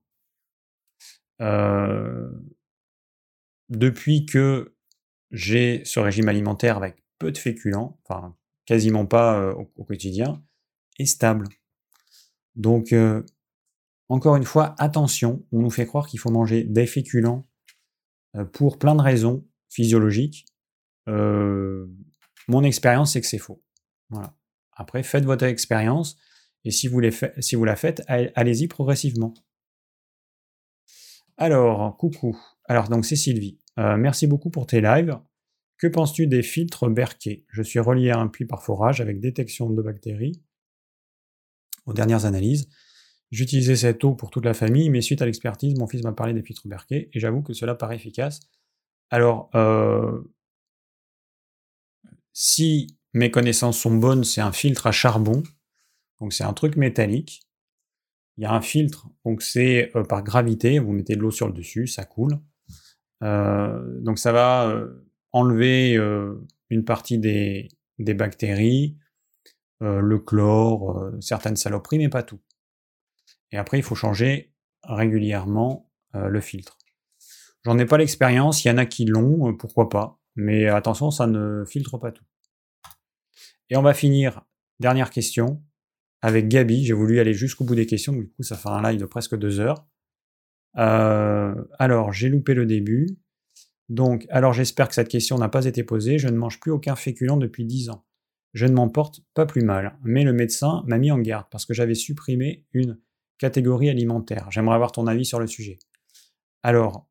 depuis que j'ai ce régime alimentaire avec peu de féculents, enfin quasiment pas au quotidien, est stable. Donc encore une fois, attention, on nous fait croire qu'il faut manger des féculents pour plein de raisons physiologiques. Mon expérience, c'est que c'est faux. Voilà. Après, faites votre expérience, et si vous la faites, allez-y progressivement. Alors, coucou. Alors, donc, c'est Sylvie. Merci beaucoup pour tes lives. Que penses-tu des filtres Berkey? Je suis relié à un puits par forage avec détection de bactéries. Aux dernières analyses, j'utilisais cette eau pour toute la famille, mais suite à l'expertise, mon fils m'a parlé des filtres Berkey, et j'avoue que cela paraît efficace. Alors, si mes connaissances sont bonnes, c'est un filtre à charbon, donc c'est un truc métallique. Il y a un filtre, donc c'est par gravité, vous mettez de l'eau sur le dessus, ça coule. Donc ça va enlever une partie des bactéries, le chlore, certaines saloperies, mais pas tout. Et après, il faut changer régulièrement le filtre. J'en ai pas l'expérience, il y en a qui l'ont, pourquoi pas, mais attention, ça ne filtre pas tout. Et on va finir, dernière question, avec Gabi. J'ai voulu aller jusqu'au bout des questions, du coup ça fait un live de presque 2 heures. Alors, j'ai loupé le début. Donc, alors j'espère que cette question n'a pas été posée. Je ne mange plus aucun féculent depuis 10 ans. Je ne m'en porte pas plus mal, mais le médecin m'a mis en garde parce que j'avais supprimé une catégorie alimentaire. J'aimerais avoir ton avis sur le sujet. Alors,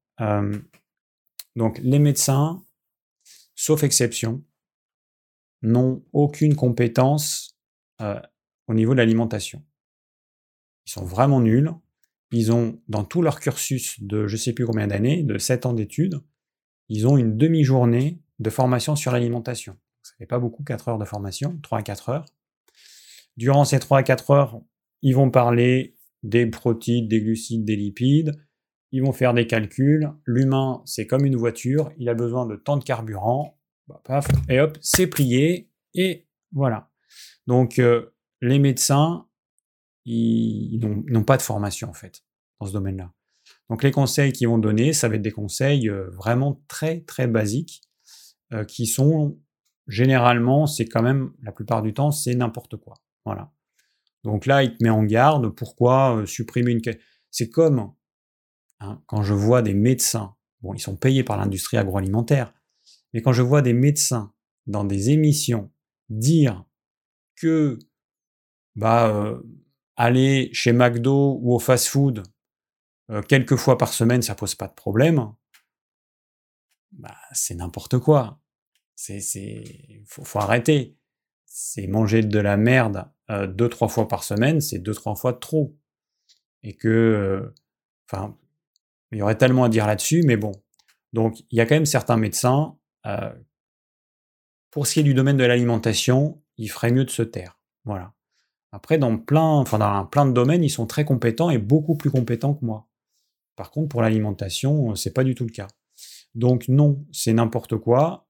donc les médecins, sauf exception, n'ont aucune compétence au niveau de l'alimentation. Ils sont vraiment nuls. Ils ont, dans tout leur cursus de je ne sais plus combien d'années, de 7 ans d'études, ils ont une demi-journée de formation sur l'alimentation. Ça fait pas beaucoup, 4 heures de formation, 3 à 4 heures. Durant ces 3 à 4 heures, ils vont parler des protéines, des glucides, des lipides, ils vont faire des calculs. L'humain, c'est comme une voiture, il a besoin de tant de carburant, paf, et hop, c'est plié, et voilà. Donc, les médecins, ils n'ont pas de formation, en fait, dans ce domaine-là. Donc, les conseils qu'ils vont donner, ça va être des conseils vraiment très, très basiques, qui sont, généralement, c'est quand même, la plupart du temps, c'est n'importe quoi. Voilà. Donc là, il te met en garde, pourquoi supprimer une... C'est comme, quand je vois des médecins, bon, ils sont payés par l'industrie agroalimentaire, mais quand je vois des médecins dans des émissions dire que aller chez McDo ou au fast-food quelques fois par semaine, ça pose pas de problème, c'est n'importe quoi. Faut arrêter. C'est manger de la merde 2-3 fois par semaine, c'est 2-3 fois de trop. Et que, il y aurait tellement à dire là-dessus, mais bon. Donc, il y a quand même certains médecins, pour ce qui est du domaine de l'alimentation, il ferait mieux de se taire. Voilà. Après, dans plein de domaines, ils sont très compétents et beaucoup plus compétents que moi. Par contre, pour l'alimentation, c'est pas du tout le cas. Donc non, c'est n'importe quoi.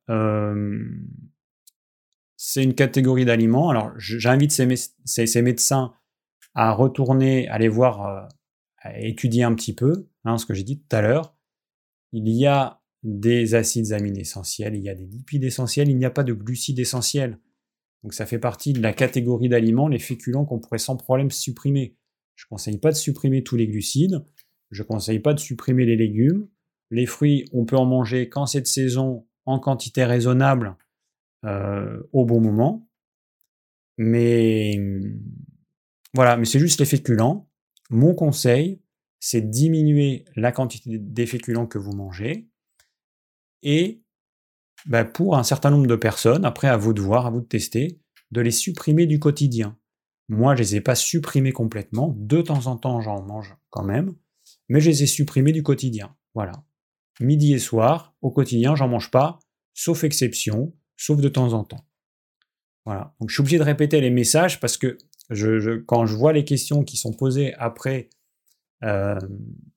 C'est une catégorie d'aliments. Alors, j'invite ces médecins à retourner, aller voir, à étudier un petit peu, ce que j'ai dit tout à l'heure. Il y a des acides aminés essentiels, il y a des lipides essentiels, il n'y a pas de glucides essentiels. Donc ça fait partie de la catégorie d'aliments, les féculents qu'on pourrait sans problème supprimer. Je ne conseille pas de supprimer tous les glucides, je ne conseille pas de supprimer les légumes. Les fruits, on peut en manger quand c'est de saison, en quantité raisonnable, au bon moment. Mais voilà, mais c'est juste les féculents. Mon conseil, c'est de diminuer la quantité des féculents que vous mangez. Et pour un certain nombre de personnes, après à vous de voir, à vous de tester, de les supprimer du quotidien. Moi, je ne les ai pas supprimés complètement. De temps en temps, j'en mange quand même. Mais je les ai supprimés du quotidien. Voilà. Midi et soir, au quotidien, j'en mange pas, sauf exception, sauf de temps en temps. Voilà. Donc je suis obligé de répéter les messages parce que quand je vois les questions qui sont posées après dans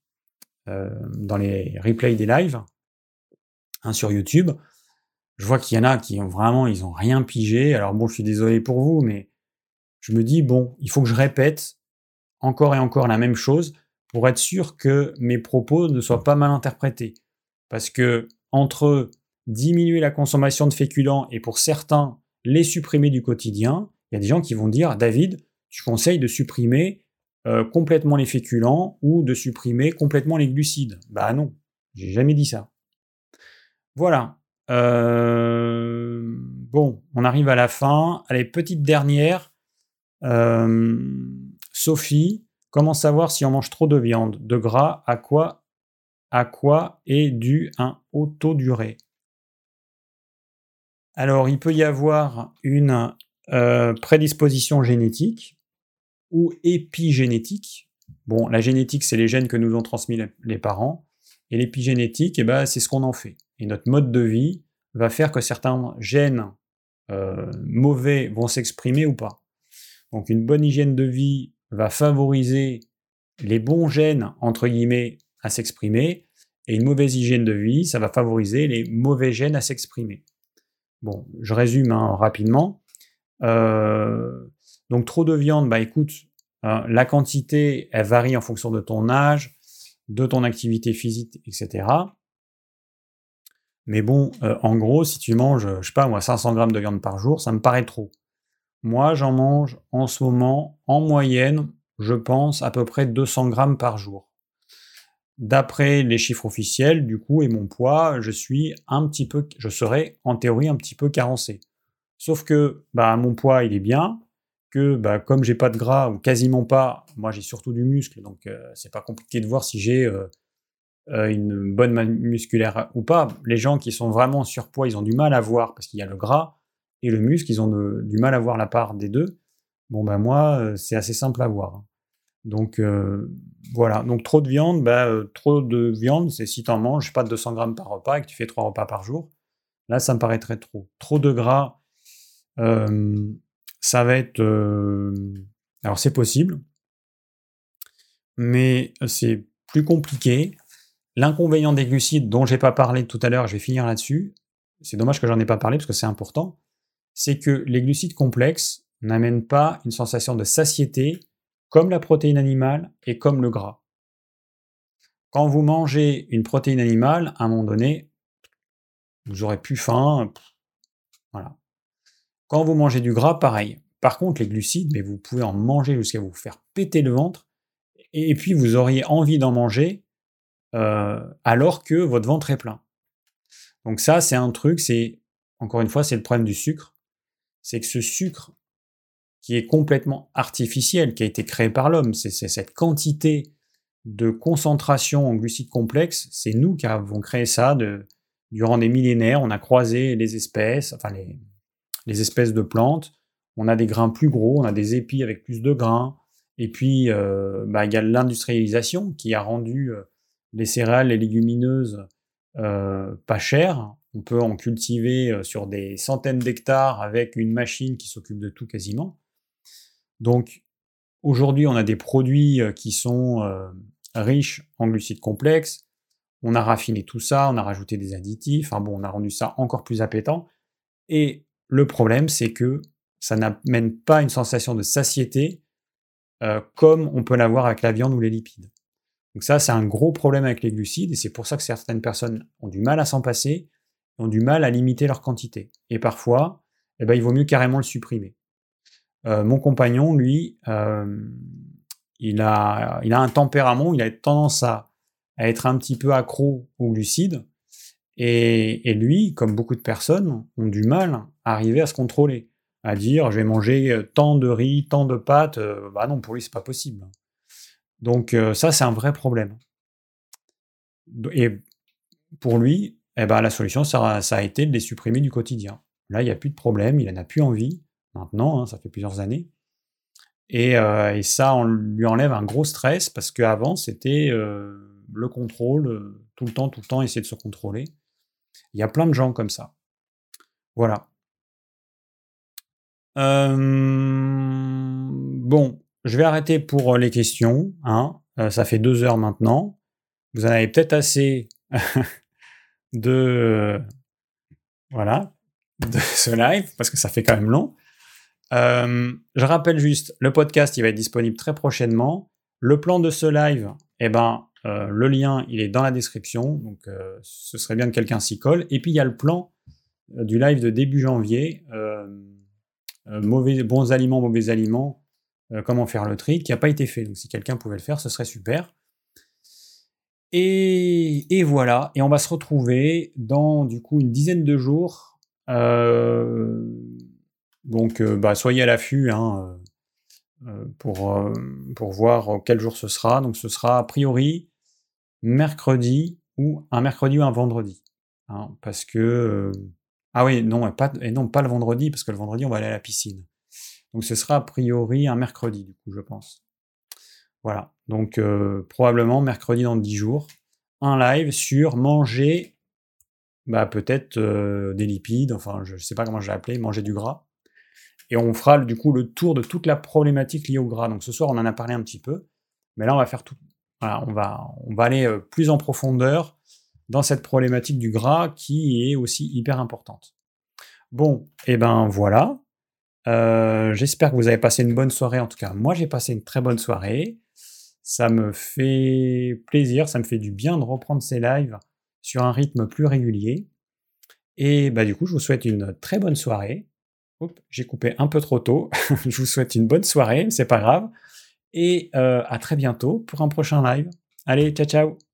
les replays des lives sur YouTube, je vois qu'il y en a qui ont vraiment, ils ont rien pigé. Alors bon, je suis désolé pour vous, mais je me dis, bon, il faut que je répète encore et encore la même chose pour être sûr que mes propos ne soient pas mal interprétés. Parce que entre diminuer la consommation de féculents et pour certains les supprimer du quotidien, il y a des gens qui vont dire, David, tu conseilles de supprimer complètement les féculents ou de supprimer complètement les glucides. Bah non, j'ai jamais dit ça. Voilà. Bon, on arrive à la fin. Allez, petite dernière. Sophie, comment savoir si on mange trop de viande, de gras, à quoi est dû un haut taux d'urée? Alors, il peut y avoir une prédisposition génétique ou épigénétique. Bon, la génétique, c'est les gènes que nous ont transmis les parents, et l'épigénétique, c'est ce qu'on en fait. Et notre mode de vie va faire que certains gènes mauvais vont s'exprimer ou pas. Donc, une bonne hygiène de vie va favoriser les bons gènes, entre guillemets, à s'exprimer, et une mauvaise hygiène de vie, ça va favoriser les mauvais gènes à s'exprimer. Bon, je résume rapidement. Donc, trop de viande, écoute, la quantité, elle varie en fonction de ton âge, de ton activité physique, etc. Mais bon, en gros, si tu manges, je sais pas moi, 500 grammes de viande par jour, ça me paraît trop. Moi, j'en mange en ce moment, en moyenne, je pense, à peu près 200 grammes par jour. D'après les chiffres officiels, du coup, et mon poids, je serais en théorie un petit peu carencé. Sauf que mon poids, il est bien, que comme j'ai pas de gras, ou quasiment pas, moi j'ai surtout du muscle, donc c'est pas compliqué de voir si j'ai une bonne masse musculaire ou pas. Les gens qui sont vraiment en surpoids, ils ont du mal à voir, parce qu'il y a le gras et le muscle, ils ont du mal à voir la part des deux. Bon, moi, c'est assez simple à voir. Donc, voilà. Donc, trop de viande, c'est si tu en manges pas 200 grammes par repas et que tu fais 3 repas par jour. Là, ça me paraîtrait trop. Trop de gras, ça va être... alors, c'est possible, mais c'est plus compliqué. L'inconvénient des glucides, dont j'ai pas parlé tout à l'heure, je vais finir là-dessus, c'est dommage que j'en ai pas parlé parce que c'est important, c'est que les glucides complexes n'amènent pas une sensation de satiété comme la protéine animale et comme le gras. Quand vous mangez une protéine animale, à un moment donné, vous aurez plus faim, voilà. Quand vous mangez du gras, pareil. Par contre, les glucides, mais vous pouvez en manger jusqu'à vous faire péter le ventre, et puis vous auriez envie d'en manger alors que votre ventre est plein. Donc ça, c'est un truc, encore une fois, c'est le problème du sucre. C'est que ce sucre qui est complètement artificiel, qui a été créé par l'homme, c'est cette quantité de concentration en glucides complexes, c'est nous qui avons créé ça durant des millénaires. On a croisé les espèces, enfin les espèces de plantes. On a des grains plus gros, on a des épis avec plus de grains. Et puis, il y a l'industrialisation qui a rendu les céréales, les légumineuses pas chères. On peut en cultiver sur des centaines d'hectares avec une machine qui s'occupe de tout quasiment. Donc, aujourd'hui, on a des produits qui sont riches en glucides complexes. On a raffiné tout ça, on a rajouté des additifs. On a rendu ça encore plus appétant. Et le problème, c'est que ça n'amène pas une sensation de satiété comme on peut l'avoir avec la viande ou les lipides. Donc ça, c'est un gros problème avec les glucides, et c'est pour ça que certaines personnes ont du mal à s'en passer, ont du mal à limiter leur quantité. Et parfois, il vaut mieux carrément le supprimer. Mon compagnon, lui, il a un tempérament, il a tendance à être un petit peu accro aux glucides, et lui, comme beaucoup de personnes, ont du mal à arriver à se contrôler, à dire je vais manger tant de riz, tant de pâtes, non, pour lui c'est pas possible. Donc ça, c'est un vrai problème. Et pour lui, la solution, ça a été de les supprimer du quotidien. Là, il n'y a plus de problème, il n'en a plus envie, maintenant, ça fait plusieurs années. Et ça, on lui enlève un gros stress, parce qu'avant, c'était le contrôle, tout le temps, essayer de se contrôler. Il y a plein de gens comme ça. Voilà. Bon, je vais arrêter pour les questions. Ça fait 2 heures maintenant. Vous en avez peut-être assez de ce live, parce que ça fait quand même long. Je rappelle juste, le podcast, il va être disponible très prochainement. Le plan de ce live, le lien, il est dans la description, donc ce serait bien que quelqu'un s'y colle. Et puis, il y a le plan du live de début janvier, bons aliments, mauvais aliments, comment faire le tri, qui n'a pas été fait. Donc si quelqu'un pouvait le faire, ce serait super. Et voilà, et on va se retrouver dans du coup une dizaine de jours. Donc soyez à l'affût hein, pour voir quel jour ce sera. Donc ce sera a priori mercredi ou un vendredi. Hein, parce que... ah oui, non, pas le vendredi, parce que le vendredi on va aller à la piscine. Donc ce sera a priori un mercredi, du coup, je pense. Voilà, donc probablement mercredi dans 10 jours, un live sur manger, peut-être des lipides, enfin je sais pas comment je l'ai appelé, manger du gras. Et on fera du coup le tour de toute la problématique liée au gras. Donc ce soir on en a parlé un petit peu, mais là on va faire tout. Voilà, on va aller plus en profondeur dans cette problématique du gras qui est aussi hyper importante. Bon, et ben voilà. J'espère que vous avez passé une bonne soirée. En tout cas, moi j'ai passé une très bonne soirée. Ça me fait plaisir, ça me fait du bien de reprendre ces lives sur un rythme plus régulier. Et du coup, je vous souhaite une très bonne soirée. Oups, j'ai coupé un peu trop tôt. Je vous souhaite une bonne soirée, c'est pas grave. Et à très bientôt pour un prochain live. Allez, ciao ciao!